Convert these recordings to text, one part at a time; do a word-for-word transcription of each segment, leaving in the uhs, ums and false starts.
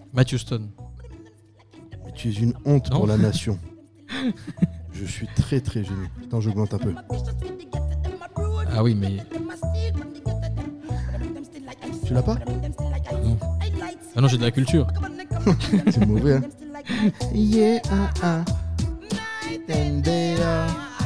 Matthew Stone. Mais tu es une honte Non. pour la nation. Je suis très très gêné. Attends, j'augmente un peu. Ah oui, mais... Tu l'as pas? Non. Ah non, j'ai de la culture. C'est mauvais, hein. Yeah, ah, ah. And they are-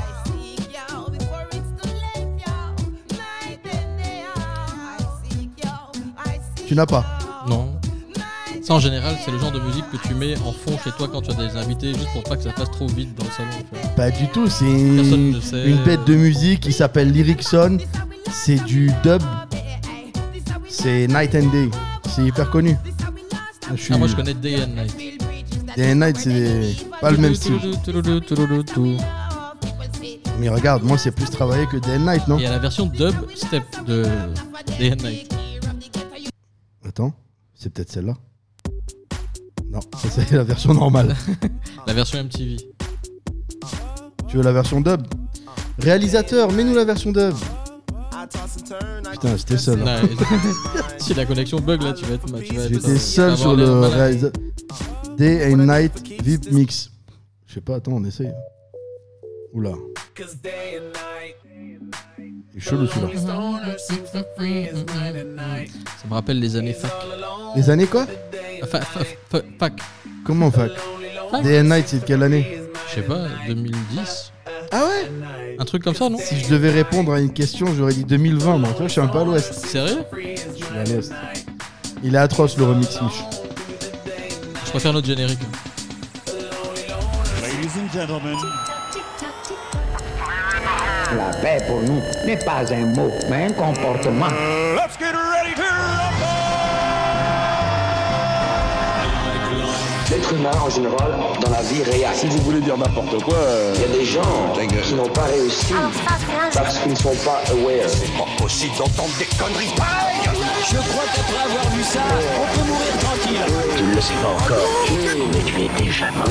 Tu n'as pas? Non. Ça, en général, c'est le genre de musique que tu mets en fond chez toi quand tu as des invités, juste pour pas que ça passe trop vite dans le salon. Tu vois. Pas du tout, c'est Personne une, ne sait. une bête de musique qui s'appelle Lyricson. C'est du dub. C'est Night and Day. C'est hyper connu. Je suis... Ah, moi, je connais Day and Night. Day and Night, c'est pas le même style. Mais regarde, moi, c'est plus travaillé que Day and Night, non? Il y a la version dub step de Day and Night. Attends, c'est peut-être celle-là. Non, ça, c'est la version normale. La version M T V. Tu veux la version dub? Réalisateur, mets-nous la version dub. Putain, j'étais seul. Hein. Non, si la connexion bug là, tu vas être. Tu vas être J'étais tu seul vas sur avoir le l'air malade. réalisateur. Day and Night V I P Mix. Je sais pas, attends, on essaye. Oula. Il est chelou celui-là. Ça me rappelle les années fac. Les années quoi? Fa- fa- fa- fac. Comment fac? Fac. Day and Night, c'est de quelle année? Je sais pas, deux mille dix. Ah ouais? Un truc comme ça, non? Si je devais répondre à une question, j'aurais dit deux mille vingt. Moi, tu vois, je suis un peu à l'ouest. Sérieux? Je suis à l'ouest. Il est atroce le remix, Mich. Je préfère notre générique. Ladies and gentlemen, La paix pour nous n'est pas un mot, mais un comportement. let's get ready to rumble! L'être humain, en général, dans la vie réelle, Si vous voulez dire n'importe quoi, euh, il y a des gens qui n'ont pas réussi parce qu'ils ne sont pas aware. pas possible d'entendre des conneries pareilles! Je crois qu'après avoir vu ça, on peut mourir tranquille. Tu ne le sais pas encore, mais tu es déjà mort.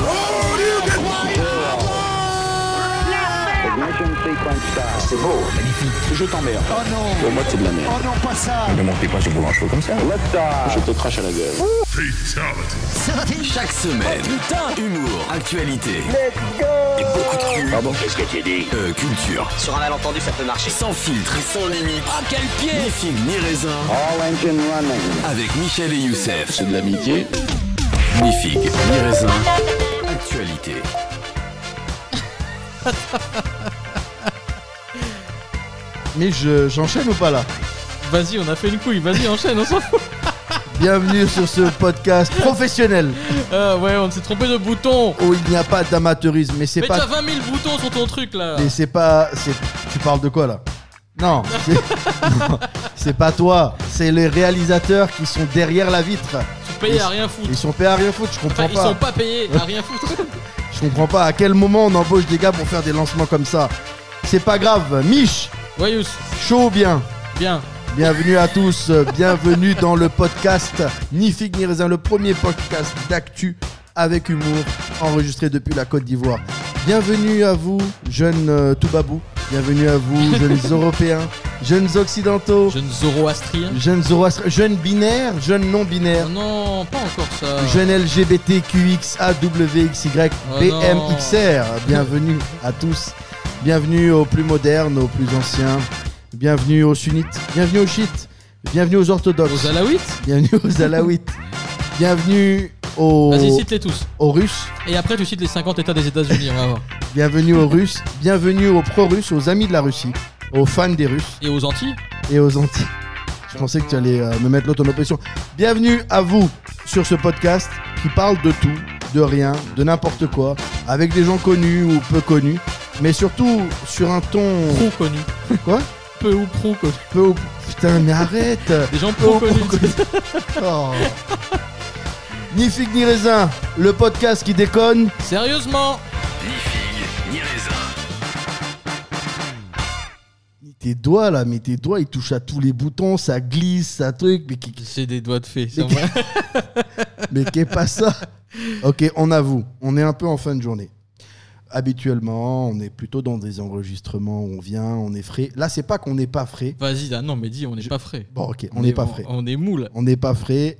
Ignition sequence start. C'est beau. Je t'emmerde. Oh non. Pour moi, c'est de la merde. Oh non, pas ça. Ne montez pas sur vos manchots comme ça. Lift off. Je te crache à la gueule. Chaque semaine, Putain. humour, actualité Let's go. et beaucoup de cul. Pardon? Qu'est-ce que tu dis? Euh, culture. Sur un malentendu, ça peut marcher. Sans filtre et sans limite. Ah, quel pied. Ni figue ni raisin. All engine running. Avec Michel et Youssef. C'est de l'amitié. Ni figue ni raisin. Actualité. Mais je, j'enchaîne ou pas là? Vas-y, on a fait une couille, vas-y, enchaîne, on s'en fout. Bienvenue sur ce podcast professionnel Ah ouais, on s'est trompé de bouton. où il n'y a pas d'amateurisme. Mais c'est Mais pas. t'as vingt mille boutons sur ton truc là. Mais c'est pas. C'est... Tu parles de quoi là? Non, c'est... non, c'est pas toi. C'est les réalisateurs qui sont derrière la vitre. Ils sont payés à rien foutre. Ils sont payés à rien foutre, je comprends Enfin, ils pas. sont pas payés à rien foutre. Je comprends pas à quel moment on embauche des gars pour faire des lancements comme ça. C'est pas grave. Mich, Ouais, Youss, chaud ou bien? bien. Bienvenue à tous, euh, bienvenue dans le podcast Ni Figue Ni Raisin, le premier podcast d'actu avec humour enregistré depuis la Côte d'Ivoire. Bienvenue à vous, jeunes euh, Toubabou, bienvenue à vous, jeunes Européens, jeunes Occidentaux, Jeune Zoroastrien. jeunes Zoroastriens, jeunes binaires, jeunes non-binaires, Oh non, pas encore ça. jeunes L G B T Q X A W X Y Oh B M non. X R. Bienvenue à tous, bienvenue aux plus modernes, aux plus anciens, bienvenue aux sunnites, bienvenue aux chiites, bienvenue aux orthodoxes. Aux Alaouites. Bienvenue aux Alaouites. Bienvenue aux, Vas-y, cite-les tous. aux Russes. Et après, tu cites les cinquante États des États-Unis, on va voir. Bienvenue aux Russes. Bienvenue aux pro-russes, aux amis de la Russie, aux fans des Russes Et aux Antilles. et aux Antilles. Je pensais que tu allais euh, me mettre l'autre en opposition. Bienvenue à vous sur ce podcast qui parle de tout, de rien, de n'importe quoi, avec des gens connus ou peu connus, mais surtout sur un ton. Pro connus. Quoi? Peu ou pro connus. Peu ou- Putain, mais arrête! Des gens pro Peu ou pro connus. Oh. Ni figue ni raisin, le podcast qui déconne. Sérieusement. Ni figue ni raisin. Tes doigts là, mais tes doigts ils touchent à tous les boutons, ça glisse, ça truc, mais qui, C'est des doigts de fée. c'est Mais- vrai. mais qu'est pas ça? Ok, on avoue, on est un peu en fin de journée. Habituellement, on est plutôt dans des enregistrements où on vient, on est frais. Là, c'est pas qu'on n'est pas frais. Vas-y, là, non, mais dis, on n'est pas frais. Bon, ok, on n'est pas frais. On est mou là. On n'est pas frais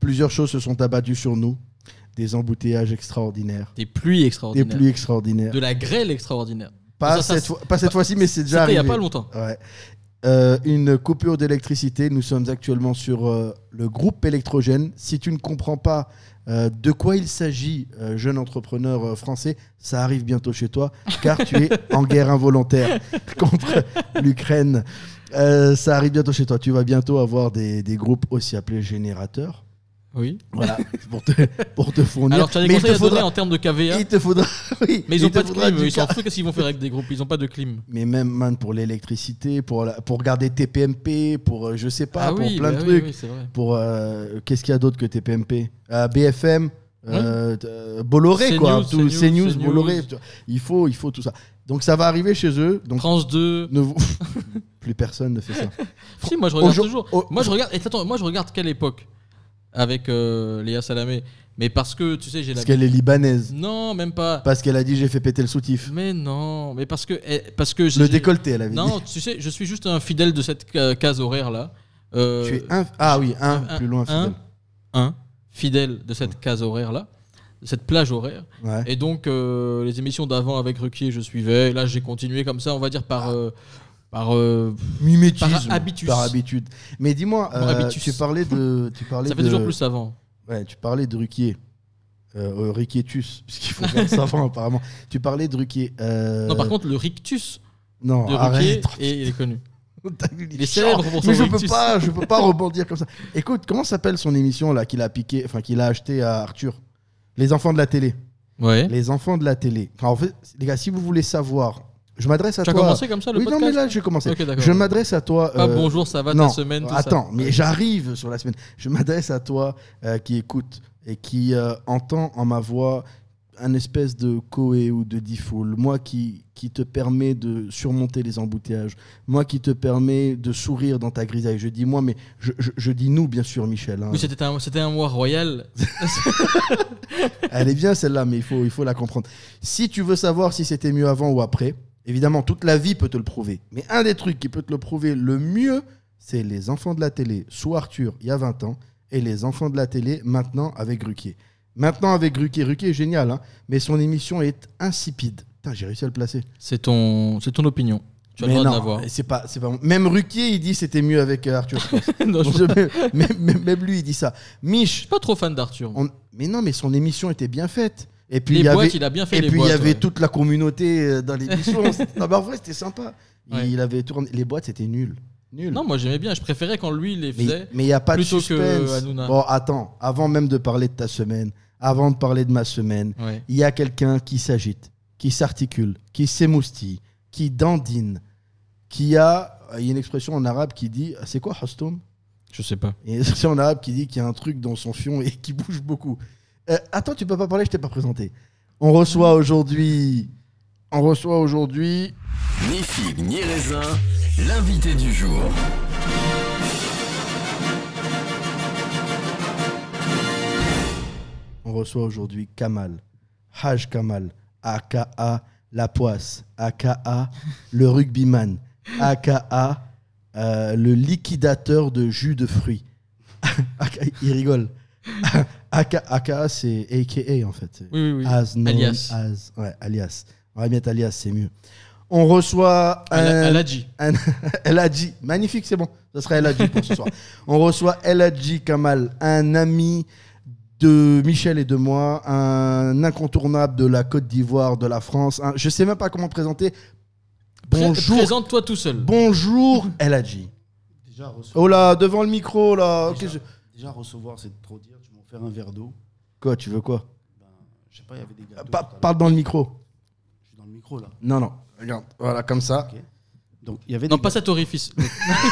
plusieurs choses se sont abattues sur nous. Des embouteillages extraordinaires. Des pluies extraordinaires. Des pluies extraordinaires. De la grêle extraordinaire. Pas, ça, cette, ça, fois, pas cette pas, fois-ci, mais c'est déjà arrivé. C'était il n'y a pas longtemps. Ouais. Euh, une coupure d'électricité. Nous sommes actuellement sur euh, le groupe électrogène. Si tu ne comprends pas euh, de quoi il s'agit, euh, jeune entrepreneur euh, français, ça arrive bientôt chez toi, car tu es en guerre involontaire contre l'Ukraine. Euh, ça arrive bientôt chez toi. Tu vas bientôt avoir des, des groupes aussi appelés générateurs. Oui. Voilà, pour te, pour te fournir. Alors, tu as des mais conseils à faudra... donner en termes de K V A. Il te faudra. Oui, mais ils n'ont pas de clim. Ils s'en foutent. Qu'est-ce qu'ils vont faire avec des groupes? Ils n'ont pas de clim. Mais même, man, pour l'électricité, pour, la... pour garder T P M P, pour euh, je sais pas, ah pour oui, plein bah de oui, trucs. oui, c'est vrai. Pour euh, qu'est-ce qu'il y a d'autre que T P M P euh, B F M, euh, oui. euh, Bolloré, C quoi. News, Tout, C C News, News, C News. Bolloré. Il faut, il faut tout ça. Donc ça va arriver chez eux. Donc France deux. ne vous... Plus personne ne fait ça. Si, moi je regarde Aujourd- toujours. au- Moi je regarde. Et attends, moi je regarde quelle époque avec euh, Léa Salamé. Mais parce que tu sais, j'ai la. Parce qu'elle est libanaise. Non, même pas. Parce qu'elle a dit j'ai fait péter le soutif. Mais non, mais parce que eh, parce que j'ai- Le décolleté, elle avait Non, dit. tu sais, je suis juste un fidèle de cette ca- case horaire là. Euh, Tu es un... Ah oui, un, un- plus loin, un- fidèle. un fidèle de cette case horaire là, de cette plage horaire. Ouais. Et donc euh, les émissions d'avant avec Ruquier, je suivais. Et là, j'ai continué comme ça, on va dire par euh, par euh, Mimétisme. par habitus. Par habitude. Mais dis-moi, Par euh, habitus. tu parlais de. Tu parlais ça fait de... toujours plus avant. Ouais, tu parlais de Ruquier. Euh, euh, Riquetus, puisqu'il faut faire ça avant apparemment. Tu parlais de Ruquier. Euh... Non, par contre, le rictus non, de Ruquier, arrête. et il est connu. T'as vu, Il est chant. célèbre pour son Mais je peux rictus. pas, je peux pas rebondir comme ça. Écoute, comment s'appelle son émission là qu'il a piqué, enfin qu'il a acheté à Arthur? Les enfants de la télé. Ouais. Les enfants de la télé. Enfin, en fait, les gars, si vous voulez savoir, je m'adresse à Tu as toi. commencé comme ça le oui, podcast non, mais là, j'ai commencé. Ok, d'accord. Je m'adresse à toi. Pas euh, bonjour, ça va non, ta semaine, tout attends, ça. mais j'arrive sur la semaine. Je m'adresse à toi euh, qui écoute et qui euh, entend en ma voix un espèce de Koé ou de Diffoul. Moi qui, qui te permet de surmonter les embouteillages. Moi qui te permet de sourire dans ta grisaille. Je dis moi, mais je, je, je dis nous, bien sûr, Michel. Hein. Oui, c'était un, c'était un mois royal. Elle est bien celle-là, mais il faut, il faut la comprendre. Si tu veux savoir si c'était mieux avant ou après, évidemment, toute la vie peut te le prouver. Mais un des trucs qui peut te le prouver le mieux, c'est les enfants de la télé sous Arthur, il y a vingt ans, et les enfants de la télé maintenant avec Ruquier. Maintenant avec Ruquier, Ruquier est génial, hein, mais son émission est insipide. Putain, j'ai réussi à le placer. C'est ton, c'est ton opinion. Tu as le Mais droit de non, l'avoir. c'est pas, c'est pas... Même Ruquier, il dit c'était mieux avec euh, Arthur, je pense. Non, je Donc, je- même, même- même lui, il dit ça. Mich, suis pas trop fan d'Arthur. on- mais non, mais son émission était bien faite. Et puis Les il y boîtes, avait, il a bien fait et les puis il boîtes. y avait ouais. toute la communauté euh, dans l'émission. C'était- non, mais en vrai, c'était sympa. Il, Ouais. il avait tourné. Les boîtes, c'était nul. Nul. Non, moi j'aimais bien. Je préférais quand lui il les mais faisait. mais il n'y a pas de plutôt que suspense. Hanouna. Bon, attends. Avant même de parler de ta semaine, avant de parler de ma semaine, Ouais. il y a quelqu'un qui s'agite, qui s'articule, qui s'émoustille, qui dandine, qui a. Il y a une expression en arabe qui dit. C'est quoi, Hostoum? Je sais pas. Il y a une expression en arabe qui dit qu'il y a un truc dans son fion et qui bouge beaucoup. Euh, attends, tu peux pas parler, je t'ai pas présenté. On reçoit aujourd'hui. On reçoit aujourd'hui. Ni figue ni raisin, l'invité du jour. On reçoit aujourd'hui Kamal. Haj Kamal. aka La Poisse. aka le rugbyman. aka euh, le liquidateur de jus de fruits. Aka- Il rigole. aka, aka c'est A K A en fait. Oui, oui, oui. As known Alias. as. Ouais, alias. On va mettre alias, c'est mieux. On reçoit un, Al- Aladji. un El Hadji. Magnifique, c'est bon. Ça sera El Hadji pour ce soir. On reçoit El Hadji Kamal, un ami de Michel et de moi, un incontournable de la Côte d'Ivoire, de la France. Un- je sais même pas comment présenter. Pré- Bonjour. Présente-toi tout seul. Bonjour El Hadji. Déjà recevoir, Oh là, devant le micro là. déjà, Qu'est-ce que- déjà recevoir, c'est trop dire. Tu m'en faire un verre d'eau. Quoi, tu veux quoi? Ben, je sais pas, il y avait des gâteaux. Pa- tout à l'heure. Parle dans le micro. Je suis dans le micro là. Non, non. Regarde, voilà, comme ça. Ok. Donc il y avait Non, des pas gâteaux, cet orifice. il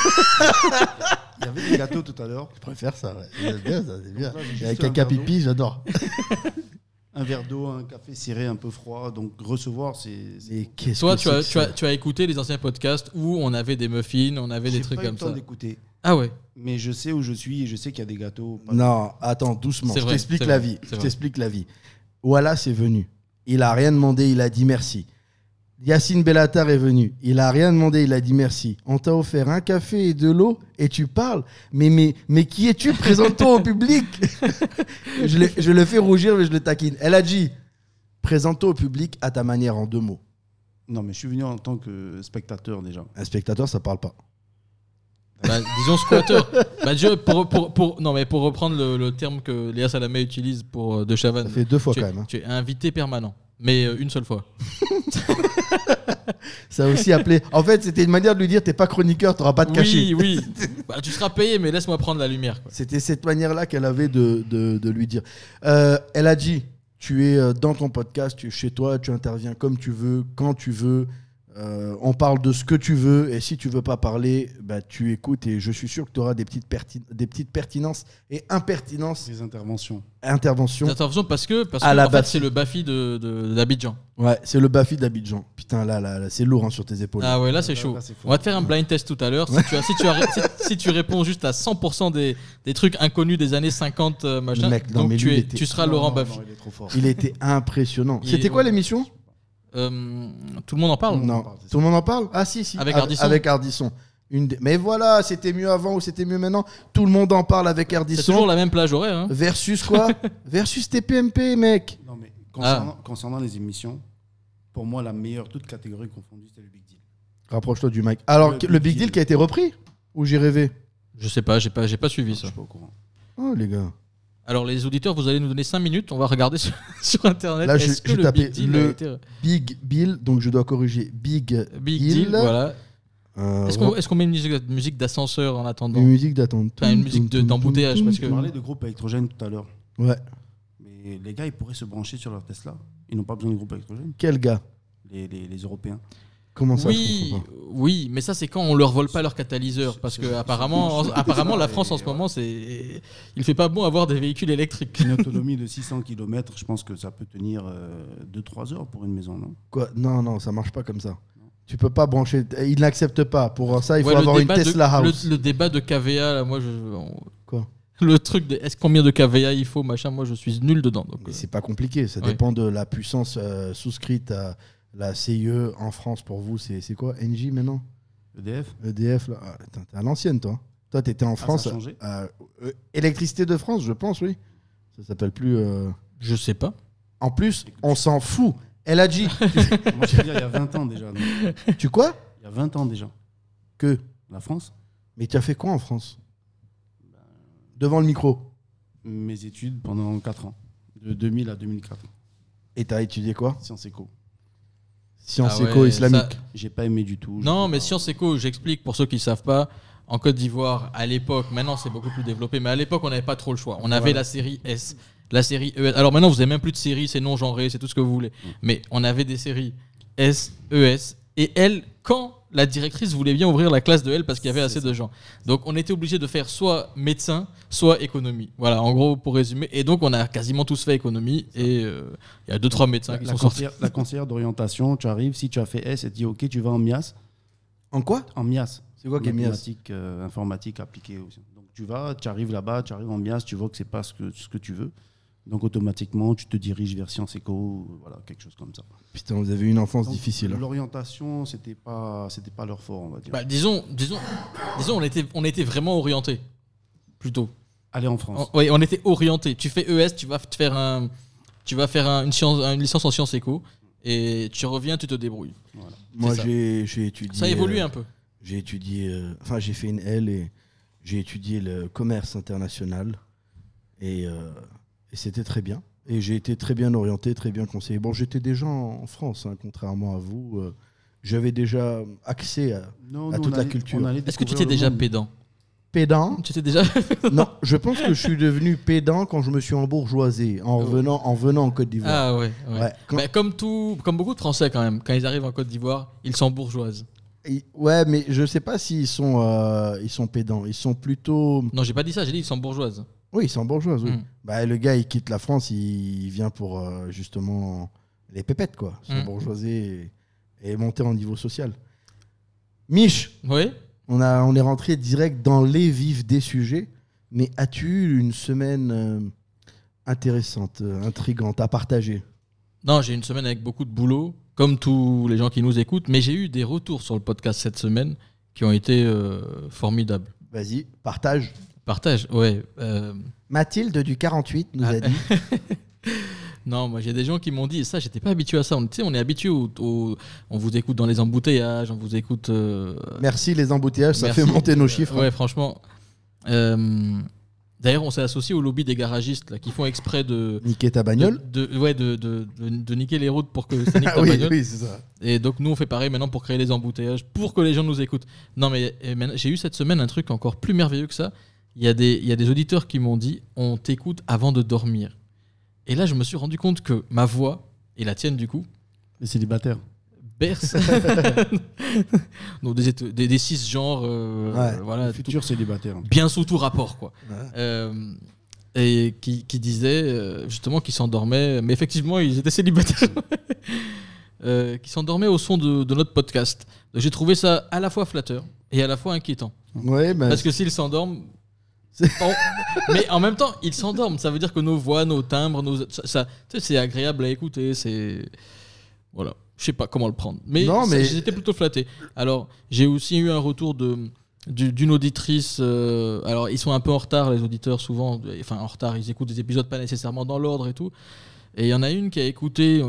y avait des gâteaux tout à l'heure. Je préfère ça. Ouais. C'est bien, ça, c'est bien. Donc là, j'ai Et juste avec un caca verre d'eau. pipi, j'adore. Un verre d'eau, un café serré un peu froid. Donc recevoir, c'est. c'est- Mais qu'est-ce Toi, que tu c'est as, que tu, ça as, tu as écouté les anciens podcasts où on avait des muffins, on avait des J'ai trucs pas eu comme le temps ça. d'écouter. Ah ouais. Mais je sais où je suis et je sais qu'il y a des gâteaux. pas- Non, attends, doucement. C'est Je vrai, t'explique c'est la vrai, vie. c'est Je vrai. t'explique la vie. Voilà, c'est venu. Il a rien demandé, il a dit merci. Yacine Bellatar est venu. Il a rien demandé, il a dit merci. On t'a offert un café et de l'eau et tu parles. Mais, mais, mais qui es-tu? Présente-toi au public. je, le, je le fais rougir, mais je le taquine. Elle a dit, présente-toi au public à ta manière en deux mots. Non, mais je suis venu en tant que spectateur déjà. Un spectateur, ça parle pas. Bah, disons squatter. Bah, déjà, pour, pour, pour, non, mais pour reprendre le, le terme que Léa Salamé utilise pour euh, De Chavannes. Ça fait deux fois tu, quand même. Hein. Tu es invité permanent. Mais euh, une seule fois. Ça a aussi appelé. En fait, c'était une manière de lui dire t'es pas chroniqueur, t'auras pas de cachet. Oui, oui. Bah, tu seras payé, mais laisse-moi prendre la lumière. Quoi. C'était cette manière-là qu'elle avait de, de, de lui dire. Euh, elle a dit tu es dans ton podcast, tu es chez toi, tu interviens comme tu veux, quand tu veux. Euh, on parle de ce que tu veux et si tu veux pas parler, bah, tu écoutes et je suis sûr que tu auras des petites, pertin- des petites pertinences et impertinences. Des interventions. Interventions. Des interventions parce que, parce À que la en fait, Bafi. c'est le Bafi de, de, d'Abidjan. Ouais, c'est le Bafi d'Abidjan. Putain, là, là, là c'est lourd hein, sur tes épaules. Ah ouais, là c'est chaud. Là, c'est fort. On va te faire un blind test tout à l'heure. Si, tu, as, si, tu, as, si, si tu réponds juste à cent pour cent des, des trucs inconnus des années cinquante, euh, machin, Mec, non, donc mais tu, lui, es, il était- tu seras Non, Laurent non, Bafi. non, il est trop fort. Il était impressionnant. Il- C'était quoi ouais. l'émission? Euh, tout le monde en parle. Non. en parle, c'est Tout le monde en parle? Ah si, si. Avec Av- Ardisson. Avec Ardisson. Une des- Mais voilà, c'était mieux avant ou c'était mieux maintenant. Tout le monde en parle avec C'est Ardisson. toujours la même plage horaire. Hein. Versus quoi? Versus T P M P, mec. Non, mais concernant, Ah. concernant les émissions, pour moi, la meilleure, toute catégorie confondue, c'était le Big Deal. Rapproche-toi du mic. Alors, Le le, Big Big Deal Deal. qui a été repris? Ou j'ai rêvé? Je sais pas, j'ai pas, j'ai pas suivi Je ça. suis pas au courant. Oh, les gars. Alors les auditeurs, vous allez nous donner cinq minutes. On va regarder sur, sur internet. Là, je- Est-ce que je le tapais Big Deal le- a été Big Bill, donc je dois corriger. Big, Big Deal. Deal, voilà. Euh, Est-ce qu'on, est-ce qu'on met une musique, musique d'ascenseur en attendant? Une musique d'attente. Enfin, une musique de- d'embouteillage, parce Tu que- parlais de groupe électrogène tout à l'heure. Ouais. Mais les gars, ils pourraient se brancher sur leur Tesla. Ils n'ont pas besoin de groupe électrogène, Quel gars? les, les, les Européens. Comment ça? Oui, je comprends pas. oui, mais ça c'est quand on leur vole pas leur catalyseur, parce que C'est- apparemment, c'est- apparemment la c'est- France en ce moment, c'est, il fait pas bon avoir des véhicules électriques. Une autonomie de six cents kilomètres, je pense que ça peut tenir deux trois heures pour une maison, non? Quoi? Non, non, ça marche pas comme ça. Tu peux pas brancher. Il n'accepte pas. Pour ça, il faut Ouais, le avoir une débat de- Tesla House. Le, le débat de K V A, là, moi je. on- Quoi? Le truc de est-ce combien de K V A il faut, machin, moi je suis nul dedans. Donc, Mais euh, c'est pas compliqué. Ça Ouais. dépend de la puissance euh, souscrite à la C I E en France. Pour vous, c'est c'est quoi? N J maintenant? E D F? E D F là. Ah, attends, t'es à l'ancienne, toi. Toi, t'étais en France. ça a changé euh, euh, Électricité de France, je pense, oui. Ça s'appelle plus. euh, je sais pas. En plus, on s'en fout. Elle a dit. Moi, je veux dire, il y a vingt ans déjà. non Tu quoi? Il y a vingt ans déjà. Que? La France, Mais tu as fait quoi en France? Devant le micro. mes études pendant quatre ans. De deux mille à deux mille quatre. Et t'as étudié quoi? Sciences éco. Sciences Ah ouais, éco-islamiques. ça- J'ai pas aimé du tout. Non, Je- mais Sciences Éco, j'explique pour ceux qui ne savent pas. En Côte d'Ivoire, à l'époque, maintenant c'est beaucoup plus développé, mais à l'époque on n'avait pas trop le choix. On avait Voilà. la série S, la série E S. Alors maintenant vous n'avez même plus de série, c'est non genré, c'est tout ce que vous voulez. Mais on avait des séries S, E S et L quand la directrice voulait bien ouvrir la classe de L parce qu'il y avait C'est assez ça. de gens. Donc on était obligé de faire soit médecin, soit économie. Voilà, en gros pour résumer. Et donc on a quasiment tous fait économie et euh, il y a deux trois médecins La, qui la sont sortis. conseillère, la conseillère d'orientation, tu arrives, si tu as fait S, elle te dit OK, tu vas en M I A S. En quoi? En M I A S. C'est quoi qui est M I A S? Mathématiques, euh, informatique appliquée aussi. Donc tu vas, tu arrives là-bas, tu arrives en M I A S, tu vois que c'est pas ce que, ce que tu veux. Donc automatiquement, tu te diriges vers Sciences Éco, voilà, quelque chose comme ça. Putain, vous avez eu une enfance Donc, difficile. hein. L'orientation, c'était pas, c'était pas leur fort, on va dire. Bah, disons, disons, disons, on était, on était vraiment orienté, plutôt. Aller en France. On- Oui, on était orienté. Tu fais E S, tu vas te faire un, tu vas faire un- une, science, une licence en sciences éco, et tu reviens, tu te débrouilles. Moi, ça. j'ai j'ai étudié. Ça évolue euh, un peu. J'ai étudié. euh, Enfin, j'ai fait une L et j'ai étudié le commerce international. Et, euh, et c'était très bien. Et j'ai été très bien orienté, très bien conseillé. Bon, j'étais déjà en France, hein, contrairement à vous. euh, J'avais déjà accès à Non, à nous, toute on la allait- culture. on allait Est-ce que tu découvrir étais le déjà monde. pédant pédant. Tu étais déjà. Non, je pense que je suis devenu pédant quand je me suis embourgeoisé en Oh. revenant, en venant en Côte d'Ivoire. Ah ouais. ouais. Ouais, quand- Bah, comme tout, comme beaucoup de Français quand même, quand ils arrivent en Côte d'Ivoire, ils sont bourgeoises. Et- ouais, mais je sais pas s'ils sont, euh, ils sont pédants. Ils sont plutôt. Non, j'ai pas dit ça. J'ai dit ils sont bourgeoises. Oui, ils sont bourgeois, oui. Mm. Bah, le gars, il quitte la France, il, il vient pour euh, justement les pépettes, quoi. Se Mm. bourgeoiser et, et monter en niveau social. Mich, Oui. on, a, on est rentré direct dans les vifs des sujets. Mais as-tu eu une semaine euh, intéressante, euh, intrigante à partager? Non, j'ai une semaine avec beaucoup de boulot. comme tous les gens qui nous écoutent. Mais j'ai eu des retours sur le podcast cette semaine qui ont été euh, formidables. Vas-y, partage. Partage, ouais. Euh... Mathilde du quarante-huit nous a dit. Non, moi j'ai des gens qui m'ont dit, et ça j'étais pas habitué à ça. On, tu sais, on est habitué au, au- on vous écoute dans les embouteillages, on vous écoute. euh, Merci les embouteillages, ça Merci. fait monter nos chiffres. Ouais, franchement. Euh, D'ailleurs, on s'est associé au lobby des garagistes là, qui font exprès de. Niquer ta bagnole. De, de- ouais, de, de, de, de niquer les routes pour que ça nique ta Ah oui, bagnole. oui, c'est ça. Et donc nous on fait pareil maintenant pour créer les embouteillages, pour que les gens nous écoutent. Non mais et maintenant, j'ai eu cette semaine un truc encore plus merveilleux que ça. Il y a des, il y a des auditeurs qui m'ont dit on t'écoute avant de dormir. Et là je me suis rendu compte que ma voix, et la tienne du coup, Les célibataires. berce donc des, des, des cisgenres, euh, Ouais, voilà, tout- Futur célibataire. bien sous tout rapport quoi. Ouais. Euh, et qui, qui disaient euh, justement qu'ils s'endormaient, mais effectivement ils étaient célibataires, euh, qui s'endormaient au son de, de notre podcast. Donc j'ai trouvé ça à la fois flatteur et à la fois inquiétant. Ouais, bah, Parce que s'ils s'endorment, C'est- on- mais en même temps ils s'endorment, ça veut dire que nos voix, nos timbres, nos... ça, ça- tu sais, c'est agréable à écouter, c'est... Voilà, je sais pas comment le prendre. Mais, Non, ça- mais- j'étais plutôt flatté. Alors j'ai aussi eu un retour de... du- d'une auditrice, euh, alors ils sont un peu en retard les auditeurs souvent, enfin en retard, ils écoutent des épisodes pas nécessairement dans l'ordre et tout, et il y en a une qui a écouté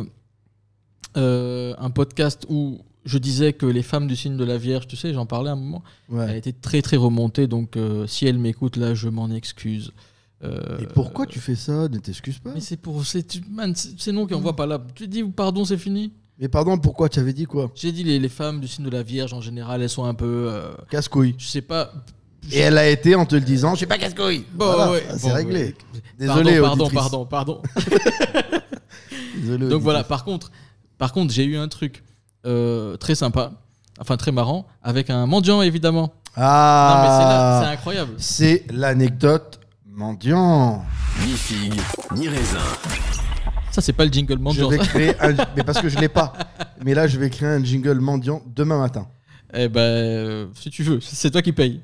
euh, un podcast où je disais que les femmes du signe de la Vierge, tu sais, j'en parlais à un moment, elle ouais. était très très remontée, donc euh, si elle m'écoute là je m'en excuse. Euh, Et pourquoi tu fais ça? Ne t'excuse pas. Mais c'est pour... c'est, tu- man, c'est, c'est non qu'on voit pas là. Tu dis pardon c'est fini. Mais pardon, pourquoi tu avais dit quoi? J'ai dit les, les femmes du signe de la Vierge en général elles sont un peu... euh, Casse-couille. je sais pas... Et elle a été en te le disant, je suis pas casse-couille. Bon, Voilà, ouais, c'est bon, réglé. ouais. Désolé, pardon, auditrice. pardon, pardon, pardon. Désolé, Donc auditrice. voilà, par contre, par contre, j'ai eu un truc euh, très sympa, enfin très marrant, avec un mendiant évidemment. Non mais c'est là, c'est Ah, incroyable. c'est l'anecdote mendiant. Ni figue, ni raisin. Ça c'est pas le jingle Je mendiant. vais ça. créer un... Mais parce que je l'ai pas. Mais là, je vais créer un jingle mendiant demain matin. Eh ben, euh, si tu veux, c'est toi qui payes.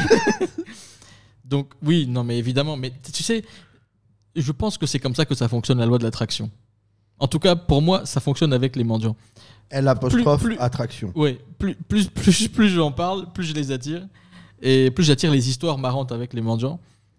Donc oui, non mais évidemment, mais t- tu sais, je pense que c'est comme ça que ça fonctionne la loi de l'attraction. En tout cas, pour moi, ça fonctionne avec les mendiants. L apostrophe Plus- plus- attraction. Ouais, plus, plus, plus, plus j'en parle, plus je les attire. Et plus j'attire les histoires marrantes avec les mendiants.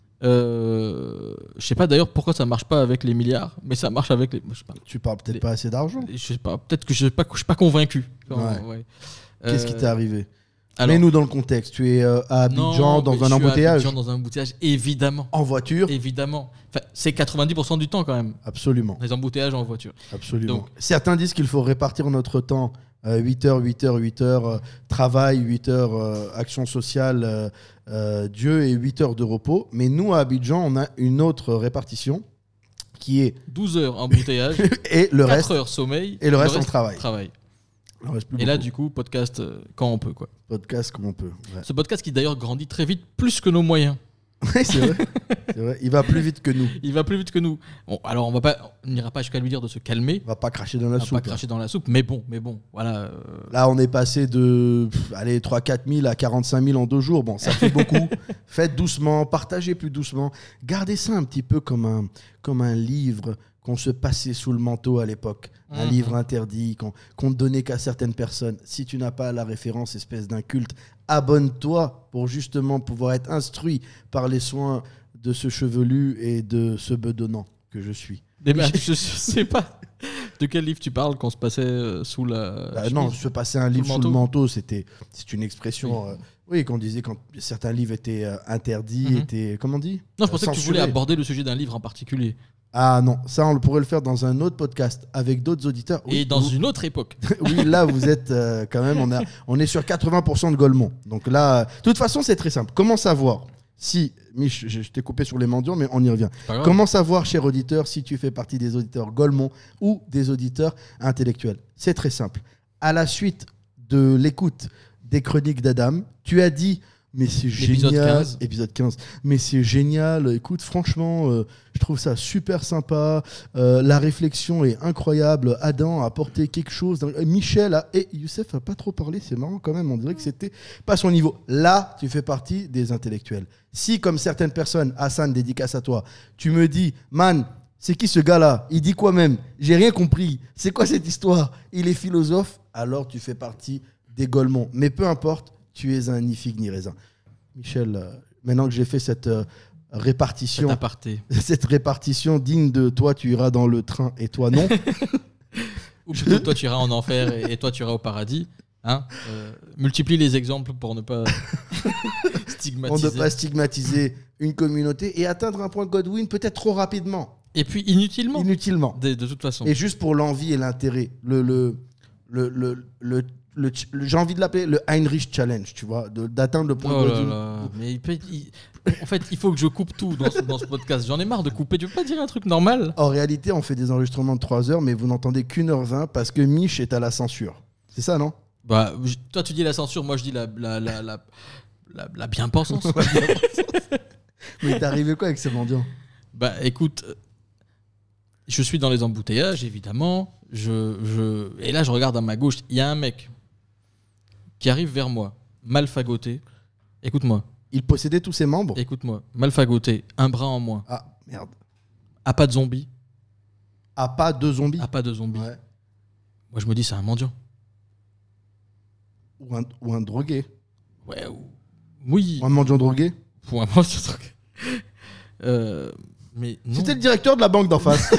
Euh, je sais pas d'ailleurs pourquoi ça marche pas avec les milliards, mais ça marche avec les... Je sais pas, Tu parles peut-être Les- pas assez d'argent. je sais pas, peut-être que je suis pas, je suis pas convaincu. Quand- Ouais. ouais. Qu'est-ce Euh, qui t'est arrivé? alors- Mets-nous dans le contexte. Tu es euh, à Abidjan, Non, dans mais un je suis à embouteillage, Abidjan, dans un embouteillage, évidemment. en voiture. Évidemment. Enfin, c'est quatre-vingt-dix pour cent du temps quand même, Absolument. les embouteillages en voiture. Absolument. Donc- Certains disent qu'il faut répartir notre temps. euh, huit heures, huit heures, huit heures euh, travail, huit heures euh, action sociale, euh, euh, Dieu et huit heures de repos. Mais nous, à Abidjan, on a une autre répartition qui est douze heures embouteillage, et le quatre reste, heures sommeil, et le reste, on travaille. travail. Il en reste plus Et là, beaucoup. du coup, podcast euh, quand on peut. Quoi. Podcast comme on peut. Ouais. Ce podcast qui d'ailleurs grandit très vite, plus que nos moyens. Ouais, c'est vrai. C'est vrai. Il va plus vite que nous. Il va plus vite que nous. Bon, alors, on va pas, on n'ira pas jusqu'à lui dire de se calmer, On va pas cracher dans on la va soupe. pas cracher dans la soupe, mais bon, mais bon, voilà. euh, Là, on est passé de pff, allez, trois à quatre mille à quarante-cinq mille en deux jours. Bon, ça fait beaucoup. Faites doucement, partagez plus doucement. Gardez ça un petit peu comme un, comme un livre qu'on se passait sous le manteau à l'époque. Un Mhm. livre interdit, qu'on qu'on ne donnait qu'à certaines personnes. Si tu n'as pas la référence, espèce d'inculte, abonne-toi pour justement pouvoir être instruit par les soins de ce chevelu et de ce bedonnant que je suis. des ma- je, je sais pas de quel livre tu parles qu'on se passait euh, sous la. Bah non, chemise. se passer un livre le sous le manteau. manteau, c'était, c'est une expression. euh, oui, qu'on disait quand certains livres étaient euh, interdits, Mhm. étaient, comment on dit Non, je pensais Euh, que tu voulais censurés. aborder le sujet d'un livre en particulier. Ah non, ça on le pourrait le faire dans un autre podcast avec d'autres auditeurs. Oui, Et dans vous- une autre époque. oui, là vous êtes euh, quand même, on, a, on est sur quatre-vingts pour cent de Golemont. Donc là, euh, de toute façon c'est très simple. Comment savoir si, Mich, je, je t'ai coupé sur les mendiants, mais on y revient. Pas grave. Comment savoir, cher auditeur, si tu fais partie des auditeurs Golemont ou des auditeurs intellectuels? C'est très simple. À la suite de l'écoute des chroniques d'Adam, tu as dit, mais c'est L'épisode génial. quinze. Épisode quinze. Mais c'est génial. Écoute, franchement, euh, je trouve ça super sympa. Euh, la réflexion est incroyable. Adam a apporté quelque chose. Euh, Michel a... et Youssef a pas trop parlé. C'est marrant quand même. On dirait que c'était pas son niveau. Là, tu fais partie des intellectuels. Si, comme certaines personnes, Hassan, dédicace à toi, tu me dis, man, C'est qui ce gars-là? Il dit quoi même? J'ai rien compris. C'est quoi cette histoire? Il est philosophe, alors tu fais partie des Golemons. Mais peu importe, tu es un ni figue ni raisin. Michel, euh, maintenant que j'ai fait cette euh, répartition, Cet aparté. cette répartition digne de toi, tu iras dans le train et toi non. Ou plutôt, toi, tu iras en enfer et, et toi, tu iras au paradis. Hein euh, multiplie les exemples pour ne pas stigmatiser. On ne pas stigmatiser une communauté et atteindre un point de Godwin peut-être trop rapidement. Et puis inutilement. Inutilement. De, de toute façon. Et juste pour l'envie et l'intérêt. Le, le, le, le, le, le, le- j'ai envie de l'appeler le Heinrich Challenge, tu vois, de- d'atteindre le point Oh de là Godwin. là. Mais il peut, il- en fait, il faut que je coupe tout dans ce, dans ce podcast. J'en ai marre de couper. Tu peux pas dire un truc normal? En réalité, on fait des enregistrements de trois heures, mais vous n'entendez qu'une heure vingt parce que Mich est à la censure. C'est ça, non? Bah, je- toi, tu dis la censure, moi, je dis la, la, la, la, la, la bien-pensance. Mais t'es arrivé quoi avec ces mendiants? Bah, écoute, euh, je suis dans les embouteillages, évidemment. Je, je... Et là, je regarde à ma gauche. Il y a un mec qui arrive vers moi, mal fagoté. Écoute-moi, Il possédait tous ses membres? écoute-moi. Mal fagoté, un bras en moins. Ah, merde. À pas de zombie. À pas de zombies? À pas de zombie. Ouais. Moi, je me dis, c'est un mendiant. Ou un, ou un drogué? Ouais, ou- oui. Ou un mendiant drogué? Pour un mendiant truc. Euh, mais non. C'était le directeur de la banque d'en face.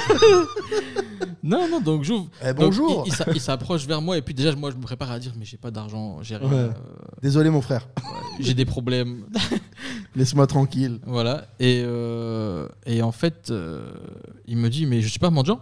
Non, non, donc j'ouvre. Eh, Donc, bonjour. il, il s'a- il s'approche vers moi et puis déjà, moi, je me prépare à dire, mais j'ai pas d'argent, j'ai rien. Ouais. euh, Désolé, mon frère. j'ai des problèmes. Laisse-moi tranquille. Voilà. Et, euh, et en fait, euh, il me dit, mais je suis pas mendiant.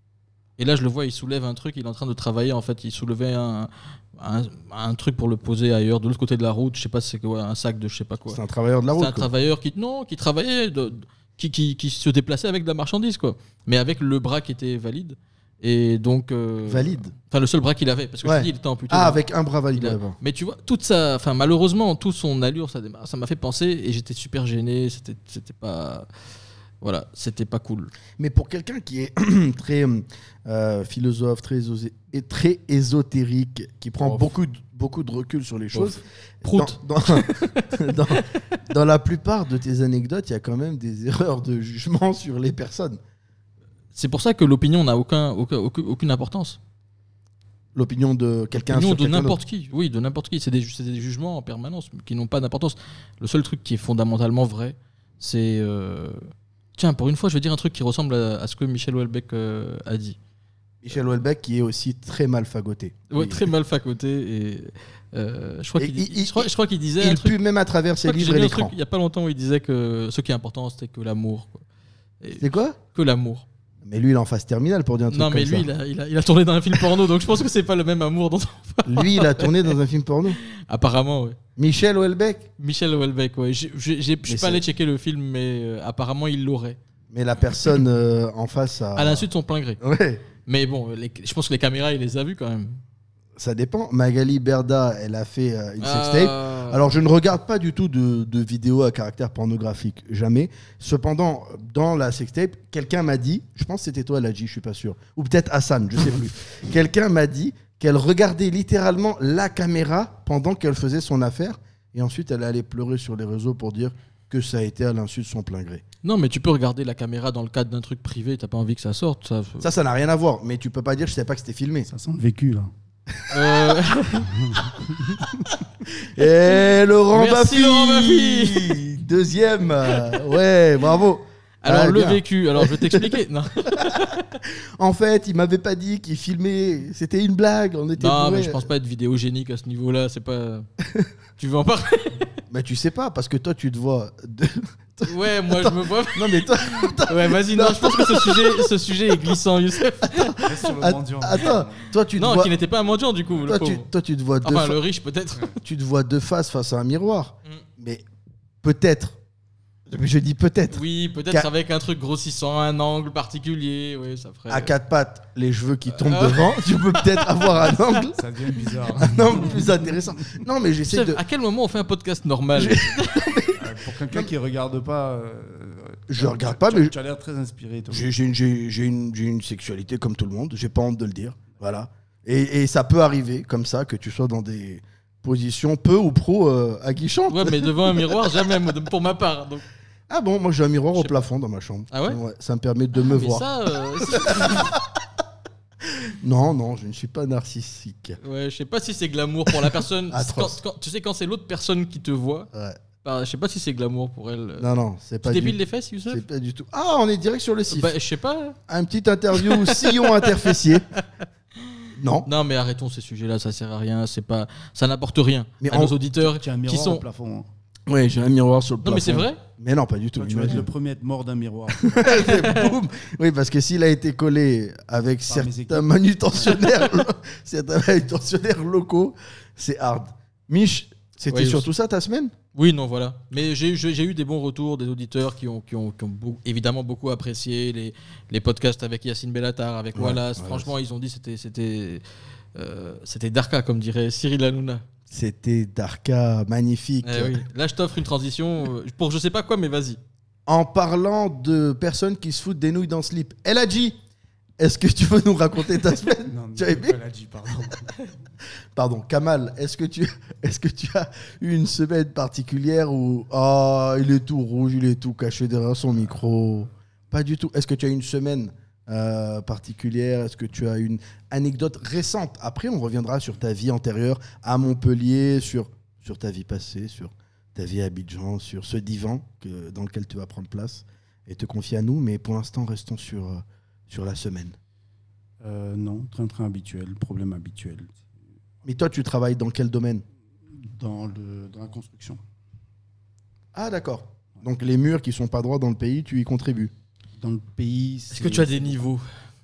Et là, je le vois, il soulève un truc, il est en train de travailler. En fait, il soulevait un, un, un truc pour le poser ailleurs, de l'autre côté de la route. Je sais pas, c'est quoi, un sac de je sais pas quoi. C'est un travailleur de la route. C'est un quoi. travailleur qui, non, qui travaillait, de- qui, qui, qui se déplaçait avec de la marchandise, quoi. Mais avec le bras qui était valide. Et donc. euh, Valide. Enfin, le seul bras qu'il avait, parce que Ouais. je te dis, il était amputé. Ah, donc- avec un bras valide. il a- ouais, bon. Mais tu vois, toute sa, enfin malheureusement, toute son allure, ça démarre- ça m'a fait penser et j'étais super gêné. C'était, c'était pas, voilà, c'était pas cool. Mais pour quelqu'un qui est très euh, philosophe, très, osé- et très ésotérique, qui prend Oh. beaucoup, de, beaucoup de recul sur les choses, Prout. dans, dans, dans, dans la plupart de tes anecdotes, il y a quand même des erreurs de jugement sur les personnes. C'est pour ça que l'opinion n'a aucun, aucun- aucun- aucune importance. L'opinion de quelqu'un L'opinion sur de quelqu'un n'importe qui, oui, de n'importe qui. C'est des, ju- c'est des jugements en permanence qui n'ont pas d'importance. Le seul truc qui est fondamentalement vrai, c'est, euh, tiens, pour une fois, je vais dire un truc qui ressemble à, à ce que Michel Houellebecq euh, a dit. Michel Houellebecq qui est aussi très mal fagoté. Ouais, Il- très mal facoté et euh, je crois Et qu'il, il- il- je crois, je crois qu'il disait un Il truc. pue même à travers Je ses crois que j'ai livres et lu un truc l'écran. il y a pas longtemps où il disait que ce qui est important c'était que l'amour. Quoi. Et C'est quoi? que l'amour. Mais lui, il est en phase terminale pour dire un truc Non mais comme lui il a, il, a, il a tourné dans un film porno donc je pense que c'est pas le même amour dont on... ça. Lui, il a tourné dans un film porno. Apparemment ouais. Michel Houellebecq. Michel Houellebecq ouais. J'ai- j'ai- j'ai- Je Mais suis c'est- pas allé checker le film mais euh, apparemment il l'aurait. Mais la personne euh, en face a... À l'insu de son plein gré. Ouais. Mais bon les- je pense que les caméras il les a vues quand même. Ça dépend. Magali Berda, elle a fait euh, une sextape. Euh, Alors, je ne regarde pas du tout de, de vidéos à caractère pornographique, jamais. Cependant, dans la sextape, quelqu'un m'a dit, je pense que c'était toi, Ladji, je suis pas sûr, ou peut-être Hassan, je sais plus. Quelqu'un m'a dit qu'elle regardait littéralement la caméra pendant qu'elle faisait son affaire, et ensuite elle allait pleurer sur les réseaux pour dire que ça a été à l'insu de son plein gré. Non mais tu peux regarder la caméra dans le cadre d'un truc privé, t'as pas envie que ça sorte. Ça, Ça, ça n'a rien à voir, mais tu peux pas dire je savais pas que c'était filmé. Ça sent le vécu, là. Euh, Et Laurent Merci, Baffy, Laurent Baffy. Deuxième, euh, ouais, bravo. Alors Ah, le bien. vécu, alors je vais t'expliquer. Non. En fait, il m'avait pas dit qu'il filmait. C'était une blague. On était Non, bourrés. mais je pense pas être vidéogénique à ce niveau-là. C'est pas. Tu veux en parler? Mais tu sais pas, parce que toi, tu te vois. de- Ouais, moi je me vois. Non, mais toi. Ouais, vas-y. Non, je pense que ce sujet, ce sujet est glissant, Youssef. Reste sur le Att- mendiant. Attends, toi, tu te Non, vois. qui n'était pas un mendiant du coup. Le Toi tu, pauvre. toi, tu te vois deux Enfin, fa- le riche peut-être. tu te vois deux faces face à un miroir. Mm. Mais peut-être. Mais je dis peut-être. Oui, peut-être Qu'à- avec un truc grossissant, un angle particulier. Ouais, ça ferait. À quatre pattes, les cheveux qui tombent Ah. devant, tu peux peut-être avoir un angle, Ça devient bizarre. un angle plus intéressant. Non, mais j'essaie Youssef, de. à quel moment on fait un podcast normal? J'ai- Euh, Pour quelqu'un qui regarde pas. euh, Je tu- regarde tu- pas, tu- mais- Tu as l'air très inspiré, toi. J'ai j'ai une, j'ai- j'ai une, j'ai une sexualité comme tout le monde, j'ai pas honte de le dire. Voilà. Et, et ça peut arriver comme ça que tu sois dans des positions peu ou pro euh, aguichantes. Ouais, mais devant un miroir, jamais, moi, pour ma part. Donc, Ah bon, moi j'ai un miroir Je au sais plafond dans ma chambre. Ah ouais Ça me permet de me Mais voir. ça, euh, c'est- Non, non, je ne suis pas narcissique. ouais, je sais pas si c'est glamour pour la personne. quand, Atroce. quand- tu sais, quand c'est l'autre personne qui te voit, Ouais. bah, je sais pas si c'est glamour pour elle. Non, non, c'est Tu pas du dépiles les fesses, Youssef? C'est pas du tout. Ah, on est direct sur le site. Bah, je sais pas. Un petit interview sillon interfessier. Non. Non, mais arrêtons ces sujets-là, ça sert à rien, c'est pas, ça n'apporte rien Mais à en- nos auditeurs Tu as un qui miroir sont. au plafond. hein. Ouais, j'ai un miroir sur le Non, plafond. mais c'est vrai. Mais non, pas du tout. Toi, tu vas être imagine. le premier à être mort d'un miroir. Boum. Oui, parce que s'il a été collé avec Par mes certains équipes. manutentionnaires, lo- certains manutentionnaires locaux, c'est hard. Mich, c'était Ouais, surtout ça ta semaine? Oui, non, voilà. Mais j'ai eu- j'ai j'ai eu des bons retours des auditeurs qui ont, qui ont, qui ont beau- évidemment beaucoup apprécié les, les podcasts avec Yacine Bellatar, avec Ouais, Wallace. ouais, Franchement, ils ont dit que c'était c'était euh, c'était Darka, comme dirait Cyril Hanouna. C'était Darka, magnifique. Eh oui. Là, je t'offre une transition euh, pour je sais pas quoi, mais vas-y. En parlant de personnes qui se foutent des nouilles dans le slip, El Hadji, est-ce que tu veux nous raconter ta semaine? Non, Tu as aimé? elle a dit, pardon. Pardon, Kamal, est-ce que tu, est-ce que tu as eu une semaine particulière où oh, il est tout rouge, il est tout caché derrière son micro? Pas du tout. Est-ce que tu as eu une semaine euh, particulière? Est-ce que tu as une anecdote récente? Après, on reviendra sur ta vie antérieure à Montpellier, sur, sur ta vie passée, sur ta vie à Abidjan, sur ce divan que, dans lequel tu vas prendre place et te confier à nous. Mais pour l'instant, restons sur, euh, sur la semaine. Euh, non, train-train habituel, problème habituel. Mais toi, tu travailles dans quel domaine? Dans, le, dans la construction. Ah, d'accord. Donc les murs qui sont pas droits dans le pays, tu y contribues. Dans le pays. Est-ce que tu as des niveaux?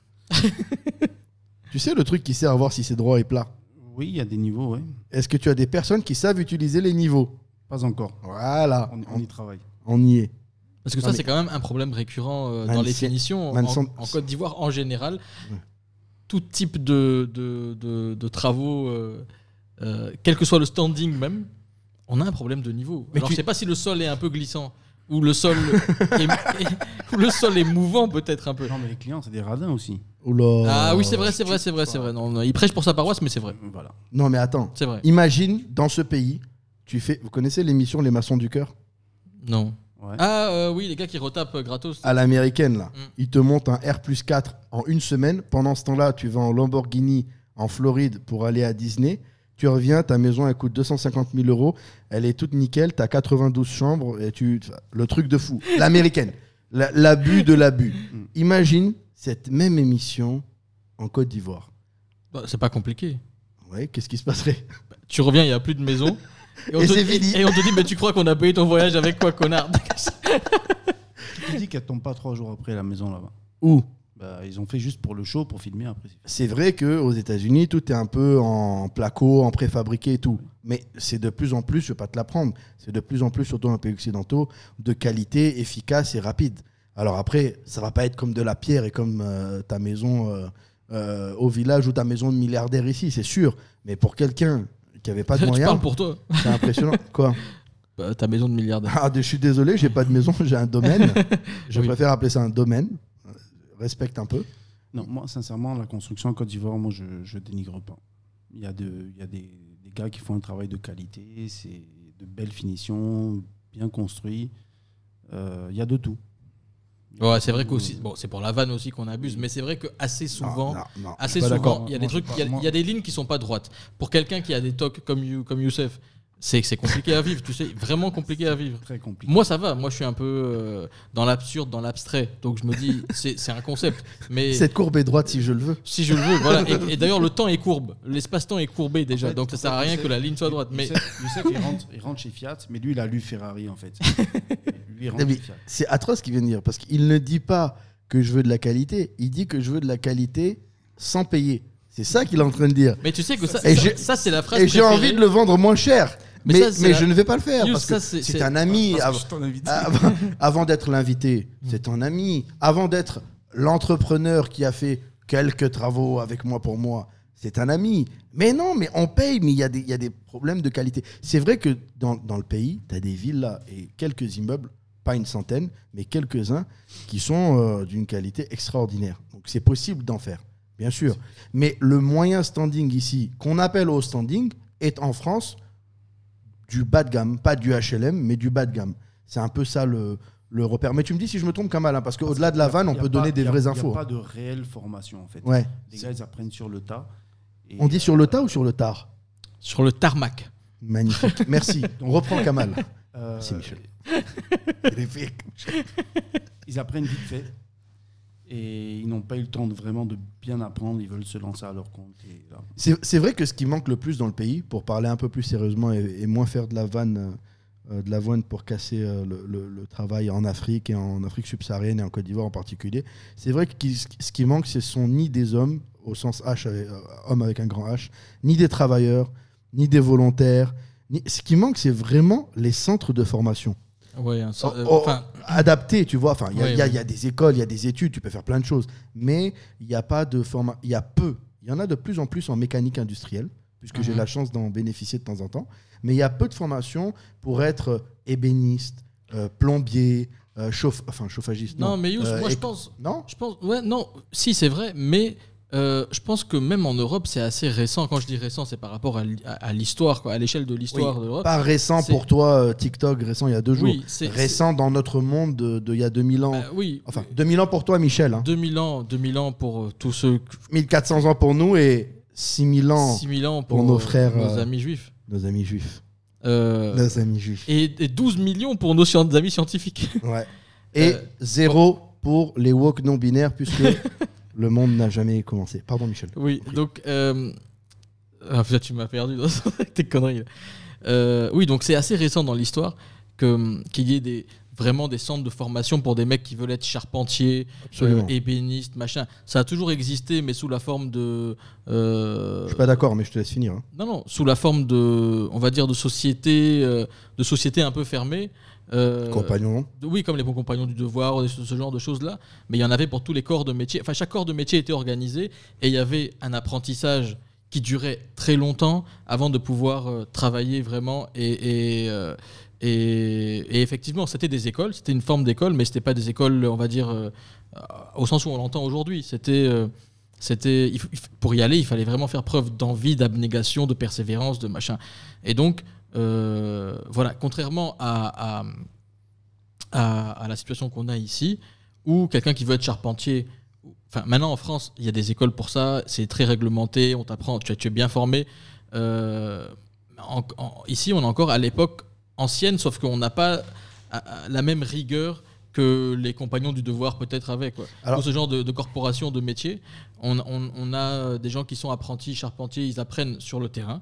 Tu sais le truc qui sert à voir si c'est droit et plat? Oui, il y a des niveaux, oui. Est-ce que tu as des personnes qui savent utiliser les niveaux? Pas encore. Voilà, On, on, on y travaille. on y est. Parce que Non, ça, mais- c'est quand même un problème récurrent euh, Man, dans les c'est- finitions Man, en, sans- en Côte d'Ivoire en général. Ouais. Tout type de, de, de, de travaux, euh, euh, quel que soit le standing même, on a un problème de niveau. Mais Alors, tu- je sais pas si le sol est un peu glissant ou le sol est, est- ou le sol est mouvant peut-être un peu. Non, mais les clients, c'est des radins aussi. Oula. Ah oui, c'est vrai, c'est vrai, c'est vrai, c'est vrai. Non, non, il prêche pour sa paroisse, mais c'est vrai, Voilà. Non mais attends, c'est vrai. imagine dans ce pays, tu fais, vous connaissez l'émission Les Maçons du Cœur? Non. Ouais. Ah euh, oui, les gars qui retapent euh, gratos. À l'américaine là, Mm. ils te montent un R plus quatre en une semaine. Pendant ce temps-là, tu vas en Lamborghini en Floride pour aller à Disney. Tu reviens, ta maison elle coûte deux cent cinquante mille euros, elle est toute nickel, tu as quatre-vingt-douze chambres, et tu... le truc de fou. L'américaine, La- l'abus de l'abus. Imagine cette même émission en Côte d'Ivoire. Bah, c'est pas compliqué. Ouais, qu'est-ce qui se passerait? Tu reviens, il n'y a plus de maison. on Et te c'est dit- fini. et on te dit, mais tu crois qu'on a payé ton voyage avec quoi, connard? Qui te dit qu'elle tombe pas trois jours après la maison là-bas? Où? Bah, ils ont fait juste pour le show, pour filmer après. C'est vrai qu'aux États-Unis, tout est un peu en placo, en préfabriqué et tout. Mais c'est de plus en plus, je ne vais pas te l'apprendre, c'est de plus en plus, surtout dans les pays occidentaux, de qualité, efficace et rapide. Alors après, ça va pas être comme de la pierre et comme euh, ta maison euh, euh, au village ou ta maison de milliardaire ici, c'est sûr. Mais pour quelqu'un qui n'avait pas de Tu moyens, parles pour toi. c'est impressionnant. Quoi? Bah, ta maison de milliardaire. Ah, je suis désolé, j'ai pas de maison, j'ai un domaine. Je Oui. préfère appeler ça un domaine. Respecte un peu. Non, moi, sincèrement, la construction en Côte d'Ivoire, moi, je ne dénigre pas. Il y a, de, il y a des, des gars qui font un travail de qualité, c'est de belles finitions, bien construit. Euh, Il y a de tout. Ouais, c'est vrai qu'aussi, bon, c'est pour la vanne aussi qu'on abuse, mais c'est vrai que assez souvent, Non, non, non, assez je suis pas souvent, d'accord. il y a des Moi, trucs, je sais il y a- pas, moi- il y a des lignes qui sont pas droites. Pour quelqu'un qui a des tocs comme you, comme Youssef, c'est c'est compliqué à vivre, tu sais, vraiment compliqué à vivre. Très compliqué. Moi, ça va. Moi, je suis un peu euh, dans l'absurde, dans l'abstrait. Donc, je me dis, c'est c'est un concept. Mais Cette courbe est droite si je le veux. si je le veux, voilà. Et, et d'ailleurs, le temps est courbe. L'espace-temps est courbé déjà. En fait, donc, ça en sert à fait, rien Youssef- que la ligne soit droite. Mais Youssef, Youssef, il, rentre, il rentre chez Fiat, mais lui, il a lu Ferrari, en fait. Lui, il rentre Mais chez Fiat. c'est atroce ce qu'il vient de dire, parce qu'il ne dit pas que je veux de la qualité, il dit que je veux de la qualité sans payer. C'est ça qu'il est en train de dire. Mais tu sais que ça, Et ça, j'ai- ça, c'est la phrase Et j'ai préférée. envie de le vendre moins cher. Mais Mais, ça, c'est mais la- je ne vais pas le faire, Youss, parce ça, que c'est- c'est c'est- un ami. Parce que Av- je t'en invite. Avant, avant d'être l'invité, c'est un ami. Avant d'être l'entrepreneur qui a fait quelques travaux avec moi pour moi, c'est un ami. Mais non, mais on paye, mais il y, a des- il y a des problèmes de qualité. C'est vrai que dans, dans le pays, tu as des villas et quelques immeubles, pas une centaine, mais quelques-uns, qui sont euh, d'une qualité extraordinaire. Donc c'est possible d'en faire, bien sûr. Mais le moyen standing ici, qu'on appelle au standing, est en France du bas de gamme. Pas du H L M, mais du bas de gamme. C'est un peu ça le, le repère. Mais tu me dis si je me trompe, Kamal, hein, parce Parce qu'au-delà de la qu'il y a- vanne, on il y a peut pas- donner des il y a- vraies Il infos. n'y a pas de réelle formation, en fait. Ouais. Les gars, ils apprennent sur le tas. Et On dit sur le tas ou sur le tard? Sur le tarmac. Magnifique. Merci. On reprend Kamal. euh, Merci, Michel. Ils apprennent vite fait. Et ils n'ont pas eu le temps de vraiment de bien apprendre. Ils veulent se lancer à leur compte. Et là, C'est c'est vrai que ce qui manque le plus dans le pays, pour parler un peu plus sérieusement et, et moins faire de la vanne, euh, de la vanne pour casser euh, le, le- le travail en Afrique et en Afrique subsaharienne et en Côte d'Ivoire en particulier, c'est vrai que qui- ce qui manque, ce sont ni des hommes, au sens H, avec, euh, homme avec un grand H, ni des travailleurs, ni des volontaires. Ni... Ce qui manque, c'est vraiment les centres de formation. Ouais, un sort- euh, Oh, oh, enfin, adapté, tu vois. Enfin, il y, a- Ouais, il y a- ouais. il y a des écoles, il y a des études, tu peux faire plein de choses. Mais il n'y a pas de format. Il y a peu. Il y en a de plus en plus en mécanique industrielle, puisque j'ai Mhm. la chance d'en bénéficier de temps en temps. Mais il y a peu de formations pour être euh, ébéniste, euh, plombier, euh, chauffe... enfin, chauffagiste. non, Non, mais Yous, Euh, moi et- je pense, Non je pense, ouais, non, si c'est vrai, mais euh, je pense que même en Europe, c'est assez récent. Quand je dis récent, c'est par rapport à, l'hi- à- à l'histoire, quoi, à l'échelle de l'histoire de l'Europe. Pas récent C'est- pour toi, euh, TikTok, récent il y a deux jours. Oui, c'est Récent dans notre monde de, de il y a deux mille ans. c'est- bah oui, Enfin, deux mille ans pour toi, Michel. Hein. deux mille ans, deux mille ans pour euh, tous ceux, mille quatre cents ans pour nous et six mille ans six mille ans pour, pour nos euh, frères, nos euh, amis juifs. nos amis juifs. Euh, Nos amis juifs. et, et douze millions pour nos scien- amis scientifiques. Ouais. Et Euh, zéro pour les woke non binaires puisque le monde n'a jamais commencé. Pardon, Michel. Oui, Ok. donc. Euh... Ah, putain, tu m'as perdu dans tes conneries. là. Euh, oui, donc c'est assez récent dans l'histoire que, qu'il y ait des, vraiment des centres de formation pour des mecs qui veulent être charpentiers, Absolument. euh, ébénistes, machin. Ça a toujours existé, mais sous la forme de. euh, Je suis pas d'accord, mais je te laisse finir. hein. Non, non, sous la forme de. On va dire de société, euh, de société un peu fermée. euh, Compagnon. Oui, comme les bons compagnons du devoir, des- ce genre de choses-là. Mais il y en avait pour tous les corps de métier. Enfin, chaque corps de métier était organisé et il y avait un apprentissage qui durait très longtemps avant de pouvoir euh, travailler vraiment. Et, et, euh, et, et effectivement, c'était des écoles, c'était une forme d'école, mais c'était pas des écoles, on va dire, euh, au sens où on l'entend aujourd'hui. C'était. euh, c'était, il f- il f- pour y aller, il fallait vraiment faire preuve d'envie, d'abnégation, de persévérance, de machin. Et donc, euh, voilà, contrairement à, à, à, à la situation qu'on a ici, où quelqu'un qui veut être charpentier, enfin maintenant en France, il y a des écoles pour ça, c'est très réglementé, on t'apprend, tu, es- tu es bien formé. Euh, en- en- ici, on est encore à l'époque ancienne, sauf qu'on n'a pas à- à la même rigueur que les compagnons du devoir peut-être avaient. Quoi. Alors- Pour ce genre de, de corporation, de métier, on, on- on a des gens qui sont apprentis, charpentiers, ils apprennent sur le terrain.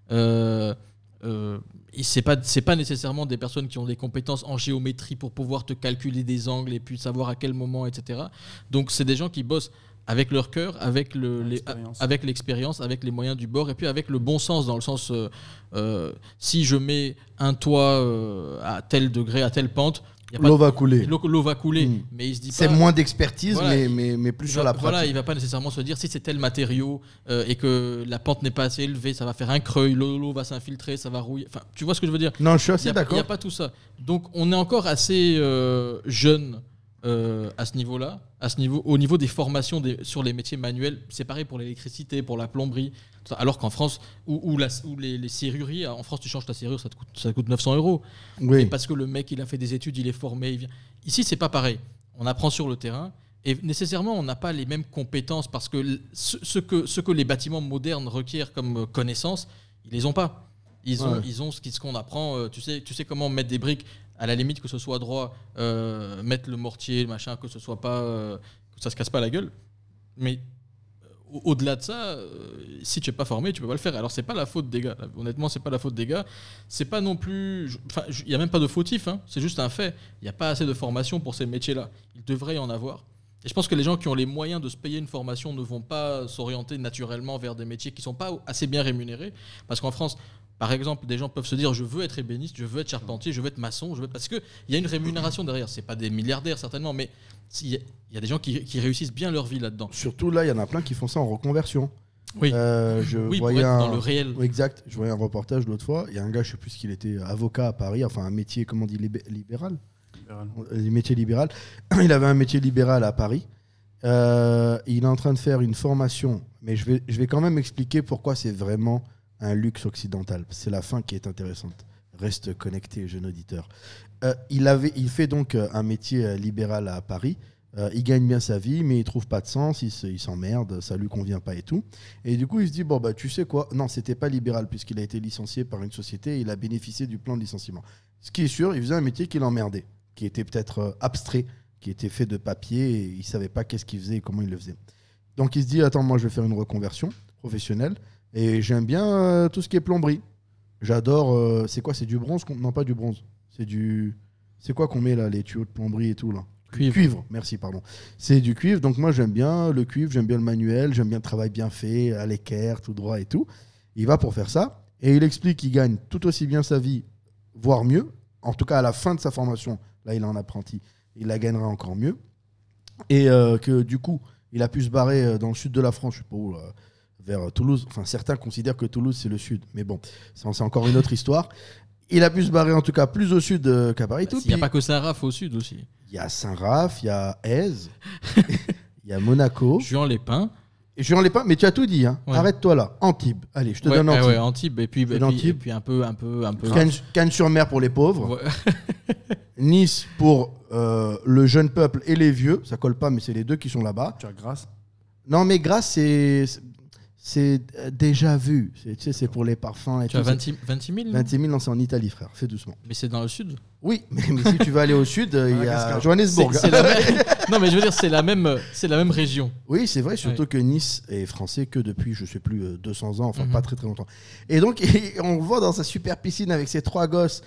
Euh, euh, et c'est pas c'est pas nécessairement des personnes qui ont des compétences en géométrie pour pouvoir te calculer des angles et puis savoir à quel moment, et cetera. Donc c'est des gens qui bossent avec leur cœur, avec le les- L'expérience. avec l'expérience, avec les moyens du bord et puis avec le bon sens dans le sens euh, euh, si je mets un toit euh, à tel degré, à telle pente, y a pas L'eau de- va couler. l'eau l'eau va couler, Mm. mais il se dit C'est pas- moins d'expertise, Voilà, mais, il- mais, mais plus il sur va- la pratique. Voilà, il va pas nécessairement se dire si c'est tel matériau euh, et que la pente n'est pas assez élevée, ça va faire un creux, l'eau l'eau va s'infiltrer, ça va rouiller. Enfin, tu vois ce que je veux dire? Non, je suis Il assez n'y a, d'accord. il y a pas tout ça. Donc on est encore assez euh, jeune euh, à ce niveau-là, à ce niveau, au niveau des formations des- sur les métiers manuels. C'est pareil pour l'électricité, pour la plomberie. tout ça. Alors qu'en France, où, où la- où les, les serrureries, en France tu changes ta serrure, ça te coûte, ça te coûte neuf cents euros. Et Oui. parce que le mec il a fait des études, il est formé, il vient. Ici c'est pas pareil. On apprend sur le terrain. Et nécessairement, on n'a pas les mêmes compétences parce que l- ce, ce que ce que les bâtiments modernes requièrent comme euh, connaissances, ils les ont pas. Ils ont, Ouais. ils ont ce qui- ce qu'on apprend. euh, tu sais, tu sais comment mettre des briques. À la limite que ce soit droit, euh, mettre le mortier, le machin, que ce soit pas, euh, que ça se casse pas la gueule. Mais euh, au- au-delà de ça, euh, si tu es pas formé, tu peux pas le faire. Alors c'est pas la faute des gars. Là. Honnêtement, c'est pas la faute des gars. C'est pas non plus. je- Enfin, il y a même pas de fautif. Hein. C'est juste un fait. Il y a pas assez de formation pour ces métiers-là. Il devrait y en avoir. Et je pense que les gens qui ont les moyens de se payer une formation ne vont pas s'orienter naturellement vers des métiers qui sont pas assez bien rémunérés. Parce qu'en France, par exemple, des gens peuvent se dire je veux être ébéniste, je veux être charpentier, je veux être maçon, je veux... parce qu'il y a une rémunération derrière. C'est pas des milliardaires certainement, mais il y, a- il y a des gens qui, qui réussissent bien leur vie là-dedans. Surtout là, il y en a plein qui font ça en reconversion. Oui, Euh, je oui pour voyais être un... dans le réel. Oui, exact. Je voyais un reportage l'autre fois. Il y a un gars, je sais plus ce qu'il était, avocat à Paris, enfin un métier, comment on dit, libé- libéral. Libéral. Les métiers libéral. Il avait un métier libéral à Paris. Euh, il est en train de faire une formation, mais je vais, je vais quand même expliquer pourquoi c'est vraiment un luxe occidental. C'est la fin qui est intéressante. Reste connecté, jeune auditeur. Euh, il, avait, il fait donc euh, un métier euh, libéral à Paris. Euh, il gagne bien sa vie, mais il trouve pas de sens, il, se, il s'emmerde, ça lui convient pas et tout. Et du coup, il se dit, bon, bah, tu sais quoi ? Non, c'était pas libéral, puisqu'il a été licencié par une société et il a bénéficié du plan de licenciement. Ce qui est sûr, il faisait un métier qui l'emmerdait, qui était peut-être euh, abstrait, qui était fait de papier, et il savait pas qu'est-ce qu'il faisait et comment il le faisait. Donc, il se dit, attends, moi, je vais faire une reconversion professionnelle, et j'aime bien euh, tout ce qui est plomberie. J'adore, euh, c'est quoi ? C'est du bronze qu'on... Non, pas du bronze, c'est du... C'est quoi qu'on met là, les tuyaux de plomberie et tout là ? Cuivre. Cuivre, merci, pardon. C'est du cuivre, donc moi j'aime bien le cuivre, j'aime bien le manuel, j'aime bien le travail bien fait, à l'équerre, tout droit et tout. Il va pour faire ça, et il explique qu'il gagne tout aussi bien sa vie, voire mieux, en tout cas à la fin de sa formation, là il est en apprenti, il la gagnera encore mieux, et euh, que du coup, il a pu se barrer dans le sud de la France, je sais pas où, là, vers Toulouse, enfin certains considèrent que Toulouse c'est le sud, mais bon, c'est c'est encore une autre histoire. Il a pu se barrer en tout cas plus au sud euh, qu'à Paris. Bah, il n'y a pas que Saint-Raph au sud aussi. Il y a Saint-Raph, il y a Aise, il y a Monaco. Juan-les-Pins. Et Juan-les-Pins, mais tu as tout dit. Hein. Ouais. Arrête-toi là. Antibes. Allez, je te ouais, donne Antibes. Ouais, Antibes. Et puis, et puis, Antibes. et puis un peu, un peu, un peu. Cannes, Cannes-sur-Mer pour les pauvres. Ouais. Nice pour euh, le jeune peuple et les vieux. Ça colle pas, mais c'est les deux qui sont là-bas. Tu as Grasse ? Non, mais Grasse, c'est c'est déjà vu. C'est, tu sais, c'est pour les parfums et Tu tout. as vingt-six mille vingt-six mille, non, c'est en Italie, frère. Fais doucement. Mais c'est dans le sud. Oui, mais, mais si tu vas aller au sud, il y a Madagascar. Johannesburg. C'est- c'est la même- Non, mais je veux dire, c'est la même, c'est la même région. Oui, c'est vrai, surtout Ouais. que Nice est français que depuis, je sais plus, euh, deux cents ans, enfin Mhm. pas très très longtemps. Et donc, on le voit dans sa super piscine avec ses trois gosses,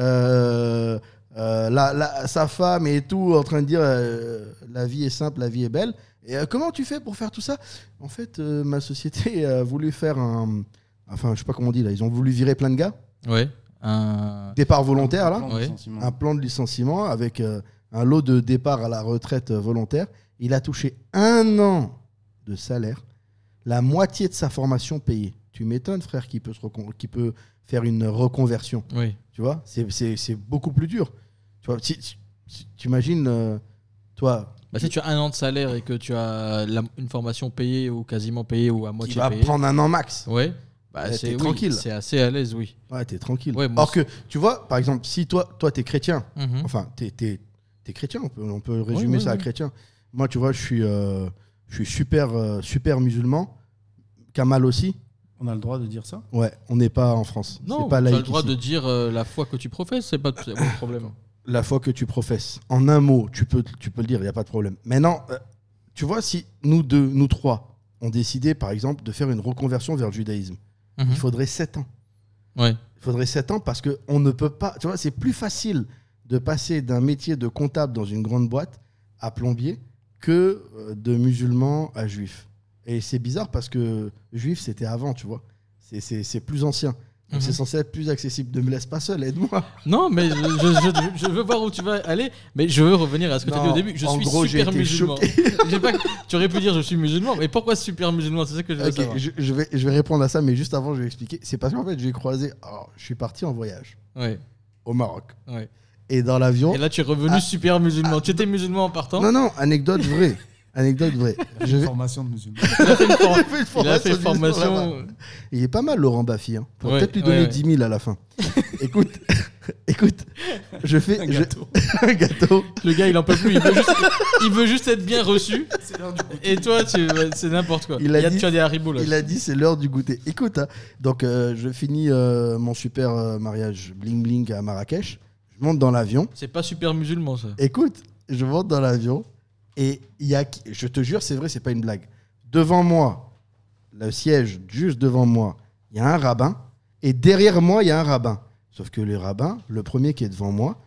euh, euh, la, la- sa femme et tout, en train de dire euh, la vie est simple, la vie est belle. Et euh, comment tu fais pour faire tout ça ? En fait, euh, ma société a voulu faire un. Enfin, je sais pas comment on dit là, ils ont voulu virer plein de gars. Ouais. Un... Départ volontaire là. Plan de Ouais. licenciement. Un plan de licenciement avec euh, un lot de départ à la retraite euh, volontaire. Il a touché un an de salaire, la moitié de sa formation payée. Tu m'étonnes, frère, qui peut, se recon- qui peut faire une reconversion. Oui. Tu vois, c'est, c'est, c'est beaucoup plus dur. Tu vois, si, si- si- tu imagines, euh, toi, Bah, si tu as un an de salaire et que tu as la- une formation payée ou quasiment payée ou à qui moitié va payée. prendre un an max. Ouais. Bah, Ouais, c'est t'es oui, tranquille. C'est assez à l'aise, oui. Ouais, t'es tranquille. Ouais, moi Or que, tu vois, par exemple, si toi, toi t'es chrétien, Mhm. enfin, t'es, t'es, t'es chrétien, on peut, on peut résumer ouais, ça à ouais. chrétien. Moi, tu vois, je suis, euh, je suis super, euh, super musulman. Kamal aussi. On a le droit de dire ça ? Ouais, on n'est pas en France. Non, c'est pas tu as laïque le droit ici. de dire euh, la foi que tu professes, c'est pas, c'est pas le problème. La foi que tu professes. En un mot, tu peux, tu peux le dire, il n'y a pas de problème. Maintenant, euh, tu vois, si nous deux, nous trois, on décidait, par exemple, de faire une reconversion vers le judaïsme, Mhm. il faudrait sept ans. Ouais. Il faudrait sept ans parce qu'on ne peut pas... Tu vois, c'est plus facile de passer d'un métier de comptable dans une grande boîte à plombier que euh, de musulman à juif. Et c'est bizarre parce que juif, c'était avant, tu vois. C'est, c'est, c'est plus ancien. Donc Mhm. c'est censé être plus accessible. Ne me laisse pas seul, aide-moi. Non, mais je, je- je- je veux voir où tu vas aller, mais je veux revenir à ce que tu as dit Non, au début. Je en suis gros, j'ai super été musulman. choqué. J'ai pas- tu aurais pu dire je suis musulman, mais pourquoi super musulman ? C'est ça que je veux Ok, savoir. je, je vais, je vais répondre à ça, mais juste avant, je vais expliquer. C'est parce qu'en fait, j'ai croisé... alors, je suis parti en voyage Ouais, au Maroc. ouais. Et dans l'avion... Et là, tu es revenu Ah. super musulman. Tu étais musulman en partant ? Non, non, anecdote vraie. Anecdote vraie. Je vais... Formation de musulman. Il a fait une, for- Il a fait une il a fait formation une du soir formation. Il est pas mal, Laurent Baffy. Hein. Faut Ouais, peut-être lui ouais, donner ouais. dix mille à la fin. écoute, écoute, je fais Un je- gâteau. un gâteau. Le gars, il en peut plus. Il veut juste, il veut juste être bien reçu. C'est l'heure du goûter. Et toi, tu, ouais, c'est n'importe quoi. Il a y a, dit- tu as des haribots là. Il a dit c'est l'heure du goûter. Écoute, hein, donc euh, je finis euh, mon super euh, mariage bling bling à Marrakech. Je monte dans l'avion. C'est pas super musulman ça. Écoute, je monte dans l'avion et il y a, qui- je te jure, c'est vrai, c'est pas une blague. Devant moi, le siège juste devant moi, il y a un rabbin et derrière moi, il y a un rabbin. Sauf que le rabbin, le premier qui est devant moi,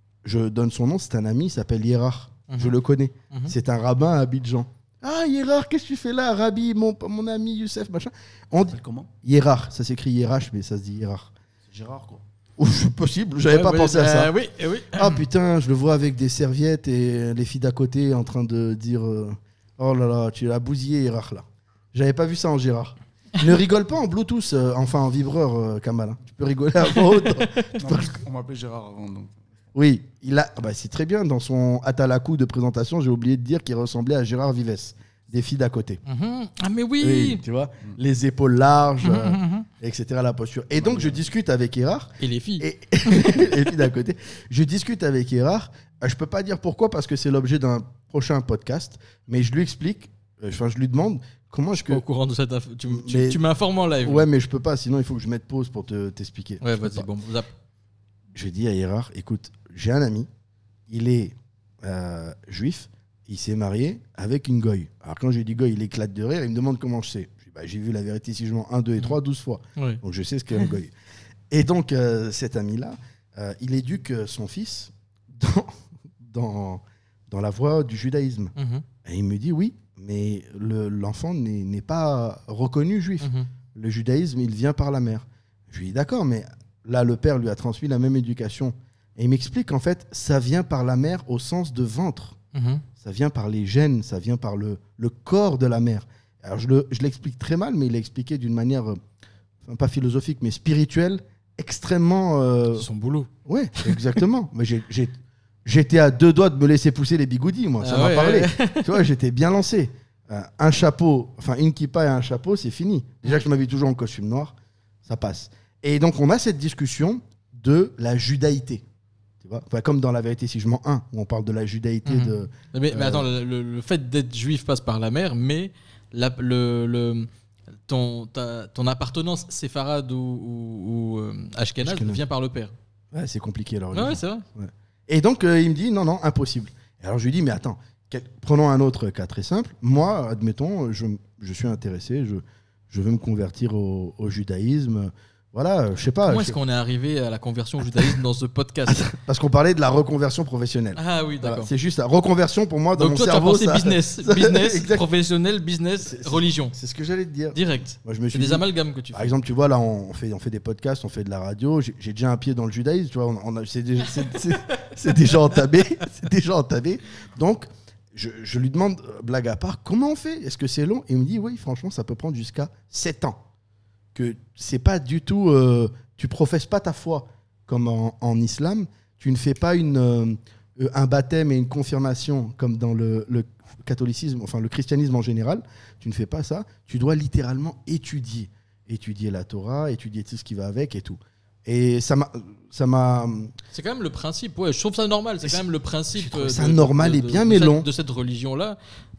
je donne son nom, c'est un ami, il s'appelle Hierard. Mhm. Je le connais. Mhm. C'est un rabbin à Abidjan. Ah, Hierard, qu'est-ce que tu fais là, Rabbi, mon, mon ami Youssef, machin. On dit Comment ? Hierard, ça s'écrit Hierash, mais ça se dit Hierard. C'est Gérard, quoi. Ouf, c'est possible, j'avais Ouais, pas ouais, pensé à ça. euh, oui, eh oui. Ah putain, je le vois avec des serviettes et les filles d'à côté en train de dire euh, oh là là, tu l'as bousillé, Gérard, là. J'avais pas vu ça en Gérard. Ne rigole pas en Bluetooth, euh, enfin en vibreur, euh, Kamal. hein. Tu peux rigoler à voix haute. Non, parce qu'on m'appelait Gérard avant. Donc. Oui, il a. ah bah, c'est très bien. Dans son Atalakou de présentation, j'ai oublié de dire qu'il ressemblait à Gérard Vives, des filles d'à côté. Mhm. Ah mais oui. Oui, tu vois, les épaules larges. Mhm, euh, mhm. et cetera la posture. Et donc, je discute avec Erard. Et les filles. Et, et les filles d'à côté. Je discute avec Erard. Je peux pas dire pourquoi, parce que c'est l'objet d'un prochain podcast. Mais je lui explique, enfin, je lui demande comment je... Que... Au courant de cette info. Tu, tu, mais... tu m'informes en live. Ouais, mais je peux pas, sinon il faut que je mette pause pour te, t'expliquer. Ouais, je vas-y, bon, zap. Je dis à Erard, écoute, j'ai un ami, il est euh, juif, il s'est marié avec une goy. Alors quand je lui dis goy, il éclate de rire, il me demande comment je sais. Je dis, bah, j'ai vu La Vérité si je mens un, deux et trois, douze fois. Oui. Donc je sais ce qu'est un goy. Et donc euh, cet ami-là, euh, il éduque son fils dans, dans, dans la voie du judaïsme. Mm-hmm. Et il me dit, oui, mais le, l'enfant n'est, n'est pas reconnu juif. Mm-hmm. Le judaïsme, il vient par la mère. Je lui dis, d'accord, mais là, le père lui a transmis la même éducation. Et il m'explique qu'en fait, ça vient par la mère au sens de ventre. Mmh. Ça vient par les gènes, ça vient par le, le corps de la mère. Alors, je, le, je l'explique très mal, mais il l'a expliqué d'une manière, euh, enfin, pas philosophique, mais spirituelle, extrêmement... Euh... C'est son boulot. Oui, exactement. Mais j'ai, j'ai, j'étais à deux doigts de me laisser pousser les bigoudis, moi. Ça ah m'a ouais, parlé. Ouais. Tu vois, j'étais bien lancé. Euh, un chapeau, enfin une kippa et un chapeau, c'est fini. Déjà que je m'habille toujours en costume noir, ça passe. Et donc, on a cette discussion de la judaïté. Tu vois, enfin, comme dans La Vérité si je mens un, où on parle de la judaïté. Mmh. de. Mais, euh... mais attends, le, le fait d'être juif passe par la mère, mais la, le, le, ton, ta, ton appartenance séfarade ou, ou, ou euh, ashkénaze vient par le père. Ouais, c'est compliqué alors. Ouais, ouais, c'est vrai. Ouais. Et donc, euh, il me dit non, non, impossible. Et alors, je lui dis, mais attends, quel... prenons un autre cas très simple. Moi, admettons, je, je suis intéressé, je, je veux me convertir au, au judaïsme. Voilà, je sais pas. Comment est-ce qu'on est arrivé à la conversion au judaïsme dans ce podcast? Parce qu'on parlait de la reconversion professionnelle. Ah oui, d'accord. Voilà, c'est juste la reconversion pour moi dans Donc mon toi, cerveau. Donc toi, tu as pensé business, ça... business professionnel, business, c'est, religion. C'est ce que j'allais te dire. Direct. Moi, je me suis c'est des dit, amalgames que tu fais. Par exemple, tu vois, là, on fait, on fait des podcasts, on fait de la radio. J'ai, j'ai déjà un pied dans le judaïsme, tu vois. On, on a, c'est, déjà, c'est, c'est, c'est déjà entamé. C'est déjà entamé. Donc, je, je lui demande, blague à part, comment on fait? Est-ce que c'est long? Et il me dit, oui, franchement, ça peut prendre jusqu'à sept ans. Que c'est pas du tout... Euh, tu professes pas ta foi comme en, en islam. Tu ne fais pas une, euh, un baptême et une confirmation comme dans le, le catholicisme, enfin le christianisme en général. Tu ne fais pas ça. Tu dois littéralement étudier. Étudier la Torah, étudier tout ce qui va avec et tout. Et ça m'a... Ça m'a... C'est quand même le principe, ouais, je trouve ça normal, c'est quand même le principe de, ça normal de, de, et bien de, mais de long. Cette, de cette religion-là,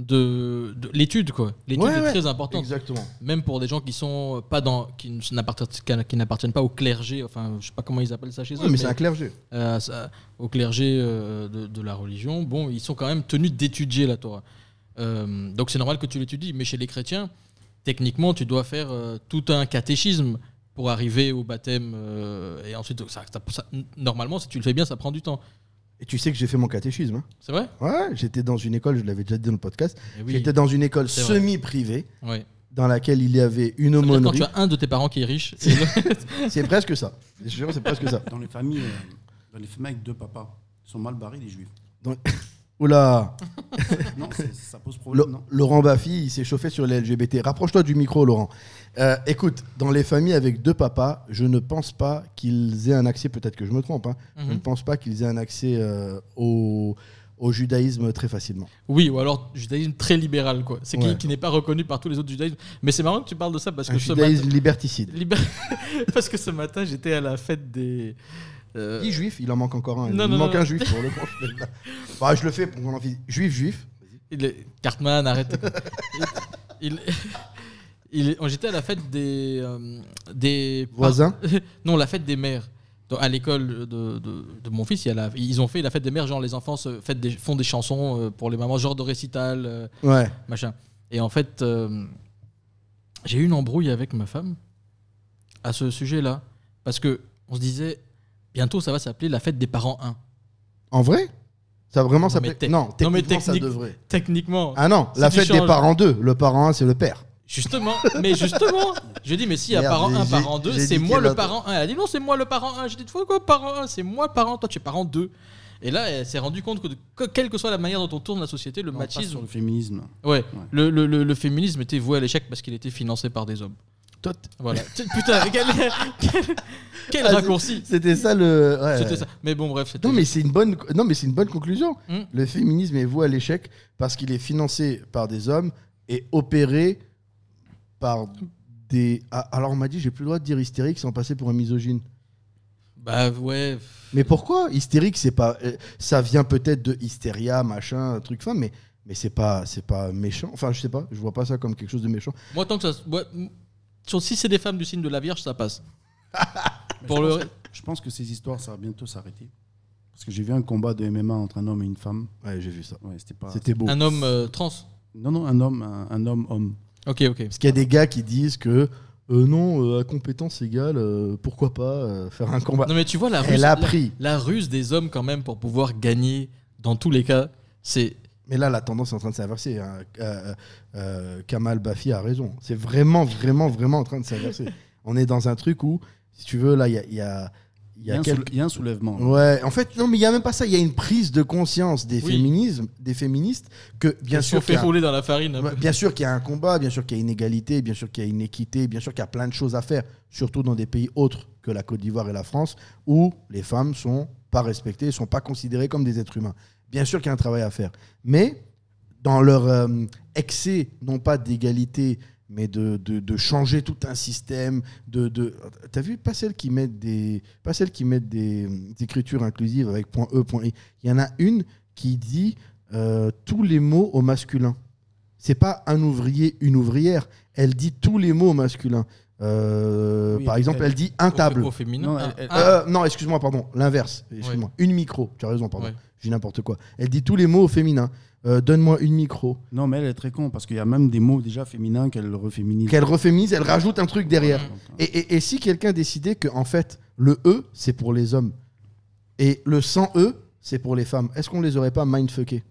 de, de l'étude, quoi. L'étude ouais, est ouais, très importante. Exactement. Même pour des gens qui sont pas dans, qui n'appartiennent, qui n'appartiennent pas au clergé, enfin, je sais pas comment ils appellent ça chez eux. Oui, mais, mais c'est un clergé. Euh, ça, au clergé euh, de, de la religion, bon, ils sont quand même tenus d'étudier la Torah. Euh, donc c'est normal que tu l'étudies, mais chez les chrétiens, techniquement, tu dois faire euh, tout un catéchisme pour arriver au baptême euh, et ensuite ça, ça, ça, normalement si tu le fais bien ça prend du temps. Et tu sais que j'ai fait mon catéchisme hein. C'est vrai? Ouais, j'étais dans une école, je l'avais déjà dit dans le podcast, oui, j'étais dans une école semi-privée ouais. dans laquelle il y avait une aumônerie. Quand tu as un de tes parents qui est riche, c'est, c'est presque ça. Je jure, c'est presque ça. Dans les familles, euh, dans les familles avec deux papas, ils sont mal barrés les juifs. Dans... Oula. Non, ça pose problème. Le, non Laurent Baffy, il s'est chauffé sur les L G B T. Rapproche-toi du micro, Laurent. Euh, écoute, dans les familles avec deux papas, je ne pense pas qu'ils aient un accès, peut-être que je me trompe, hein, mm-hmm. je ne pense pas qu'ils aient un accès euh, au, au judaïsme très facilement. Oui, ou alors judaïsme très libéral, quoi. C'est ouais. qui, qui n'est pas reconnu par tous les autres judaïsmes. Mais c'est marrant que tu parles de ça parce que un ce judaïsme matin... liberticide. Liber... parce que ce matin, j'étais à la fête des... Euh... Dis juif, il en manque encore un. Non, il non, manque non. un juif pour le coup. Bah, je le fais pour qu'on en finisse. Juif, juif. Il est... Cartman, arrête. il... Il... Il... J'étais à la fête des... Euh, des... voisins. Non, la fête des mères. Donc, à l'école de, de, de mon fils, il y a la... ils ont fait la fête des mères, genre les enfants se... font, des... font des chansons pour les mamans, genre de récital, euh... ouais. machin. Et en fait, euh... j'ai eu une embrouille avec ma femme à ce sujet-là. Parce que on se disait, bientôt ça va s'appeler la fête des parents un. En vrai? Ça va vraiment non, s'appeler? te... Non, techniquement, non, mais technique... ça devrait. Techniquement. Ah non, si la fête changes... des parents deux. Le parent un, c'est le père. Justement, mais justement, je dis, mais si, il y a parent un, parent deux, c'est moi le parent un. Elle a dit, non, c'est moi le parent un. J'ai dit, fois quoi, parent un? C'est moi le parent, toi tu es parent deux. Et là, elle s'est rendue compte que, que quelle que soit la manière dont on tourne la société, le non, machisme. Sur le féminisme. Ouais, ouais. Le, le, le, le féminisme était voué à l'échec parce qu'il était financé par des hommes. Toi, voilà. Putain, quel, quel, quel ah, raccourci. C'était ça le. Ouais, c'était ouais. ça. Mais bon, bref. C'était... Non, mais c'est une bonne. Non, mais c'est une bonne conclusion. Mm. Le féminisme est voué à l'échec parce qu'il est financé par des hommes et opéré par des. Ah, alors on m'a dit j'ai plus le droit de dire hystérique sans passer pour un misogyne. Bah ouais. Mais pourquoi hystérique, c'est pas. euh, Ça vient peut-être de hystéria, machin, un truc fin, mais. Mais c'est pas, c'est pas méchant. Enfin, je sais pas, je vois pas ça comme quelque chose de méchant. Moi, tant que ça. Ouais, m- sur- si c'est des femmes du signe de la Vierge, ça passe. Mais Pour je, le. pense, je pense que ces histoires, ça va bientôt s'arrêter. Parce que j'ai vu un combat de M M A entre un homme et une femme. Ouais, j'ai vu ça. Ouais, c'était pas. C'était beau. Un homme euh, trans. Non, non, un homme, un, un homme, homme. Ok, ok. Parce qu'il y a des gars qui disent que euh, non, euh, à compétence égale, euh, pourquoi pas euh, faire un combat. Non, mais tu vois, la ruse, Elle a la- pris. La, ruse des hommes, quand même, pour pouvoir gagner dans tous les cas, c'est. Mais là, la tendance est en train de s'inverser. Hein. Euh, euh, Kamal Bafi a raison. C'est vraiment, vraiment, vraiment en train de s'inverser. On est dans un truc où, si tu veux, là, il y a, il y a, il Il y y, a a un quelques... soule- il y a un soulèvement. là. Ouais, en fait, non, mais il n'y a même pas ça. Il y a une prise de conscience des, Oui. féminismes, des féministes que, bien Elles sûr, sont fait qu'il y a- rouler dans la farine. un Ouais, peu. bien sûr qu'il y a un combat, bien sûr qu'il y a une égalité, bien sûr qu'il y a une équité, bien sûr qu'il y a plein de choses à faire, surtout dans des pays autres que la Côte d'Ivoire et la France, où les femmes sont pas respectées, sont pas considérées comme des êtres humains. Bien sûr qu'il y a un travail à faire. Mais dans leur euh, excès, non pas d'égalité, mais de, de, de changer tout un système, de, de... T'as vu, pas celles qui mettent des, pas celles qui mettent des, des écritures inclusives avec point E, point I. Il y en a une qui dit euh, tous les mots au masculin. C'est pas un ouvrier, une ouvrière. Elle dit tous les mots au masculin. Euh, Oui, par exemple, elle- elle dit un Au- table. Au, féminin. Non, Ah, elle- elle- ah, Euh, non, excuse-moi, pardon, l'inverse. Excuse-moi. Une micro, tu as raison, pardon. Ouais. Je dis n'importe quoi. Elle dit tous les mots au féminin. Euh, Donne-moi une micro. Non, mais elle est très con parce qu'il y a même des mots déjà féminins qu'elle reféminise. Qu'elle reféminise, elle rajoute un truc derrière. Donc, hein. Et, et- et si quelqu'un décidait que, en fait, le E, c'est pour les hommes et le sans E, c'est pour les femmes, est-ce qu'on les aurait pas mindfuckés?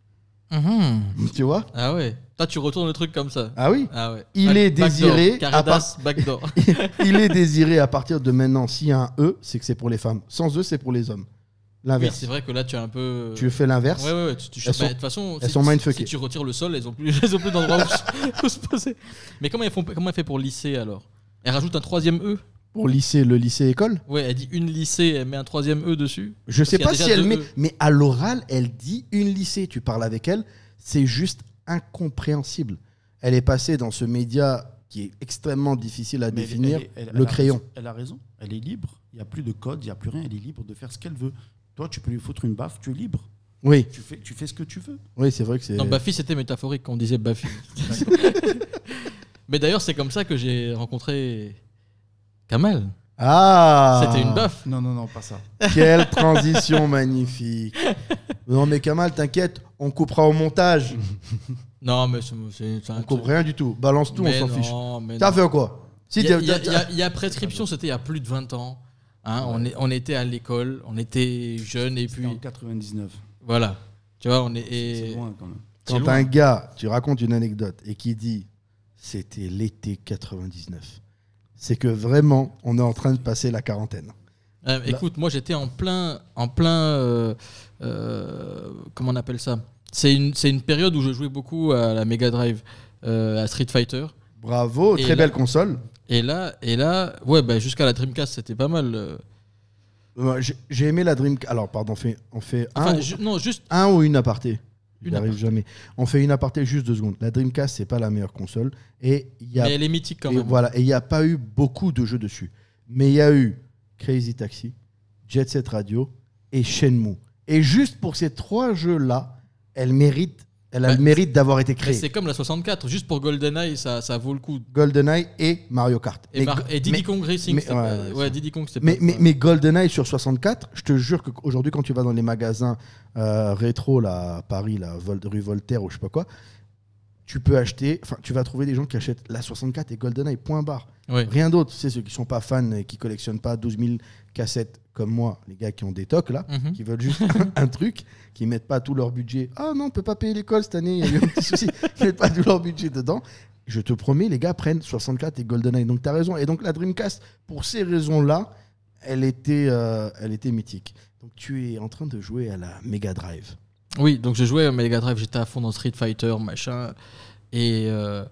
mhm. Tu vois? Ah ouais. Toi, tu retournes le truc comme ça. Ah oui? Ah ouais. Il Back- est backdoor. désiré à Caridas, backdoor. Il est désiré à partir de maintenant. S'il y a un E, c'est que c'est pour les femmes. Sans E, c'est pour les hommes. Oui, L'inverse. c'est vrai que là, tu as un peu. Tu fais l'inverse. Ouais, ouais, ouais. Tu, tu- Elles bah, sont- de toute façon, elles si, sont si- mindfuckées. si tu retires le sol, elles ont plus, elles ont plus d'endroit où, se- où se poser. Mais comment elles font, comment elle fait pour lycée alors? Elle rajoute un troisième E. Pour lycée, le lycée école. Ouais, elle dit une lycée, elle met un troisième E dessus. Je sais qu'il y a pas déjà si elle deux met, E. mais à l'oral, elle dit une lycée. Tu parles avec elle, c'est juste incompréhensible. Elle est passée dans ce média qui est extrêmement difficile à Mais elle- définir, elle- elle- elle le a crayon. raison, Elle a raison. Elle est libre. Il n'y a plus de code, il n'y a plus rien. Elle est libre de faire ce qu'elle veut. Toi, tu peux lui foutre une baffe, tu es libre. Oui, Tu fais, tu fais ce que tu veux. oui, c'est vrai que c'est. Non, Bafi, c'était métaphorique quand on disait Bafi. Mais d'ailleurs, c'est comme ça que j'ai rencontré Kamal. Ah. C'était une baffe. Non, non, non, pas ça. Quelle transition magnifique. Non mais Kamal, t'inquiète, on coupera au montage. Non, mais c'est c'est- c'est un On coupe truc. rien du tout. Balance tout, Mais on s'en fiche. non, mais T'as non. fait quoi? Si Il y, a- t'as- il y a- t'as- il y a- il y a prescription, c'était il y a plus de vingt ans. Hein, on, est, on était à l'école, on était jeunes et C'était en puis quatre-vingt-dix-neuf. voilà. Tu vois, on est. C'est et- loin quand même. c'est Quand loin. un gars, tu racontes une anecdote et qui dit c'était l'été quatre-vingt-dix-neuf, c'est que vraiment on est en train de passer la quarantaine. Euh, écoute, moi j'étais en plein, en plein, euh, euh, comment on appelle ça? C'est une, c'est une période où je jouais beaucoup à la Mega Drive, euh, à Street Fighter. Bravo, Et très là- belle console. Et là, et là, ouais, bah, jusqu'à la Dreamcast, c'était pas mal. euh. Euh, j'ai- J'ai aimé la Dreamcast. Alors pardon, on fait, on fait un, Enfin, ou- ju- non, juste. un ou une aparté. Une J'arrive aparté. jamais. On fait une aparté juste deux secondes. La Dreamcast, c'est pas la meilleure console et il y a Mais elle est mythique quand et même. voilà, et il n'y a pas eu beaucoup de jeux dessus. Mais il y a eu Crazy Taxi, Jet Set Radio et Shenmue. Et juste pour ces trois jeux-là, elle mérite, elle a Bah, le mérite d'avoir été Mais créée. c'est comme la soixante-quatre, juste pour GoldenEye, ça, ça vaut le coup. GoldenEye et Mario Kart. Et, Mais- Mar- et Diddy mais- Kong Racing, mais- c'était ouais, pas- ouais, ouais, ça. Diddy Kong, c'était Mais, pas. mais, mais GoldenEye sur soixante-quatre, je te jure qu'aujourd'hui, quand tu vas dans les magasins euh, rétro là, à Paris, là, Vol- rue Voltaire ou je sais pas quoi, tu peux acheter, enfin, tu vas trouver des gens qui achètent la soixante-quatre et GoldenEye, point barre. Ouais. Rien d'autre. C'est ceux qui sont pas fans et qui collectionnent pas douze mille cassettes comme moi, les gars qui ont des tocs là, Mhm. qui veulent juste un, un truc, qui mettent pas tout leur budget. Ah non, on peut pas payer l'école cette année, il y a eu un petit souci. Ils mettent pas tout leur budget dedans. Je te promets, les gars prennent soixante-quatre et GoldenEye. Donc tu as raison. Et donc la Dreamcast, pour ces raisons-là, elle était, euh, elle était mythique. Donc tu es en train de jouer à la Mega Drive. Oui, donc je jouais à Mega Drive, j'étais à fond dans Street Fighter, machin. Et, euh,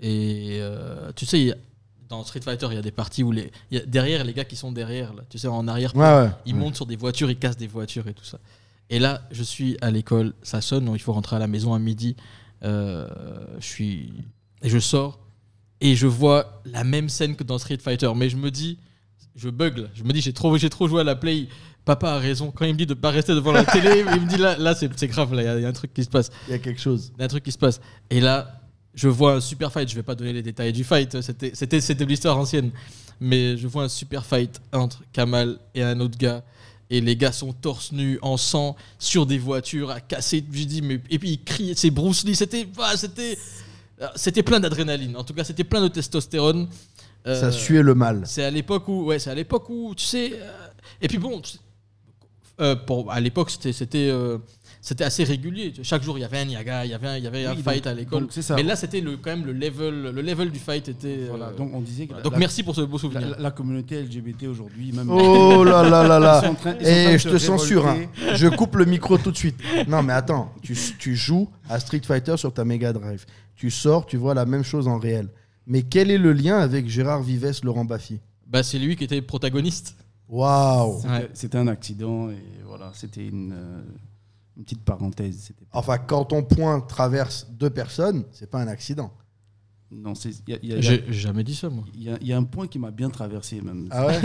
et euh, tu sais, il y a- dans Street Fighter, il y a des parties où les, il y a derrière, les gars qui sont derrière, là, tu sais, en arrière, Ouais, ouais. ils ouais. montent sur des voitures, ils cassent des voitures et tout ça. Et là, je suis à l'école, ça sonne, donc il faut rentrer à la maison à midi. Euh, je suis et je sors et je vois la même scène que dans Street Fighter. Mais je me dis, je bugle. Je me dis, j'ai trop, j'ai trop joué à la Play. Papa a raison. Quand il me dit de ne pas rester devant la télé, il me dit là, là c'est, c'est grave, là, il y, y a un truc qui se passe. Il y a quelque chose. Il y a un truc qui se passe. Et là, je vois un super fight. Je ne vais pas donner les détails du fight. C'était, c'était, c'était l'histoire ancienne. Mais je vois un super fight entre Kamal et un autre gars. Et les gars sont torse nus, en sang, sur des voitures, à casser. Je dis, mais... Et puis ils crient, c'est Bruce Lee. C'était, ah, c'était, c'était plein d'adrénaline. En tout cas, c'était plein de testostérone. Euh, Ça suait le mal. C'est à l'époque où, ouais, c'est à l'époque où, tu sais. Euh... Et puis bon, tu sais, euh, pour, à l'époque, c'était, c'était, euh, c'était assez régulier. Chaque jour, il y avait un Niaga, il y avait un, il y avait oui, un fight donc, à l'école. Mais là, c'était le, quand même le level, le level du fight était. Voilà, euh, donc on disait. Que voilà. la, donc la, merci pour ce beau souvenir. La, la, la communauté L G B T aujourd'hui, même. Oh là là là là. Et je te censure. Hein. Je coupe le micro tout de suite. Non mais attends, tu, tu joues à Street Fighter sur ta Mega Drive. Tu sors, tu vois la même chose en réel. Mais quel est le lien avec Gérard Vives, Laurent Baffy ? Bah c'est lui qui était protagoniste. Waouh. C'était, ouais. c'était un accident et voilà, c'était une, euh, une petite parenthèse. C'était pas... Enfin, quand ton poing traverse deux personnes, c'est pas un accident. Non, c'est. Y a, y a, J'ai y a, jamais dit ça moi. Il y, y a un point qui m'a bien traversé même. Ah ouais.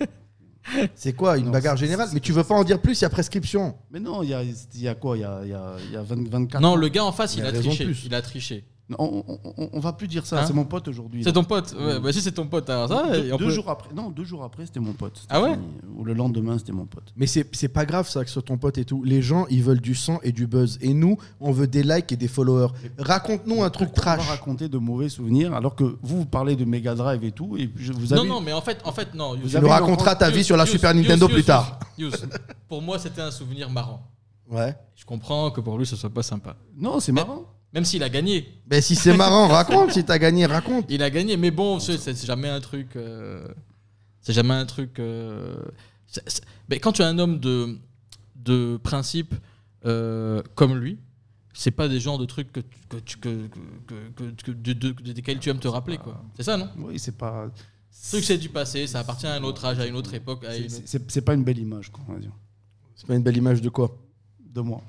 C'est quoi, une non, bagarre générale? Mais tu veux pas en dire plus, il y a prescription. Mais non, il y a, y a quoi? Il y a, y a, y a vingt, vingt-quatre Non, ans. le gars en face, il, il a, a triché. Plus. Il a triché. Non, on, on, on va plus dire ça, hein? C'est mon pote aujourd'hui. C'est ton pote? Ouais, bah si c'est ton pote, alors ça. Deux, deux peut... jours après, non, deux jours après, c'était mon pote. C'était ah ouais? fini. Ou le lendemain, c'était mon pote. Mais c'est, c'est pas grave ça, que ce soit ton pote et tout. Les gens, ils veulent du sang et du buzz. Et nous, on veut des likes et des followers. Raconte-nous un truc trash. On va raconter de mauvais souvenirs, alors que vous, vous parlez de Mega Drive et tout. Et puis vous avez... Non, non, mais en fait, en fait non. Tu nous raconteras ta vie sur la Super Nintendo plus tard. Pour moi, c'était un souvenir marrant. Ouais. Je comprends que pour lui, ce soit pas sympa. Non, c'est marrant. Même s'il a gagné. Mais si c'est marrant, raconte. Si t'as gagné, raconte. Il a gagné, mais bon, c'est, c'est jamais un truc. Euh, c'est jamais un truc. Euh, c'est, c'est, mais quand tu es un homme de, de principe euh, comme lui, c'est pas des genres de trucs que, que, que, que, que, que, que de, de, de, desquels tu aimes te rappeler, quoi. C'est ça, non? Oui, c'est pas. Ce truc, c'est du passé, ça appartient à un autre âge, à une autre époque. À c'est, une autre... c'est, c'est pas une belle image, quoi, on va dire. C'est pas une belle image de quoi? De moi.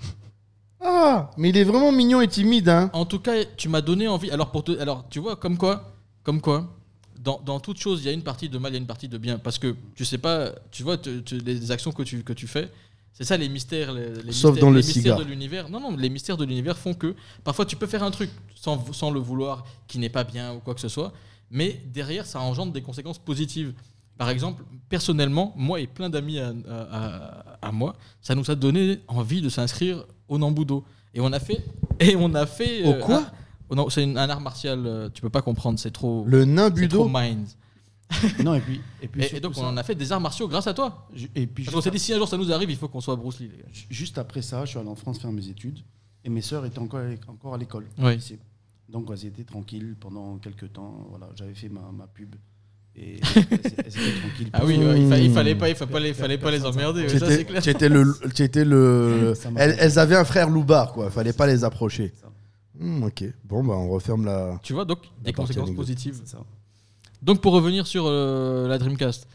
Ah, mais il est vraiment mignon et timide, hein. En tout cas, tu m'as donné envie. Alors, pour te... Alors tu vois, comme quoi, comme quoi dans, dans toute chose, il y a une partie de mal, il y a une partie de bien. Parce que tu sais pas, tu vois, te, te, les actions que tu, que tu fais, c'est ça les mystères. Les, les Sauf mystères, dans les le mystères cigare. de l'univers. Non, non, les mystères de l'univers font que parfois tu peux faire un truc sans, sans le vouloir qui n'est pas bien ou quoi que ce soit, mais derrière, ça engendre des conséquences positives. Par exemple, personnellement, moi et plein d'amis à, à, à, à moi, ça nous a donné envie de s'inscrire au Nambudo. Et on a fait. Et on a fait. Au quoi? euh, un, C'est une, un art martial, euh, tu peux pas comprendre, c'est trop. Le Nambudo. C'est trop mind. Non, et puis. Et, puis et, et donc, on en a fait des arts martiaux grâce à toi. Et puis, Parce qu'on s'est dit, si un jour ça nous arrive, il faut qu'on soit Bruce Lee. Les gars. Juste après ça, je suis allé en France faire mes études. Et mes sœurs étaient encore, encore à l'école. Oui. Donc, elles étaient tranquilles pendant quelques temps. Voilà, j'avais fait ma, ma pub. Et elles, elles étaient tranquilles. Ah oui, ouais, il, fa- il fallait pas, il fallait pas, les, fallait pas les emmerder. Ouais, ça, c'est clair. C'était le, c'était le. elles, elles avaient un frère loupard, quoi. Fallait pas les approcher. Mmh, ok. Bon, bah on referme la. Tu vois, donc la des conséquences anecdote. positives. Ça. Donc pour revenir sur euh, la Dreamcast.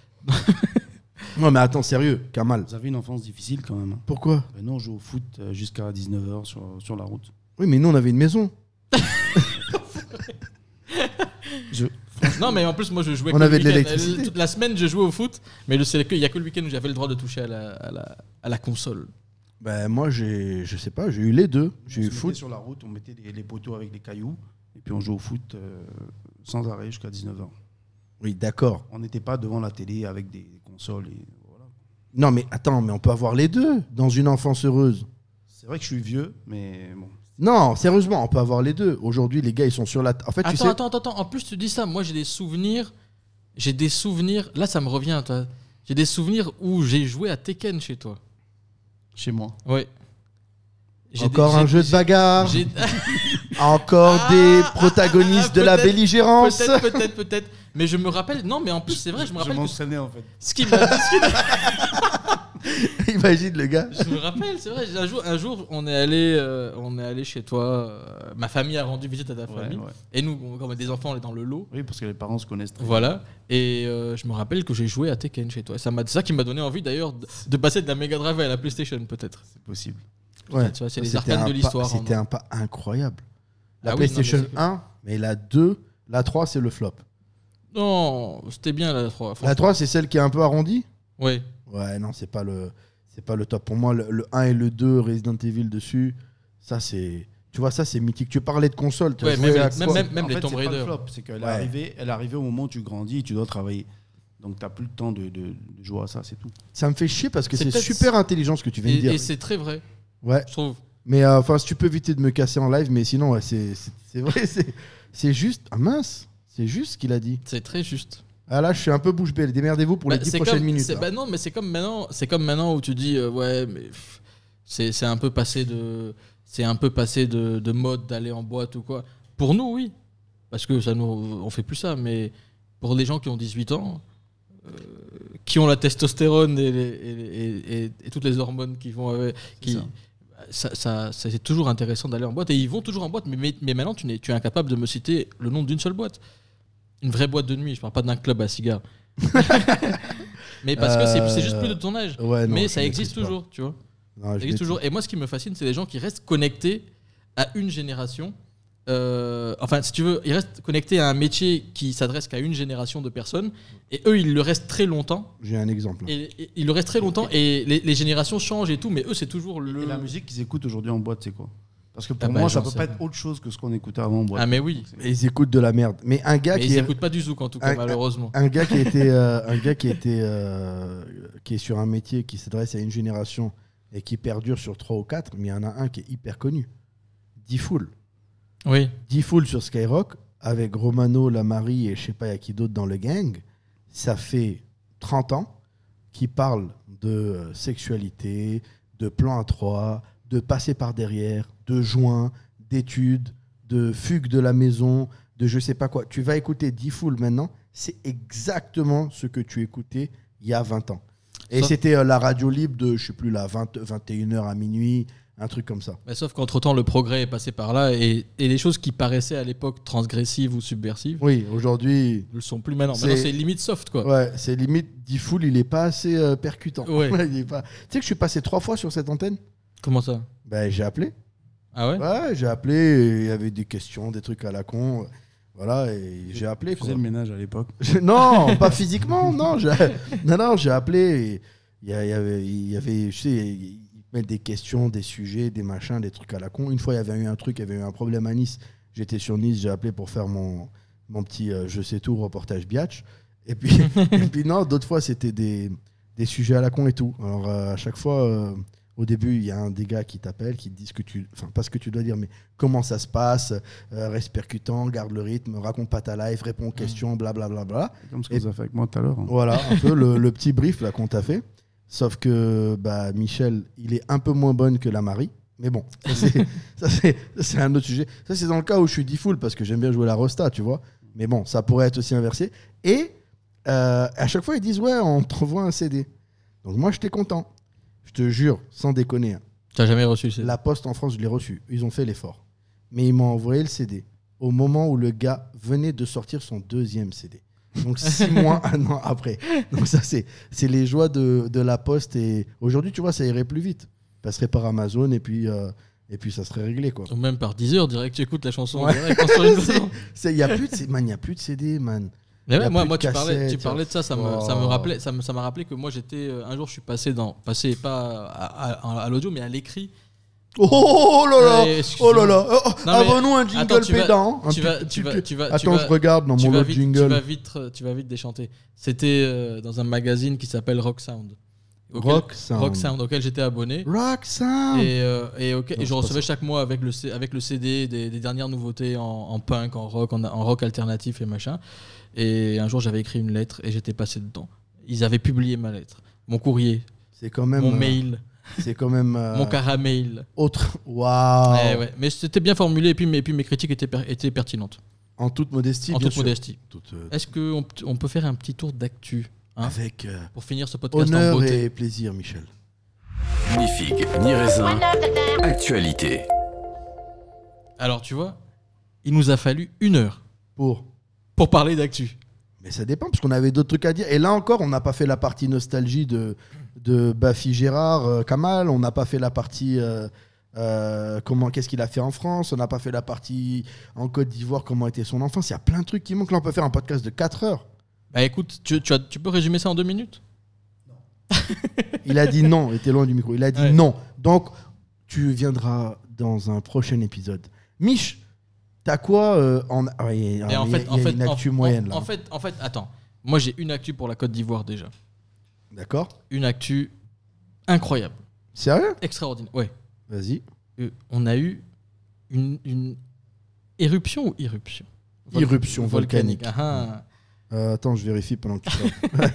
Non, mais attends, sérieux, Kamal. Vous avez une enfance difficile quand même. Pourquoi? Ben non, on joue au foot jusqu'à dix-neuf heures sur, sur la route. Oui, mais nous on avait une maison. je... Non, mais en plus, moi je jouais. On que avait le de week-end. l'électricité. Toute la semaine, je jouais au foot, mais il n'y a que le week-end où j'avais le droit de toucher à la, à la, à la console. Ben moi, j'ai, je sais pas, j'ai eu les deux. J'ai on eu se foot. sur la route, on mettait les, les poteaux avec des cailloux, et puis on jouait au foot euh, sans arrêt jusqu'à dix-neuf heures. Oui, d'accord. On n'était pas devant la télé avec des, des consoles. Et voilà. Non, mais attends, mais on peut avoir les deux dans une enfance heureuse. C'est vrai que je suis vieux, mais bon. Non, sérieusement, on peut avoir les deux. Aujourd'hui, les gars, ils sont sur la. T- en fait, attends, tu sais. attends, attends, attends. En plus, tu dis ça. Moi, j'ai des souvenirs. J'ai des souvenirs. Là, ça me revient. Toi. J'ai des souvenirs où j'ai joué à Tekken chez toi. Chez moi. Ouais. J'ai Encore des, un j'ai, jeu de j'ai, bagarre. J'ai... Encore Ah, des protagonistes de la peut-être, belligérance. Peut-être, peut-être, peut-être. Mais je me rappelle. Non, mais en plus, c'est vrai. Je me rappelle. Je que m'entraînais en fait. ce qui m'a. Ce qui m'a... Imagine le gars. Je me rappelle, c'est vrai. Un jour, un jour on est allé, euh, on est allé chez toi. Euh, ma famille a rendu visite à ta Ouais, famille. ouais. Et nous, comme des enfants, on est dans le lot. Oui, parce que les parents se connaissent très bien. Voilà. Et euh, je me rappelle que j'ai joué à Tekken chez toi. Ça m'a, c'est ça qui m'a donné envie d'ailleurs de, de passer de la Mega Drive à la PlayStation, peut-être. C'est possible. Ouais. Tu vois, c'est les C'était arcanes un de l'histoire. pas, c'était en- un pas incroyable. La Ah oui, non, mais PlayStation c'est que- un, mais la deux, La trois, c'est le flop. Non, c'était bien la trois. La trois, c'est celle qui est un peu arrondie. Oui. Ouais, non, c'est pas le, c'est pas le top. Pour moi, le, le un et le deux, Resident Evil dessus, ça c'est, tu vois, ça c'est mythique. Tu parlais de console, tu Ouais, as même, joué à même, quoi même, même En les fait, Tomb c'est pas le Raider. flop, c'est qu'elle est Ouais. arrivée, elle est arrivée au moment où tu grandis et tu dois travailler. Donc tu n'as plus le temps de, de, de jouer à ça, c'est tout. Ça me fait chier parce que C'est c'est, peut-être- super intelligent ce que tu viens de Et, dire. et c'est très vrai, Ouais. je trouve. Mais euh, enfin, si tu peux éviter de me casser en live, mais sinon, ouais, c'est, c'est, c'est vrai, c'est, c'est juste. Ah mince, c'est juste ce qu'il a dit. C'est très juste. Ah là, je suis un peu bouche bée. Démerdez-vous pour Bah, les dix c'est prochaines comme- minutes. c'est- là. bah non, mais c'est comme maintenant, c'est comme maintenant où tu dis euh, ouais, mais pff, c'est c'est un peu passé de, c'est un peu passé de, de mode d'aller en boîte ou quoi. Pour nous, oui, parce que ça nous, on fait plus ça. Mais pour les gens qui ont dix-huit ans, euh, qui ont la testostérone et, les- et, et- et- et toutes les hormones qui vont avec, qui, ça. ça, ça- ça- c'est toujours intéressant d'aller en boîte et ils vont toujours en boîte. Mais, mais, mais maintenant, tu, n'es, tu es incapable de me citer le nom d'une seule boîte. Une vraie boîte de nuit, je parle pas d'un club à cigares. Mais parce que c'est, c'est juste plus de ton âge. Ouais, non, mais je ça maîtrise existe pas. toujours, tu vois. Non, Ça je existe maîtrise. toujours. Et moi, ce qui me fascine, c'est les gens qui restent connectés à une génération. Euh, enfin, si tu veux, ils restent connectés à un métier qui s'adresse qu'à une génération de personnes. Et eux, ils le restent très longtemps. J'ai un exemple. Et, et- ils le restent très longtemps. Et les, les générations changent et tout. Mais eux, c'est toujours le. Et la musique qu'ils écoutent aujourd'hui en boîte, c'est quoi? Parce que pour Ah bah, moi, ça j'en peut sais pas rien. être autre chose que ce qu'on écoutait avant en boîte. Ah, mais oui. Et ils écoutent de la merde. Mais un gars Mais qui ils est n'écoutent pas du zouk, en tout cas, Un- malheureusement. un gars qui a été euh, un gars qui a été euh, qui est sur un métier qui s'adresse à une génération et qui perdure sur trois ou quatre, mais il y en a un qui est hyper connu. D-Fool. Oui. D-Fool sur Skyrock avec Romano, Lamari et je sais pas il y a qui d'autre dans le gang. Ça fait trente ans qu'il parle de euh, sexualité, de plan à trois, de passer par derrière, de joint, d'études, de fugue de la maison, de je sais pas quoi. Tu vas écouter D-Fool maintenant, c'est exactement ce que tu écoutais il y a vingt ans. Et Sauf- c'était euh, la radio libre de, je sais plus, là, vingt, vingt et une heures à minuit, un truc comme ça. Mais sauf qu'entre-temps, le progrès est passé par là. Et, et les choses qui paraissaient à l'époque transgressives ou subversives Oui, aujourd'hui, ne le sont plus maintenant. C'est- Maintenant, c'est limite soft, quoi. ouais, c'est limite, D-Fool, il est pas assez euh, percutant. Ouais. Il est pas... Tu sais que je suis passé trois fois sur cette antenne. Comment ça? Ben, j'ai appelé. Ah ouais? Ouais, j'ai appelé, et il y avait des questions, des trucs à la con. Voilà, et j'ai appelé. Je Quoi. faisais le ménage à l'époque. Je- Non, pas physiquement, non. j'ai- Non, non, j'ai appelé. et Il y, a- il y avait, il y avait, je sais, ils mettent des questions, des sujets, des machins, des trucs à la con. Une fois, il y avait eu un truc, il y avait eu un problème à Nice. J'étais sur Nice, j'ai appelé pour faire mon, mon petit euh, je sais tout reportage biatch. Et puis, et puis non, d'autres fois, c'était des, des sujets à la con et tout. Alors, euh, à chaque fois, euh, au début, il y a un des gars qui t'appelle, qui te dit ce que tu. Enfin, pas ce que tu dois dire, mais comment ça se passe, euh, reste percutant, garde le rythme, raconte pas ta life, réponds aux questions, blablabla. Bla, bla, bla. Comme ce que Et- vous avez fait avec moi tout à l'heure. hein. Voilà, un peu le, le petit brief là qu'on t'a fait. Sauf que bah, Michel, il est un peu moins bonne que la Marie. Mais bon, ça c'est, ça, c'est, ça, c'est un autre sujet. Ça, c'est dans le cas où je suis D-Fool parce que j'aime bien jouer la Rosta, tu vois. Mais bon, ça pourrait être aussi inversé. Et euh, à chaque fois, ils disent ouais, on t'envoie un C D. Donc moi, j'étais content. Je te jure, sans déconner. hein. T'as jamais reçu c'est... La Poste en France, je l'ai reçu. Ils ont fait l'effort. Mais ils m'ont envoyé le C D au moment où le gars venait de sortir son deuxième C D. Donc six mois, un an après. Donc ça, c'est, c'est les joies de, de la Poste. Et aujourd'hui, tu vois, ça irait plus vite. Passerait par Amazon et puis, euh, et puis ça serait réglé, quoi. Ou même par dix heures, direct, tu écoutes la chanson en Ouais. direct, sur une C'est- maison. c'est- Il n'y a plus de C D, man. Il y a plus de C D, man. Mais Y ouais, a moi, plus moi de tu, parlais, tu cassettes, parlais de ça, ça me, oh. ça me rappelait, ça me- ça m'a rappelé que moi j'étais euh, un jour je suis passé dans, passé pas à, à- à l'audio mais à l'écrit. Oh là là, Ouais, oh excuse-moi. là là. Oh, mais- Avons-nous un jingle Attends, tu vas- pédant un tu vas- petit- tu petit- vas- tu vas- tu Attends, vas- je regarde dans tu mon vas autre vite, tu jingle. vas vite, euh, tu vas vite déchanter. C'était euh, dans un magazine qui s'appelle Rock Sound. auquel- Rock Sound. Rock Sound auquel j'étais abonné. Rock Sound. Et, euh, et, auquel- Non, et je c'est pas recevais ça. chaque mois avec le, C- avec le C D des, des dernières nouveautés en, en punk, en rock, en, en rock alternatif et machin. Et un jour j'avais écrit une lettre et j'étais passé dedans. Ils avaient publié ma lettre, mon courrier, C'est quand même. mon euh, mail, C'est quand même. euh, mon caramel. Autre. Waouh. Ouais, ouais. Mais c'était bien formulé et puis, mes- et puis mes critiques étaient, per- étaient pertinentes. En toute modestie, en bien toute sûr. modestie. Toute, euh, Est-ce qu'on on peut faire un petit tour d'actu hein, Avec euh, pour finir ce podcast en honneur beauté? et plaisir, Michel. Ni figue, ni raisin. Actualité. Alors tu vois, il nous a fallu une heure Pour. pour parler d'actu. Mais ça dépend, parce qu'on avait d'autres trucs à dire. Et là encore, on n'a pas fait la partie nostalgie de, de Bafi Gérard, euh, Kamal. On n'a pas fait la partie euh, Euh, comment, qu'est-ce qu'il a fait en France? On n'a pas fait la partie en Côte d'Ivoire, comment était son enfance. Il y a plein de trucs qui manquent. Là, on peut faire un podcast de quatre heures. Bah écoute, tu, tu, as, tu peux résumer ça en deux minutes? Il a dit non, il était loin du micro. Il a dit ouais. non. Donc, tu viendras dans un prochain épisode. Mich, t'as quoi euh, en... Ah, il y a, Et en il y a- fait, il y a en fait, une actu en, moyenne, en, là. en fait, en fait, attends. Moi, j'ai une actu pour la Côte d'Ivoire déjà. D'accord. Une actu incroyable, Sérieux? extraordinaire. Ouais. Vas-y. Euh, on a eu une, une éruption ou irruption? Irruption volcanique. Ah, ah. Euh, attends, je vérifie pendant que tu parles.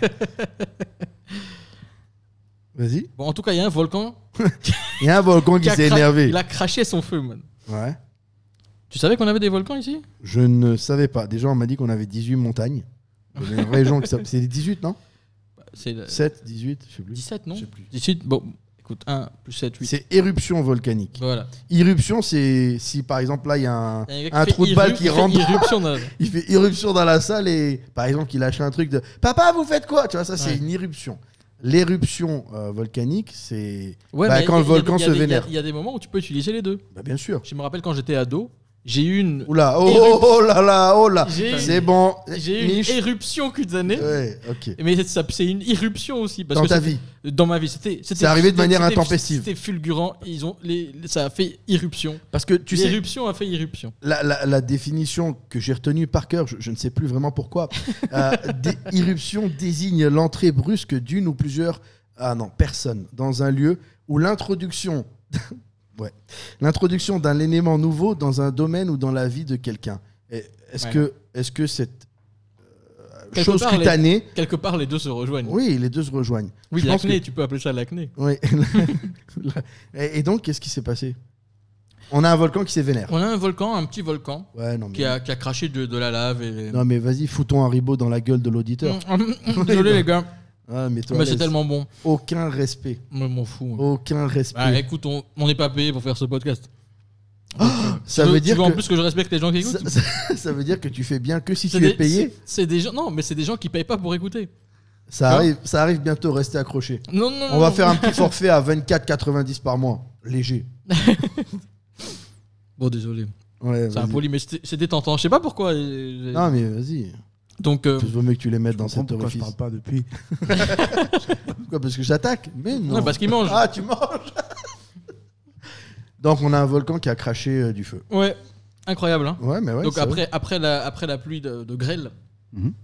Vas-y. Bon, en tout cas, il y a un volcan Il y a un volcan qui a s'est cra- énervé. Il a craché son feu, man. Ouais. Tu savais qu'on avait des volcans ici? Je ne savais pas. Déjà, on m'a dit qu'on avait dix-huit montagnes. Il y avait une région qui s'appelle... C'est les dix-huit, non? C'est le- sept, dix-huit, je sais plus. dix-sept, non? Je sais plus. dix-huit, bon, écoute, un plus sept, huit. C'est éruption volcanique. Voilà. Irruption, c'est si par exemple là il y a un, Il y a un gars un qui trou fait de balle irru- qui il fait rentre, irruption dans- il fait irruption dans la salle et par exemple il lâche un truc de papa vous faites quoi, tu vois, ça c'est Ouais. une irruption. L'éruption euh, volcanique, c'est Ouais, bah, mais quand il y a- le volcan il y a se des- il y a- vénère. Il y a des moments où tu peux utiliser les deux. Bah, bien sûr. Je me rappelle quand j'étais ado, j'ai eu une, Oula, oh, Érup- oh, oh là là, oh là, J'ai- c'est bon. j'ai eu une Mich. éruption cutanée. Ouais, ok. Mais c'est- ça- c'est une irruption aussi. Parce Dans que ta c'était- vie. Dans ma vie. C'était, c'était, C'est arrivé de c'était- manière c'était- intempestive. C'était fulgurant. Ils ont, les, ça a fait irruption. Parce que tu sais, L'éruption a fait irruption. la, la, la définition que j'ai retenue par cœur, je, je ne sais plus vraiment pourquoi, euh, dé- irruption désigne l'entrée brusque d'une ou plusieurs ah non, personnes dans un lieu où l'introduction ouais, l'introduction d'un élément nouveau dans un domaine ou dans la vie de quelqu'un. Et Est-ce Ouais. que, est-ce que cette euh, Quelque chose part, les- cutanée, Quelque part, les deux se rejoignent. oui, les deux se rejoignent. Oui, Je pense l'acné, que- tu peux appeler ça l'acné. Oui. et, et donc, qu'est-ce qui s'est passé? On a un volcan qui s'est vénère. On a un volcan, un petit volcan, Ouais, non mais. qui a, qui a craché de, de la lave. Et... Non mais vas-y, foutons un ribot dans la gueule de l'auditeur. Désolé, les gars. Ah, mais toi, Mais c'est laisse. tellement bon. Aucun respect. Moi, je m'en fous. Aucun respect. Bah, écoute, on on n'est pas payé pour faire ce podcast. ça tu veux, veut dire tu veux en que plus que je respecte les gens qui écoutent. ça, ça- ça veut dire que tu fais bien que si C'est tu es des- payé. c'est- C'est des gens. Non, mais c'est des gens qui payent pas pour écouter. Ça Tu arrive, ça arrive bientôt. Restez accrochés. Non, non. On va non. faire un petit forfait à vingt-quatre quatre-vingt-dix par mois, léger. Bon, désolé. Ouais, C'est vas-y. impoli, mais c'était c'était tentant. Je sais pas pourquoi. euh, Non mais vas-y. Donc, euh, Il vaut mieux que tu les mettes dans Comprends cet pourquoi je orifice. parle pas depuis. Pourquoi? Parce que j'attaque. Mais non. ouais, parce qu'ils mangent. Ah, tu manges. Donc on a un volcan qui a craché euh, du feu. Ouais, incroyable. Hein. Ouais, mais ouais. Donc c'est après, après, la, après la pluie de, de grêle, Mhm.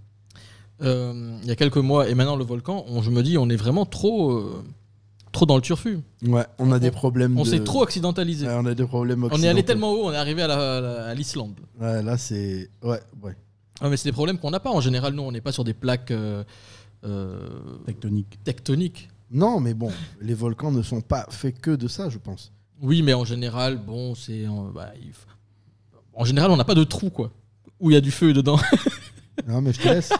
euh, il y a quelques mois, et maintenant le volcan, on- je me dis, on est vraiment trop, euh, trop dans le turfu. vrai. Ouais, on a des problèmes. On de- s'est trop accidentalisé. Ouais, on a des problèmes. On est allé occidentaux. tellement haut, on est arrivé à la- à la- à l'Islande. Ouais, là c'est. Ouais, ouais. Ah, mais c'est des problèmes qu'on n'a pas. En général, nous, on n'est pas sur des plaques euh, euh, Tectonique. tectoniques. Non, mais bon, les volcans ne sont pas faits que de ça, je pense. Oui, mais en général, bon, c'est. euh, bah, il f- En général, on n'a pas de trou, quoi. Où il y a du feu dedans. Non, mais je te laisse.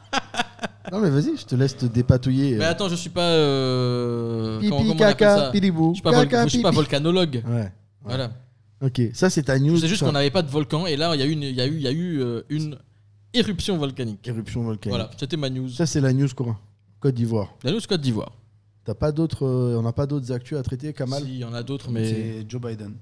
Non, mais vas-y, je te laisse te dépatouiller. Mais attends, je suis pas. euh, Pipi, comment- comment on appelle caca, ça pilibou. Je suis pas, vol- caca, je suis pas pipi. volcanologue. Ouais. Voilà. Ok, ça c'est ta news. C'est juste ça. qu'on n'avait pas de volcan et là il y a eu une, il y a eu, il y a eu euh, une éruption volcanique. Éruption volcanique. Voilà, c'était ma news. Ça c'est la news quoi. Côte d'Ivoire. La news Côte d'Ivoire. T'as pas d'autres, euh, on n'a pas d'autres actus à traiter, Kamal. Si, il y en a d'autres, mais C'est Joe Biden.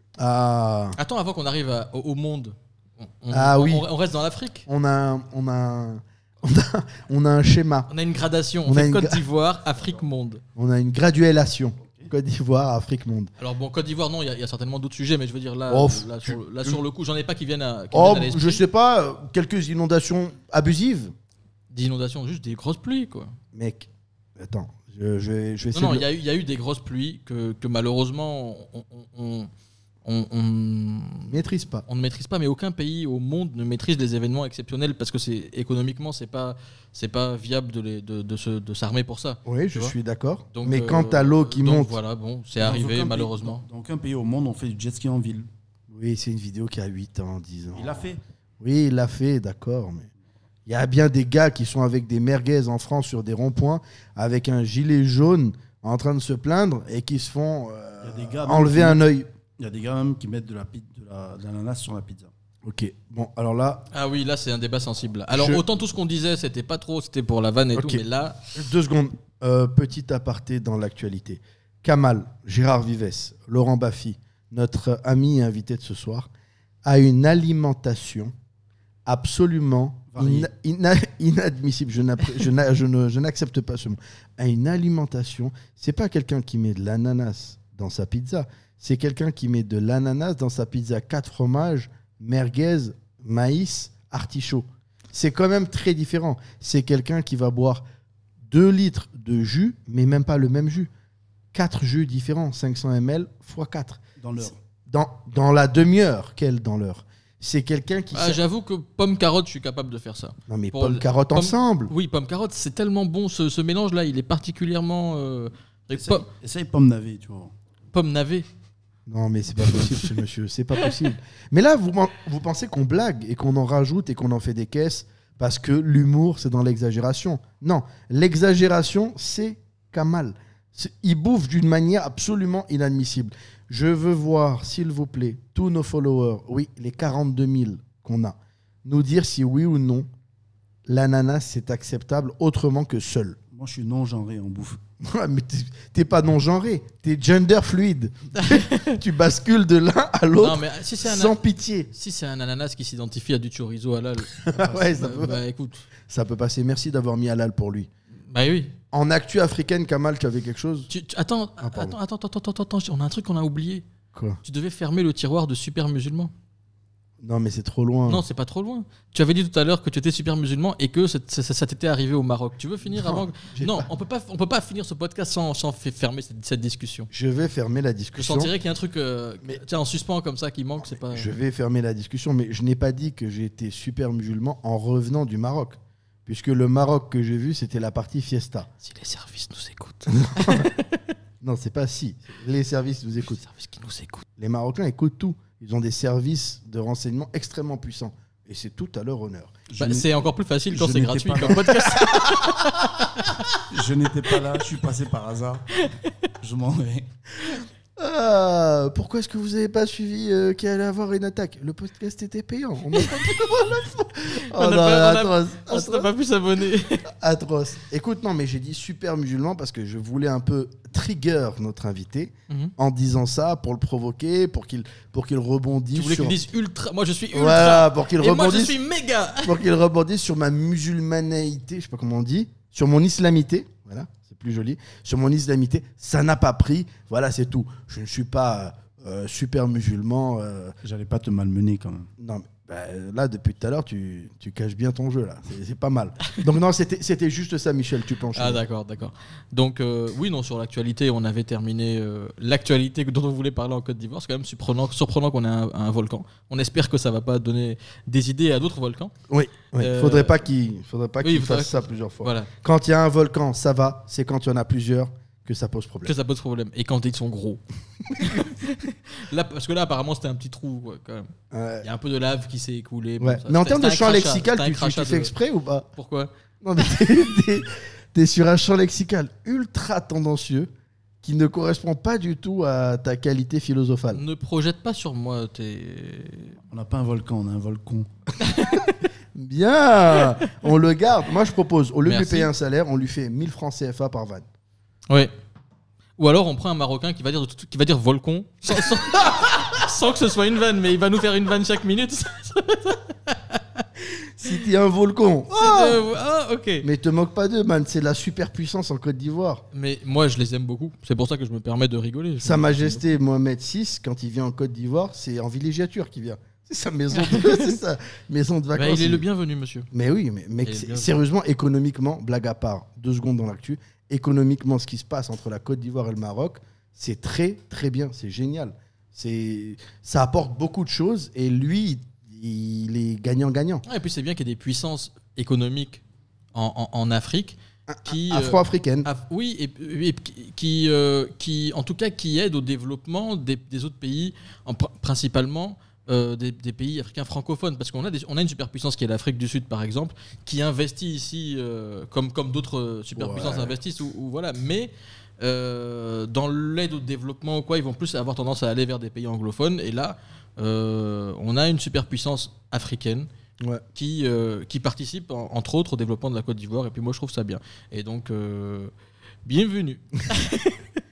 Ah, attends, avant qu'on arrive à- au, au monde, on, on- Ah on- oui. on reste dans l'Afrique. on a, un- on a, un- on a, on a un schéma. On a une gradation. On, On a fait une Côte gra- d'Ivoire, Afrique, monde. On a une graduation. Côte d'Ivoire, Afrique, monde. Alors bon, Côte d'Ivoire, non, il y, a- il y a certainement d'autres sujets, mais je veux dire là, Oh, là, sur, le- là, sur le coup, j'en ai pas qui viennent à, qui Oh, viennent à l'esprit. je sais pas, euh, quelques inondations abusives, Des inondations, juste des grosses pluies, quoi. mec. Attends, je, je vais, je vais Non, essayer. non, de- il y, a eu- il y a eu des grosses pluies que, que malheureusement on, on, on, on- Maîtrise pas. on ne maîtrise pas, mais aucun pays au monde ne maîtrise des événements exceptionnels parce que c'est économiquement c'est pas c'est pas viable de, les, de, de, se, de s'armer pour ça. Oui, Tu je vois. suis d'accord. Donc, Mais euh, quand t'as l'eau qui donc monte, voilà, bon, c'est Dans arrivé aucun pays- malheureusement. Dans, dans aucun pays au monde, on fait du jet ski en ville. oui, c'est une vidéo qui a huit ans, dix ans. Il l'a fait. Oui, il l'a fait, d'accord, mais il y a bien des gars qui sont avec des merguez en France sur des ronds-points avec un gilet jaune en train de se plaindre et qui se font euh, Il y a des gars enlever même un qui- œil. Il y a des gars même qui mettent de la pi- de la- de l'ananas sur la pizza. Ok, bon, alors là, Ah oui, là c'est un débat sensible. Alors Je- autant tout ce qu'on disait c'était pas trop, c'était pour la vanne et Ok. tout, mais là deux secondes. Euh, petit aparté dans l'actualité. Kamal, Gérard Vives, Laurent Baffy, notre ami invité de ce soir, a une alimentation absolument ina- ina- inadmissible. Je, je, na- je, ne, je n'accepte pas ce mot. A une alimentation, c'est pas quelqu'un qui met de l'ananas dans sa pizza, c'est quelqu'un qui met de l'ananas dans sa pizza quatre fromages, merguez, maïs, artichaut. C'est quand même très différent. C'est quelqu'un qui va boire deux litres de jus, mais même pas le même jus. quatre jus différents, cinq cents millilitres fois quatre. Dans l'heure. Dans, dans la demi-heure, quelle dans l'heure? C'est quelqu'un qui... Ah, j'avoue que pomme-carotte, je suis capable de faire ça. Non mais Pour pommes le- carottes pomme- ensemble. Oui, pomme-carotte, c'est tellement bon. Ce, ce mélange-là, il est particulièrement... Euh, Essaye, po- essaye pomme navet, tu vois. pomme navet. Non mais c'est pas possible ce monsieur, c'est pas possible. Mais là, vous, vous pensez qu'on blague et qu'on en rajoute et qu'on en fait des caisses parce que l'humour, c'est dans l'exagération. Non, l'exagération, c'est Kamal. C'est- Il bouffe d'une manière absolument inadmissible. Je veux voir, s'il vous plaît, tous nos followers, oui, les quarante-deux mille qu'on a, nous dire si oui ou non, l'ananas, c'est acceptable autrement que seul. Moi, je suis non-genré en bouffe. Ouais, mais t'es- t'es pas non-genré, t'es gender fluide. Tu bascules de l'un à l'autre Non, mais si c'est un, sans pitié. si c'est un ananas qui s'identifie à du chorizo halal, Ouais, ça, bah, peut, bah, écoute. ça peut passer. Merci d'avoir mis halal pour lui. Bah oui. En actu africaine, Kamal, tu avais quelque chose? Tu, tu- attends, Ah, pardon. attends, attends, attends, attends, attends, on a un truc qu'on a oublié. Quoi? Tu devais fermer le tiroir de super musulman. Non, mais c'est trop loin. Non, c'est pas trop loin. Tu avais dit tout à l'heure que tu étais super musulman et que ça, ça- ça t'était arrivé au Maroc. Tu veux finir Non, avant que- j'ai Non, pas- on peut pas, on peut pas finir ce podcast sans, sans f- fermer cette, cette discussion. Je vais fermer la Je discussion. sentirais qu'il y a un truc euh, tiens, en suspens comme ça qui manque. C'est pas. Je vais fermer la discussion, mais je n'ai pas dit que j'ai été super musulman en revenant du Maroc. Puisque le Maroc que j'ai vu, c'était la partie fiesta. Si les services nous écoutent. Non, c'est pas si. Les services nous Les écoutent. services qui nous écoutent. Les Marocains écoutent tout. Ils ont des services de renseignement extrêmement puissants. Et c'est tout à leur honneur. Je Bah, n'ai- c'est encore plus facile quand je c'est n'étais gratuit pas comme podcast. Je n'étais pas là, je suis passé par hasard. Je m'en vais. Ah, pourquoi est-ce que vous n'avez pas suivi euh, qu'il allait avoir une attaque? Le podcast était payant. On n'a pas pu voir la fin. Oh On a non, pas- on a- atroce, On serait atroce, pas pu s'abonner. atroce. Écoute, non, mais j'ai dit super musulman parce que je voulais un peu trigger notre invité Mhm. en disant ça pour le provoquer, pour qu'il pour qu'il rebondisse Tu voulais sur... qu'ils disent ultra. Moi je suis ultra. Voilà, pour qu'il Et moi je rebondisse, suis méga. pour qu'il rebondisse sur ma musulmanéité, je sais pas comment on dit, sur mon islamité, voilà, c'est plus joli, sur mon islamité, ça n'a pas pris, voilà, c'est tout. Je ne suis pas euh, super musulman, euh, J'allais pas te malmener quand même. non, mais, bah, là, depuis tout à l'heure, tu, tu caches bien ton jeu, là, c'est c'est pas mal. Donc non, c'était c'était juste ça, Michel, tu peux enchaîner. Ah d'accord, d'accord. Donc euh, oui, non, sur l'actualité, on avait terminé euh, l'actualité dont on voulait parler en Côte d'Ivoire. C'est quand même surprenant, surprenant qu'on ait un, un volcan. On espère que ça va pas donner des idées à d'autres volcans. Oui, il Euh, faudrait pas qu'il faudrait pas oui, qu'il il faudrait fasse ça plusieurs fois. Voilà, Quand il y a un volcan, ça va, c'est quand il y en a plusieurs que ça pose problème. que ça pose problème. Et quand ils sont gros. Là, parce que là, apparemment, c'était un petit trou, quoi, quand même. Ouais. Il y a un peu de lave qui s'est écoulée. bon, Ouais. ça- Mais en c'était- termes de c'était champ un crachat, lexical, c'était un tu, tu- tu crachat fais de- exprès ou pas? Pourquoi? Non, mais t'es, t'es- t'es sur un champ lexical ultra tendancieux qui ne correspond pas du tout à ta qualité philosophale. Ne projette pas sur moi. T'es... On n'a pas un volcan, on a un volcan. Bien, on le garde. Moi, je propose, au lieu de lui Merci. payer un salaire, on lui fait mille francs C F A par vanne. Ouais. Ou alors on prend un Marocain qui va dire, qui va dire volcon sans, sans- sans que ce soit une vanne, mais il va nous faire une vanne chaque minute. Si t'es un volcan. C'est de- Ah, ok. Mais... Mais te moque pas d'eux, man. C'est la superpuissance en Côte d'Ivoire. moi, je les aime beaucoup. C'est pour ça que je me permets de rigoler. Je Sa me- Majesté Mohamed six, quand il vient en Côte d'Ivoire, c'est en villégiature qu'il vient. C'est sa maison de, c'est sa maison de Bah, vacances. il est le bienvenu, monsieur. Mais oui, mais, mais Il est c'est- bien. sérieusement, économiquement, blague à part, deux secondes dans l'actu, économiquement, ce qui se passe entre la Côte d'Ivoire et le Maroc, c'est très, très bien, c'est génial. C'est, ça apporte beaucoup de choses et lui, il, il est gagnant-gagnant. Ah, et puis c'est bien qu'il y ait des puissances économiques en, en- en Afrique qui... euh, Afro-africaine. Af- oui, et, et qui, qui, euh, qui, en tout cas, qui aident au développement des, des autres pays, en, pr- principalement euh, des, des pays africains francophones, parce qu'on a, des, on a une superpuissance qui est l'Afrique du Sud, par exemple, qui investit ici, euh, comme, comme d'autres superpuissances Ouais. investissent, ou, ou voilà, mais euh, dans l'aide au développement, ou quoi, ils vont plus avoir tendance à aller vers des pays anglophones, et là, euh, on a une superpuissance africaine Ouais. qui, euh, qui participe, en- entre autres, au développement de la Côte d'Ivoire. Et puis moi, je trouve ça bien. Et donc, euh, bienvenue.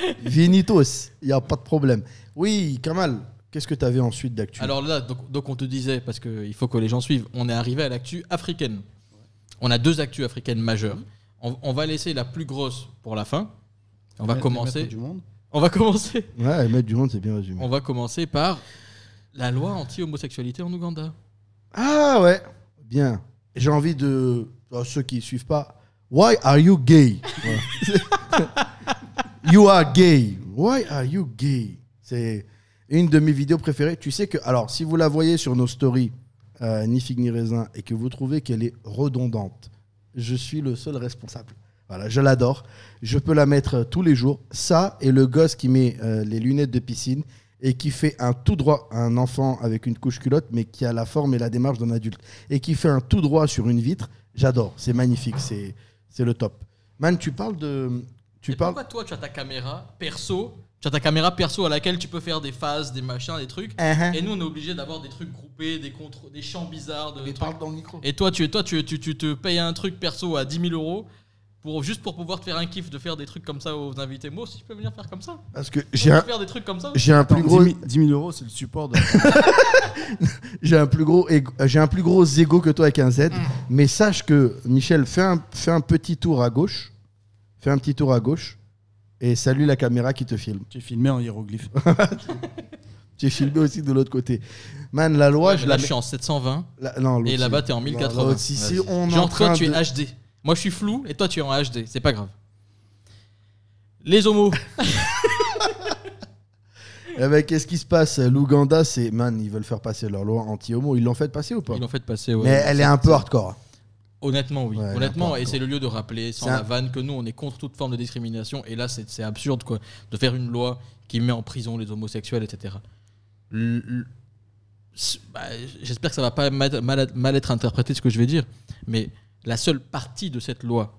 Vinitos, il n'y a pas de problème. Oui, Kamal, qu'est-ce que tu avais ensuite d'actu? Alors là, donc, donc on te disait, parce qu'il faut que les gens suivent, on est arrivé à l'actu africaine. On a deux actus africaines majeures. On, on va laisser la plus grosse pour la fin. On va Les commencer. maîtres du monde. On va commencer. Ouais, les maîtres du monde, c'est bien résumé. On va commencer par la loi anti-homosexualité en Ouganda. Ah ouais, bien. J'ai envie de... Alors, ceux qui ne suivent pas, why are you gay? Ouais. You are gay. Why are you gay? C'est une de mes vidéos préférées. Tu sais que... Alors, si vous la voyez sur nos stories, euh, ni figue ni raisin, et que vous trouvez qu'elle est redondante, je suis le seul responsable. Voilà, je l'adore. Je peux la mettre tous les jours. Ça et le gosse qui met euh, les lunettes de piscine et qui fait un tout droit, un enfant avec une couche culotte, mais qui a la forme et la démarche d'un adulte, et qui fait un tout droit sur une vitre, j'adore. C'est magnifique, c'est, c'est le top. Man, tu parles de... Tu Et parles... pourquoi toi, tu as ta caméra perso, tu as ta caméra perso à laquelle tu peux faire des phases, des machins, des trucs, Uh-huh. et nous, on est obligé d'avoir des trucs groupés, des, contre... des champs bizarres. De Mais trucs. parle dans le micro. Et toi, tu, toi tu, tu, tu te payes un truc perso à dix mille euros pour, juste pour pouvoir te faire un kiff de faire des trucs comme ça aux invités. Moi aussi, je peux venir faire comme ça. Parce que Je j'ai peux un, faire des trucs comme ça. j'ai un plus gros... dix mille euros, c'est le support de. J'ai un plus gros égo, j'ai un plus gros ego que toi avec un Z, mais sache que Michel, fais un, fais un petit tour à gauche, fais un petit tour à gauche et salue la caméra qui te filme. J'ai filmé en hiéroglyphe. Tu es filmé aussi de l'autre côté. Man, la loi, Ouais, je mais la là, je mets- suis en sept cent vingt. la- non, l'autre, Et là-bas, c'est- t'es en mille non, quatre-vingts. l'autre, si, si, on est en Genre, toi, train tu es de- H D. Moi, je suis flou et toi, tu es en H D. C'est pas grave. Les homos. Eh ben, qu'est-ce qui se passe? L'Ouganda, c'est... Man, ils veulent faire passer leur loi anti-homo. Ils l'ont fait passer ou pas? Ils l'ont fait passer. Ouais. Mais elle est un peu hardcore. Honnêtement, oui. Ouais, elle est Honnêtement, un peu et c'est le lieu de rappeler, sans C'est un- la vanne, que nous, on est contre toute forme de discrimination. Et là, c'est c'est absurde, quoi, de faire une loi qui met en prison les homosexuels, et cetera. L- l- s- bah, J'espère que ça va pas mal, mal- mal être interprété ce que je vais dire, mais la seule partie de cette loi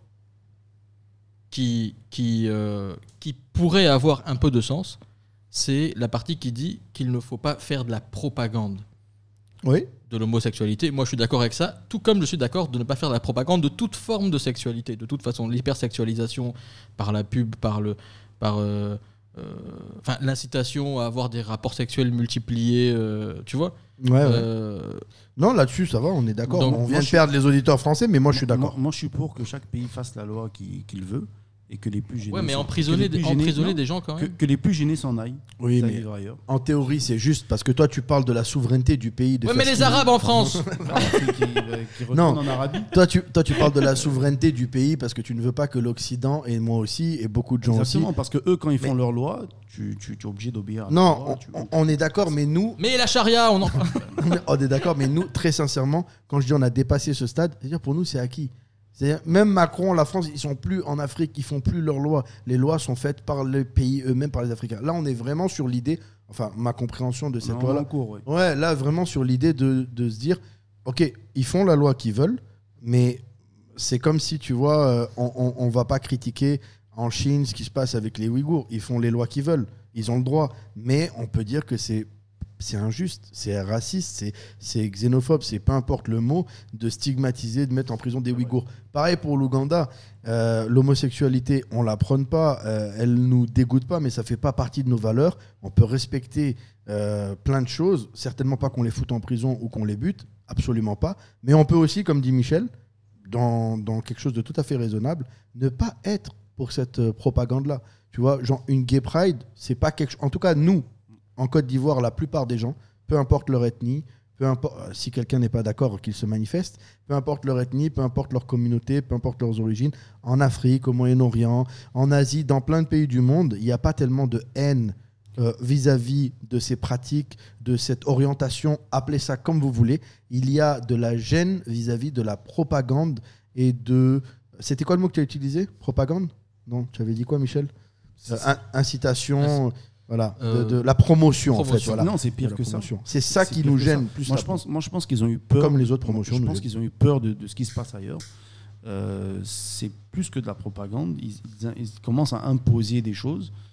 qui, qui, euh, qui pourrait avoir un peu de sens, c'est la partie qui dit qu'il ne faut pas faire de la propagande Oui. de l'homosexualité. Moi, je suis d'accord avec ça, tout comme je suis d'accord de ne pas faire de la propagande de toute forme de sexualité. De toute façon, l'hypersexualisation par la pub, par le, par, euh, euh, enfin, l'incitation à avoir des rapports sexuels multipliés, euh, tu vois. Ouais, ouais. Euh, Non, là-dessus, ça va, on est d'accord. Donc, On moi, vient de je suis- perdre les auditeurs français, mais moi, je suis d'accord. Moi, moi, je suis pour que chaque pays fasse la loi qu'il qu'il veut et que les plus gênés. ouais, mais s'en- emprisonner, que les des, plus gênés- emprisonner non, des gens quand que, même. que les plus gênés s'en aillent. Oui, ça mais ira ailleurs. en théorie, c'est juste parce que toi, tu parles de la souveraineté du pays. De Ouais, faire mais ce les qu'il veut. Arabes en France. qui, qui, qui retourne Non. en Arabie. Toi tu, toi, tu parles de la souveraineté du pays parce que tu ne veux pas que l'Occident, et moi aussi, et beaucoup de gens Exactement, aussi... parce que eux, quand ils font Mais- leur loi, tu, tu, tu es obligé d'obéir à leur Non, loi, on, tu- on- on est d'accord, mais nous, Mais la charia, on en parle. on est d'accord, mais nous, très sincèrement, quand je dis on a dépassé ce stade, c'est-à-dire pour nous, c'est acquis. C'est-à-dire, même Macron, la France, ils sont plus en Afrique, ils font plus leurs lois. Les lois sont faites par les pays eux-mêmes, par les Africains. Là, on est vraiment sur l'idée, enfin, ma compréhension de cette Non, loi-là. en cours, ouais. Ouais, là, vraiment sur l'idée de, de se dire, ok, ils font la loi qu'ils veulent, mais c'est comme si, tu vois, euh, on, on, on va pas critiquer en Chine ce qui se passe avec les Ouïghours. Ils font les lois qu'ils veulent, ils ont le droit. Mais on peut dire que c'est c'est injuste, c'est raciste, c'est, c'est xénophobe, c'est peu importe le mot, de stigmatiser, de mettre en prison des Ouïghours. Pareil pour l'Ouganda, euh, l'homosexualité, on la prône pas, euh, elle nous dégoûte pas, mais ça fait pas partie de nos valeurs. On peut respecter euh, plein de choses, certainement pas qu'on les foute en prison ou qu'on les bute, absolument pas. Mais on peut aussi, comme dit Michel, dans, dans quelque chose de tout à fait raisonnable, ne pas être pour cette euh, propagande-là. Tu vois, genre une gay pride, c'est pas quelque chose. En tout cas, nous, en Côte d'Ivoire, la plupart des gens, peu importe leur ethnie, peu importe euh, si quelqu'un n'est pas d'accord qu'il se manifeste, peu importe leur ethnie, peu importe leur communauté, peu importe leurs origines, en Afrique, au Moyen-Orient, en Asie, dans plein de pays du monde, il n'y a pas tellement de haine euh, vis-à-vis de ces pratiques, de cette orientation, appelez ça comme vous voulez. Il y a de la gêne vis-à-vis de la propagande et de... C'était quoi le mot que tu as utilisé? Propagande? Non, tu avais dit quoi, Michel? Euh, in- Incitation... Voilà, Euh, de, de la promotion, en fait. promotion. Voilà. Non, c'est pire De la que ça. promotion. C'est ça C'est qui pire nous que gêne ça. plus. Moi, la je pense, moi, je pense qu'ils ont eu peur. Comme les autres promotions, Je nous pense les- qu'ils ont eu peur de, de ce qui se passe ailleurs. Euh, c'est plus que de la propagande. Ils, ils- ils commencent à imposer des choses.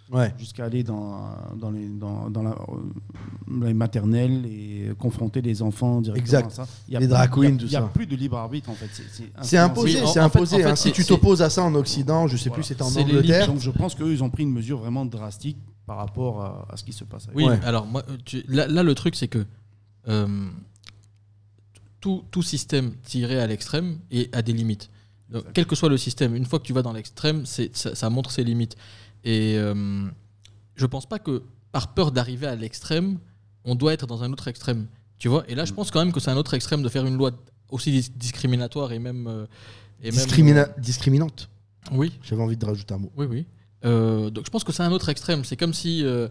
Ouais. jusqu'à aller dans, dans, les, dans, dans, la, dans les maternelles et confronter les enfants directement Exact. à ça. Il y a Les plus- drag queens, il y a- tout Il n'y a ça. plus de libre arbitre en fait. C'est, c'est C'est imposé, Oui, en- c'est en fait- imposé. en fait, hein. c'est- Si tu c'est- t'opposes à ça en Occident, je sais Voilà. plus, c'était en C'est les Angleterre. Donc je pense qu'eux, ils ont pris une mesure vraiment drastique par rapport à, à ce qui se passe. Avec Oui, Ouais. alors moi, euh, tu- là, là, le truc, c'est que euh, tout, tout système tiré à l'extrême et a des limites. Donc, quel que soit le système, une fois que tu vas dans l'extrême, c'est, ça, ça montre ses limites. Et euh, je pense pas que par peur d'arriver à l'extrême, on doit être dans un autre extrême. Tu vois. Et là, je pense quand même que c'est un autre extrême de faire une loi aussi dis- discriminatoire et même. euh, et même, Discrimina- euh, discriminante. oui. J'avais envie de rajouter un mot. Oui, oui. Euh, donc je pense que c'est un autre extrême. C'est comme si euh,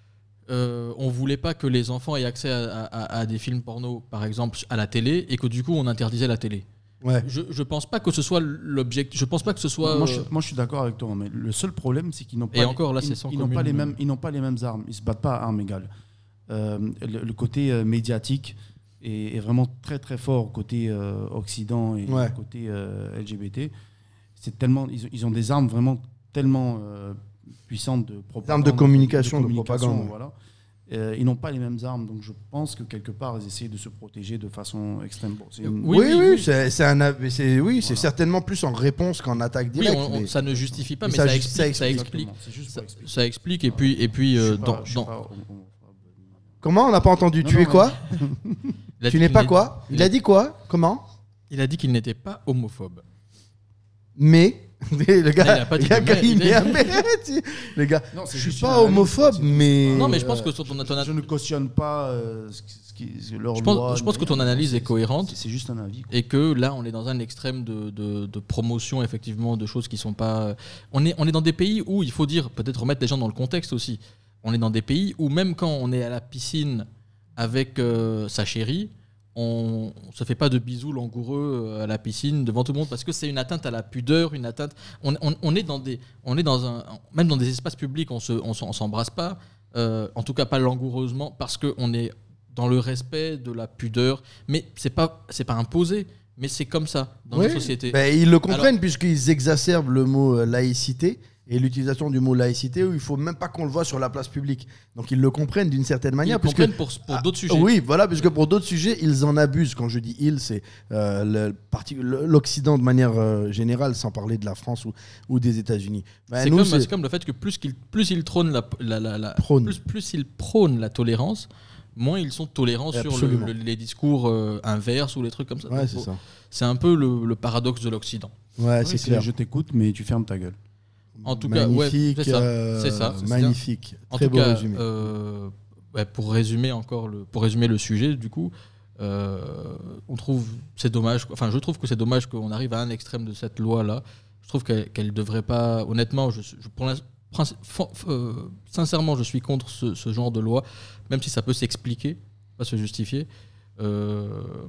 euh, on voulait pas que les enfants aient accès à, à- à des films porno, par exemple, à la télé, et que du coup on interdisait la télé. Ouais. Je, je pense pas que ce soit l'objectif. Je pense pas que ce soit. moi, je, euh, moi, je suis d'accord avec toi, mais le seul problème, c'est qu'ils n'ont pas. Et les- encore, là, ils- c'est sans ils n'ont pas commune. les mêmes. Ils n'ont pas les mêmes armes. Ils se battent pas à armes égales. Euh, le, le côté euh, médiatique est, est vraiment très très fort côté euh, Occident et Ouais. côté euh, L G B T. C'est tellement. Ils, ont- ils ont des armes vraiment tellement euh, puissantes de propagande, armes de communication, de propagande. Voilà. Euh, ils n'ont pas les mêmes armes, donc je pense que quelque part ils essayent de se protéger de façon extrême. Bon, c'est une- Oui, Oui, oui, oui, oui. c'est c'est un, av- c'est oui, c'est Voilà. certainement plus en réponse qu'en attaque oui, directe. on- on- mais- ça ne justifie pas, mais mais ça ça, ju- explique. ça Ça explique. explique. Exactement, c'est juste Ça, pour expliquer. ça explique. Et puis, et puis Je euh, suis pas- dans, je suis dans- pas homophobe. Comment? On n'a pas entendu. Non, tu non, es quoi? il a Tu dit n'es qu'il pas n'est- quoi? Il a dit quoi? Comment? Il a dit qu'il n'était pas homophobe. Mais le gars, Non, il a pas dit le gars, de mais, il il est a- amérindiens. Le gars, Non, c'est je suis juste pas une analyse, homophobe, c'est- mais Non, mais je pense que sur ton, ton- Je, je ne cautionne pas euh, ce qui, ce qui- leur Je pense- loi, je pense que mais- ton analyse est c'est- cohérente. C'est, c'est juste un avis. quoi. Et que là, on est dans un extrême de, de- de promotion, effectivement, de choses qui sont pas. On est, on est dans des pays où il faut dire, peut-être remettre les gens dans le contexte aussi. On est dans des pays où même quand on est à la piscine avec euh, sa chérie, on ne se fait pas de bisous langoureux euh, à la piscine devant tout le monde parce que c'est une atteinte à la pudeur, une atteinte. On, on- on est dans des, on est dans un, même dans des espaces publics, on se, on, s'en- on s'embrasse pas. euh, en tout cas, pas langoureusement parce que on est dans le respect de la pudeur. Mais c'est pas, c'est pas imposé. Mais c'est comme ça dans Oui, nos sociétés. ben, ils le comprennent Alors- puisqu'ils exacerbent le mot euh, laïcité et l'utilisation du mot laïcité où il faut même pas qu'on le voit sur la place publique. Donc ils le comprennent d'une certaine Ils manière. le puisque- comprennent pour, pour Ah, d'autres sujets. Oui, voilà, puisque pour d'autres sujets, ils en abusent. Quand je dis ils, c'est euh, le parti- le- l'Occident de manière euh, générale, sans parler de la France ou, ou des États-Unis. Ben, c'est, nous, comme, c'est- c'est comme le fait que plus qu'ils plus ils trônent la, la- la- la- Prônent. plus, plus ils prônent la tolérance, moins ils sont tolérants sur le- Absolument. le- les discours euh, inverses ou les trucs comme ça. Ouais, Donc, c'est faut- ça. c'est un peu le, le paradoxe de l'Occident. Ouais, Oui, c'est c'est clair. je t'écoute, mais tu fermes ta gueule. En tout cas, ouais, magnifique, c'est ça. euh, C'est ça, c'est magnifique. En Très tout beau cas, résumé. euh, ouais, pour résumer encore le, pour résumer le sujet, du coup, euh, on trouve c'est dommage. Enfin, je trouve que c'est dommage qu'on arrive à un extrême de cette loi-là. Je trouve qu'elle, qu'elle devrait pas. Honnêtement, je, je- pour l'instant, princi- fa- euh, sincèrement, je suis contre ce, ce genre de loi, même si ça peut s'expliquer, pas se justifier. Euh,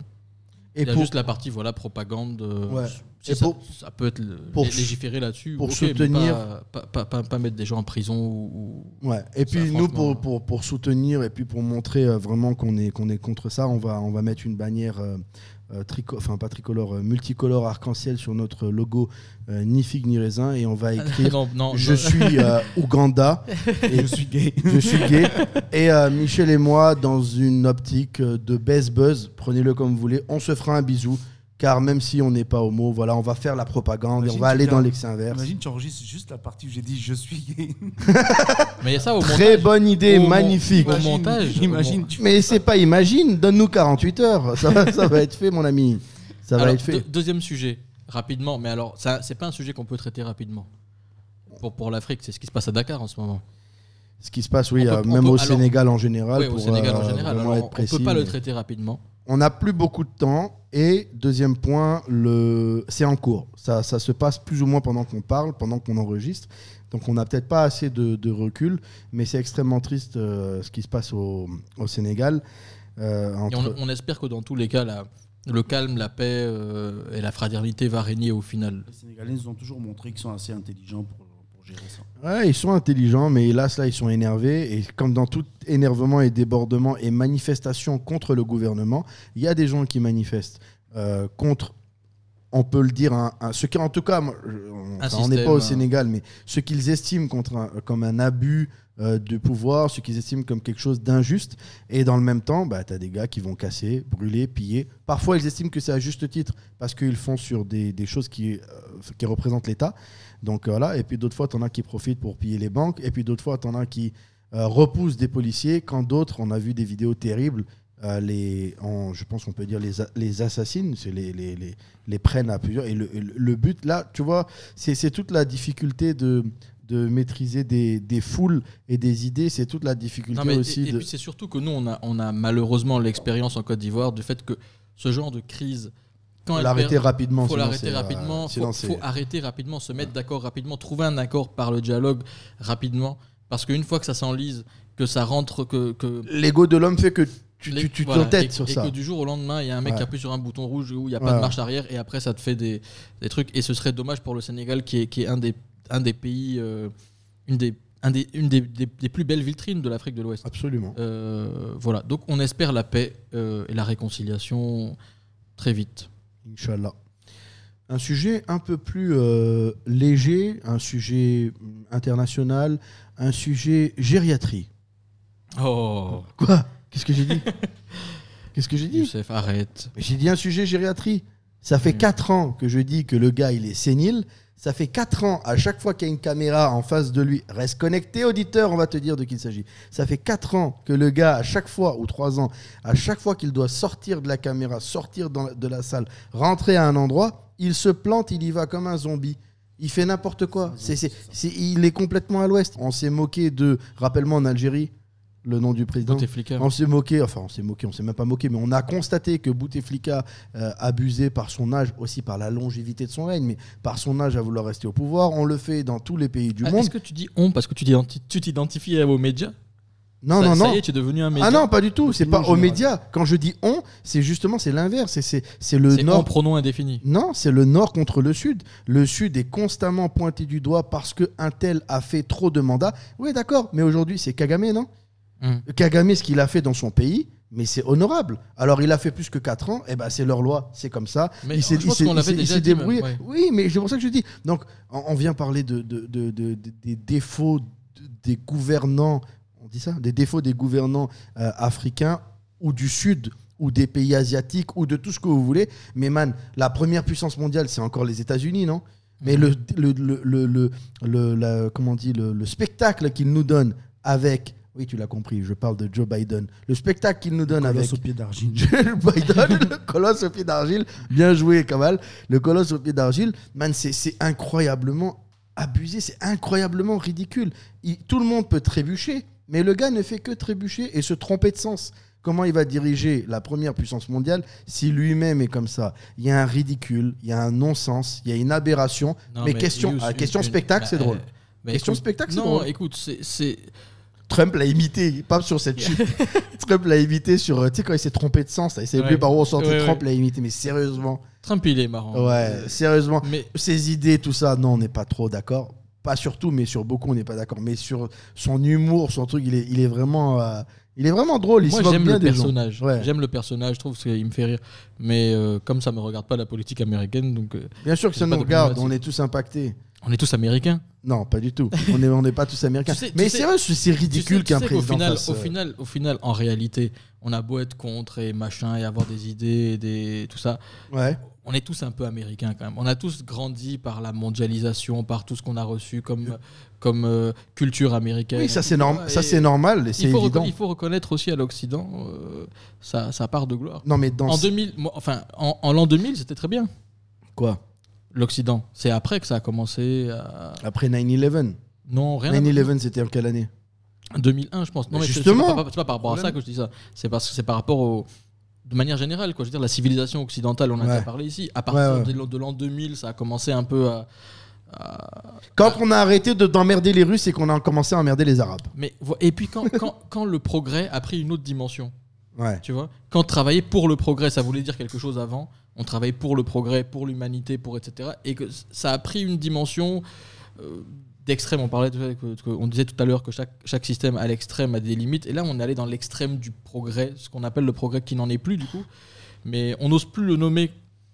Et il y a pour- juste la partie voilà propagande. euh, Ouais. si Et ça, pour- ça peut être le- pour- légiférer là-dessus. pour ok, mais soutenir- pas, pas, pas, pas mettre des gens en prison ou. ou- Ouais. Et Ça, puis nous, franchement- pour, pour, pour soutenir et puis pour montrer euh, vraiment qu'on est, qu'on est contre ça, on va, on va mettre une bannière, euh, euh, trico- enfin pas tricolore, euh, multicolore arc-en-ciel sur notre logo, euh, ni figue ni raisin, et on va écrire non, non, je non. suis euh, Ouganda et je suis gay. Je suis gay. Et euh, Michel et moi, dans une optique euh, de best buzz, prenez-le comme vous voulez, on se fera un bisou. Car même si on n'est pas homo, voilà, on va faire la propagande et Imagine, on va tu aller viens- dans l'excès inverse. Imagine, tu enregistres juste la partie où j'ai dit je suis gay. Mais il y a ça au Très montage. bonne idée, Au mon- magnifique. Au montage. Imagine, au mon- tu Mais c'est pas imagine, donne-nous quarante-huit heures. Ça va, ça va être fait, mon ami. Ça va Alors, être fait. deux- deuxième sujet, rapidement. Mais alors, ça, c'est pas un sujet qu'on peut traiter rapidement. Pour, pour l'Afrique, c'est ce qui se passe à Dakar en ce moment. Ce qui se passe, oui, On peut- euh, on même peut- au alors- Sénégal en général. Oui, au pour, Sénégal en euh, général. vraiment Alors, être précis, on peut pas le mais- traiter rapidement. On n'a plus beaucoup de temps. Et deuxième point, le... c'est en cours. Ça, ça se passe plus ou moins pendant qu'on parle, pendant qu'on enregistre. Donc on n'a peut-être pas assez de, de recul, mais c'est extrêmement triste euh, ce qui se passe au, au Sénégal. Euh, Et entre- on, on espère que dans tous les cas, la- le calme, la paix euh, et la fraternité va régner au final. Les Sénégalais nous ont toujours montré qu'ils sont assez intelligents pour, pour gérer ça. Ouais, ils sont intelligents, mais hélas, là, ils sont énervés. Et comme dans tout énervement et débordement et manifestation contre le gouvernement, il y a des gens qui manifestent euh, contre on peut le dire, un, un, ce qui en tout cas, moi, on- enfin, on n'est pas au Sénégal, mais ce qu'ils estiment contre un- comme un abus euh, de pouvoir, ce qu'ils estiment comme quelque chose d'injuste, et dans le même temps, bah, tu as des gars qui vont casser, brûler, piller. Parfois, ils estiment que c'est à juste titre parce qu'ils font sur des, des choses qui, euh, qui représentent l'État. Donc euh, voilà, et puis d'autres fois, tu en as qui profitent pour piller les banques, et puis d'autres fois, tu en as qui euh, repoussent des policiers, quand d'autres, on a vu des vidéos terribles. Euh, les, en, je pense qu'on peut dire les, a- les assassines, c'est les, les, les, les prennent à plusieurs. Et le, le, le but, là, tu vois, c'est, c'est toute la difficulté de, de maîtriser des, des foules et des idées. C'est toute la difficulté Non, mais aussi. et, et de... puis c'est surtout que nous, on a, on a malheureusement l'expérience en Côte d'Ivoire du fait que ce genre de crise, quand Faut elle l'arrêter perd- rapidement. faut sinon l'arrêter c'est, euh, rapidement, sinon faut, c'est- faut arrêter rapidement, se mettre d'accord rapidement, trouver un accord par le dialogue rapidement, parce qu'une fois que ça s'enlise, que ça rentre, que, que L'ego de l'homme fait que tu, les- tu, tu voilà, t'entêtes et, sur et ça. que du jour au lendemain, il y a un mec Ouais. qui appuie sur un bouton rouge où il n'y a pas Ouais. de marche arrière, et après ça te fait des, des trucs. Et ce serait dommage pour le Sénégal, qui est, qui est un, des, un des pays, euh, une, des, un des, une des, des, des plus belles vitrines de l'Afrique de l'Ouest. Absolument. Euh, voilà, donc on espère la paix euh, et la réconciliation très vite. Inch'Allah. Un sujet un peu plus euh, léger, un sujet hum, international, un sujet gériatrie. Oh, Quoi ? Qu'est-ce que j'ai dit ? Qu'est-ce que j'ai dit ? Youssef, arrête. J'ai dit un sujet gériatrie. Ça fait Mm. quatre ans que je dis que le gars, il est sénile. Ça fait quatre ans, à chaque fois qu'il y a une caméra en face de lui, reste connecté, auditeur, on va te dire de qui il s'agit. Ça fait quatre ans que le gars, à chaque fois, ou trois ans, à chaque fois qu'il doit sortir de la caméra, sortir dans la- de la salle, rentrer à un endroit, il se plante, il y va comme un zombie. Il fait n'importe quoi. C'est, c'est, c'est- il est complètement à l'ouest. On s'est moqué de, rappelle-moi en Algérie, le nom du président. Bouteflika. On s'est moqué, enfin on s'est moqué, on s'est même pas moqué, mais on a constaté que Bouteflika euh, abusait par son âge, aussi par la longévité de son règne, mais par son âge à vouloir rester au pouvoir. On le fait dans tous les pays du Ah, monde. est-ce que tu dis on parce que tu t'identi- tu t'identifies aux médias? Non, ça, non, ça non. y est, tu es devenu un média. Ah non, pas du tout. C'est L'opinion pas aux générale. médias. Quand je dis on, c'est justement c'est l'inverse. C'est, c'est, c'est le C'est en nord. pronom indéfini. Non, c'est le nord contre le sud. Le sud est constamment pointé du doigt parce qu'un tel a fait trop de mandats. Oui, d'accord, mais aujourd'hui c'est Kagame, non? Hum. Kagame, ce qu'il a fait dans son pays, mais c'est honorable. Alors, il a fait plus que quatre ans, et ben c'est leur loi, c'est comme ça. Mais il s'est, je pense il s'est- qu'on il l'avait s'est- il déjà s'est dit même, débrouillé. ouais. Oui, mais c'est pour ça que je dis. Donc, on, on vient parler de, de- de- de- de- des défauts de- des gouvernants, on dit ça, des défauts des gouvernants euh, africains ou du Sud ou des pays asiatiques ou de tout ce que vous voulez. Mais man, la première puissance mondiale, c'est encore les États-Unis, non? Mais le, le, le, le, le- le- la- comment on dit, le, le spectacle qu'ils nous donnent avec, oui tu l'as compris, je parle de Joe Biden, le spectacle qu'il nous donne avec Colosse au pied d'argile. Joe Biden, le colosse au pied d'argile, bien joué Kamal, le colosse au pied d'argile, man c'est, c'est incroyablement abusé, c'est incroyablement ridicule. Il- tout le monde peut trébucher, mais le gars ne fait que trébucher et se tromper de sens. Comment il va diriger la première puissance mondiale si lui-même est comme ça? Il y a un ridicule, il y a un non-sens, il y a une aberration. Non, mais, question, Yous, ah, une- question une- spectacle, bah, c'est drôle. euh, bah, Question écoute, spectacle, c'est non, drôle. écoute, c'est, c'est- Trump l'a imité, pas sur cette chute. Trump l'a imité sur, euh, tu sais, quand il s'est trompé de sens, il s'est Ouais. plus par où on sortait, Ouais, Trump ouais. l'a imité, mais sérieusement. Trump, il est marrant. Ouais, sérieusement. Mais Ses idées, tout ça, non, on n'est pas trop d'accord. Pas sur tout, mais sur beaucoup, on n'est pas d'accord. Mais sur son humour, son truc, il est, il est vraiment, euh, il est vraiment drôle. Il moi, se moque j'aime bien le des gens. personnage. Ouais. J'aime le personnage, je trouve qu'il me fait rire. Mais euh, comme ça me regarde pas la politique américaine, donc euh, Bien sûr que ça Pas nous de regarde, problématique. on est tous impactés. on est tous américains. Non, pas du tout. On n'est on n'est pas tous américains. Tu sais- tu mais sais- c'est vrai, c'est c'est Tu ridicule sais- tu qu'un sais qu'au président final, fasse. au euh, final, au final, en réalité, on a beau être contre et machin et avoir des idées et des tout ça. Ouais. On est tous un peu américains quand même. On a tous grandi par la mondialisation, par tout ce qu'on a reçu comme, comme euh, culture américaine. Oui, ça c'est norm- Et ça c'est normal, et c'est il faut, évident. reco- il faut reconnaître aussi à l'Occident euh, sa, sa part de gloire. Non, mais dans En ce- deux mille, moi, enfin, en, en l'an deux mille, c'était très bien. quoi L'Occident. C'est après que ça a commencé à... Après nine eleven. Non, rien. à- nine eleven, c'était en quelle année? deux mille un, je pense. Non, mais c'est- Justement. C'est pas, c'est pas par rapport à ça que je dis ça. C'est parce que c'est par rapport au. De manière générale, quoi. Je veux dire, la civilisation occidentale, on en a Ouais. déjà parlé ici. À partir Ouais, ouais. de l'an- de l'an deux mille, ça a commencé un peu à. à- Quand on a arrêté de, d'emmerder les Russes et qu'on a commencé à emmerder les Arabes. Mais, vo- et puis quand, quand, quand le progrès a pris une autre dimension, Ouais. tu vois, quand travailler pour le progrès, ça voulait dire quelque chose avant, on travaillait pour le progrès, pour l'humanité, pour et cetera. Et que ça a pris une dimension euh, d'extrême. On parlait, de, que, que- on disait tout à l'heure que chaque, chaque système à l'extrême a des limites. Et là, on est allé dans l'extrême du progrès, ce qu'on appelle le progrès qui n'en est plus du coup. Mais on n'ose plus le nommer.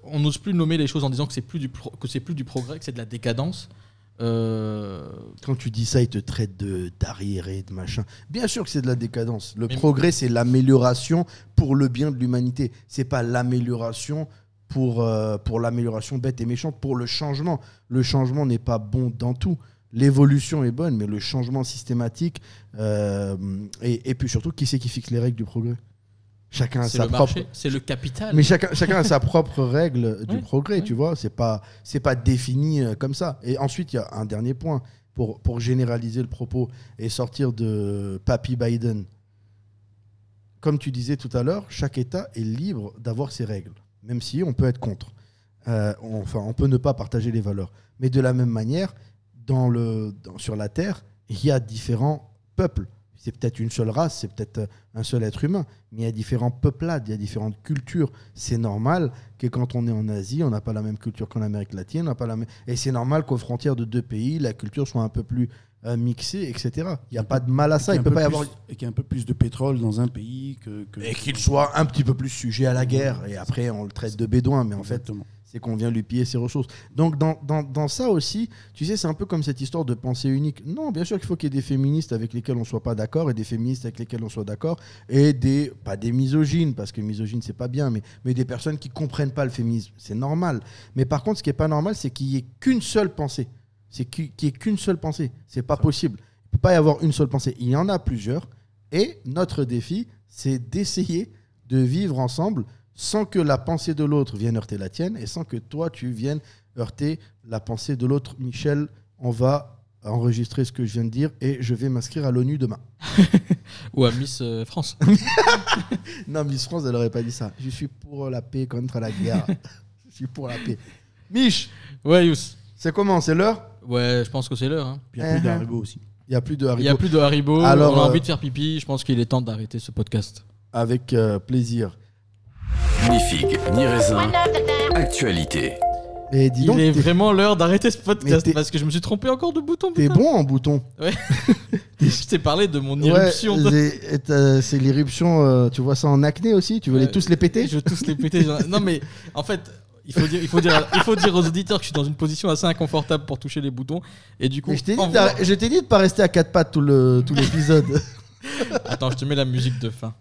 on n'ose plus nommer les choses en disant que c'est plus du pro- que c'est plus du progrès, que c'est de la décadence. Euh... Quand tu dis ça, ils te traitent de d'arriéré, de machin. Bien sûr que c'est de la décadence. Le Mais- progrès, c'est l'amélioration pour le bien de l'humanité. C'est pas l'amélioration pour, euh, pour l'amélioration bête et méchante, pour le changement. Le changement n'est pas bon dans tout. L'évolution est bonne, mais le changement systématique... Euh, et, et puis surtout, qui c'est qui fixe les règles du progrès ? Chacun a C'est sa le propre... marché, c'est le capital. Mais chacun, chacun a sa propre règle du Ouais, progrès, ouais. tu vois. C'est pas, c'est pas défini euh, comme ça. Et ensuite, il y a un dernier point pour, pour généraliser le propos et sortir de Papy Biden. Comme tu disais tout à l'heure, chaque État est libre d'avoir ses règles, même si on peut être contre. Euh, on, enfin, on peut ne pas partager les valeurs. Mais de la même manière, dans le, dans- sur la Terre, il y a différents peuples. C'est peut-être une seule race, c'est peut-être un seul être humain, mais il y a différents peuplades, il y a différentes cultures. C'est normal que quand on est en Asie, on n'a pas la même culture qu'en Amérique latine, on n'a pas la même... et c'est normal qu'aux frontières de deux pays, la culture soit un peu plus euh, mixée, et cetera. Il n'y a pas de mal à ça, il ne peut pas y avoir... Et qu'il y a un peu plus de pétrole dans un pays que... que... Et qu'il soit un petit peu plus sujet à la guerre, et après on le traite de bédouin, mais en fait... Exactement. c'est qu'on vient lui piller ses ressources. Donc dans, dans, dans ça aussi, tu sais, c'est un peu comme cette histoire de pensée unique. Non, bien sûr qu'il faut qu'il y ait des féministes avec lesquels on ne soit pas d'accord et des féministes avec lesquels on soit d'accord et des, pas des misogynes, parce que misogyne c'est pas bien, mais, mais des personnes qui comprennent pas le féminisme. C'est normal. Mais par contre, ce qui est pas normal, c'est qu'il y ait qu'une seule pensée. C'est qu'il n'y ait qu'une seule pensée. C'est pas possible. Il peut pas y avoir une seule pensée. Il y en a plusieurs. Et notre défi, c'est d'essayer de vivre ensemble sans que la pensée de l'autre vienne heurter la tienne et sans que toi, tu viennes heurter la pensée de l'autre. Michel, on va enregistrer ce que je viens de dire et je vais m'inscrire à l'ONU demain. Ou à Miss euh, France. Non, Miss France, elle n'aurait pas dit ça. Je suis pour la paix contre la guerre. Je suis pour la paix. Mich, Ouais, Yous. c'est comment? C'est l'heure? Ouais, je pense que c'est l'heure. hein. Puis il y a plus Uh-huh. d'Haribo aussi. Il n'y a plus de Il Haribo. n'y a plus de Haribo. Alors, on a euh, envie de faire pipi. Je pense qu'il est temps d'arrêter ce podcast. Avec euh, plaisir. Ni figue, ni raisin. Actualité. Et dis donc, Il est t'es- vraiment l'heure d'arrêter ce Mais podcast t'es- parce que je me suis trompé encore de bouton. t'es putain. bon en bouton. Je t'ai parlé de mon Ouais, irruption. de... c'est- et t'as- c'est l'irruption, euh, tu vois ça en acné aussi? Tu veux les Ouais. tous les péter? Je veux tous les péter. genre- Non, mais en fait, il faut, dire, il, faut dire, il faut dire aux auditeurs que je suis dans une position assez inconfortable pour toucher les boutons. Et du coup, Mais je t'ai dit, en de t'arr- je t'ai dit de pas rester à quatre pattes tout le- tout l'épisode. vrai- Attends, je te mets la musique de fin.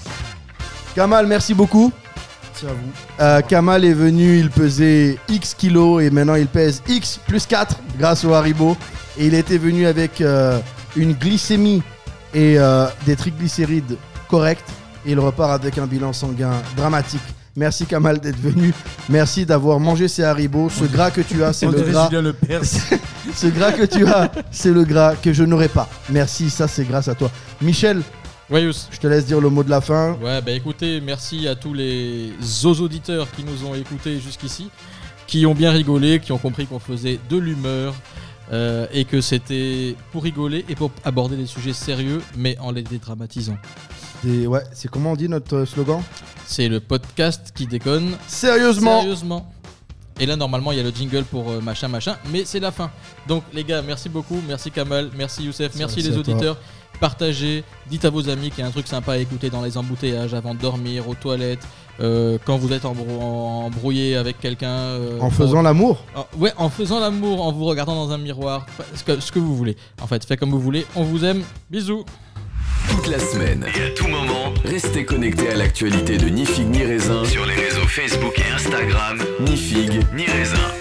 Kamal, merci beaucoup. Merci à vous. Euh, Kamal est venu, il pesait X kilos et maintenant il pèse X plus quatre grâce au Haribo. Et il était venu avec euh, une glycémie et euh, des triglycérides corrects. Et il repart avec un bilan sanguin dramatique. Merci Kamal d'être venu. Merci d'avoir mangé ces Haribo. Ce gras que tu as, c'est On le dirait gras. Julien Lepers. Ce gras que tu as, c'est le gras que je n'aurai pas. Merci, ça c'est grâce à toi. Michel, Ouais, Yous. je te laisse dire le mot de la fin. Ouais, bah écoutez, merci à tous les auditeurs qui nous ont écoutés jusqu'ici, qui ont bien rigolé, qui ont compris qu'on faisait de l'humeur euh, et que c'était pour rigoler et pour aborder des sujets sérieux, mais en les dédramatisant. Et ouais, c'est comment on dit notre slogan? C'est le podcast qui déconne Sérieusement. sérieusement. Et là, normalement, il y a le jingle pour euh, machin, machin, mais c'est la fin. Donc, les gars, merci beaucoup. Merci Kamal, merci Youssef, merci, Merci les à toi. auditeurs. Partagez, dites à vos amis qu'il y a un truc sympa à écouter dans les embouteillages, avant de dormir, aux toilettes, euh, quand vous êtes embrou- embrouillé avec quelqu'un. euh, En pour- faisant l'amour. Ah, ouais, en faisant l'amour, en vous regardant dans un miroir, ce que, ce que vous voulez. En fait, faites comme vous voulez. On vous aime. Bisous. Toute la semaine et à tout moment, restez connectés à l'actualité de Ni figue ni raisin sur les réseaux Facebook et Instagram. Ni figue ni raisin.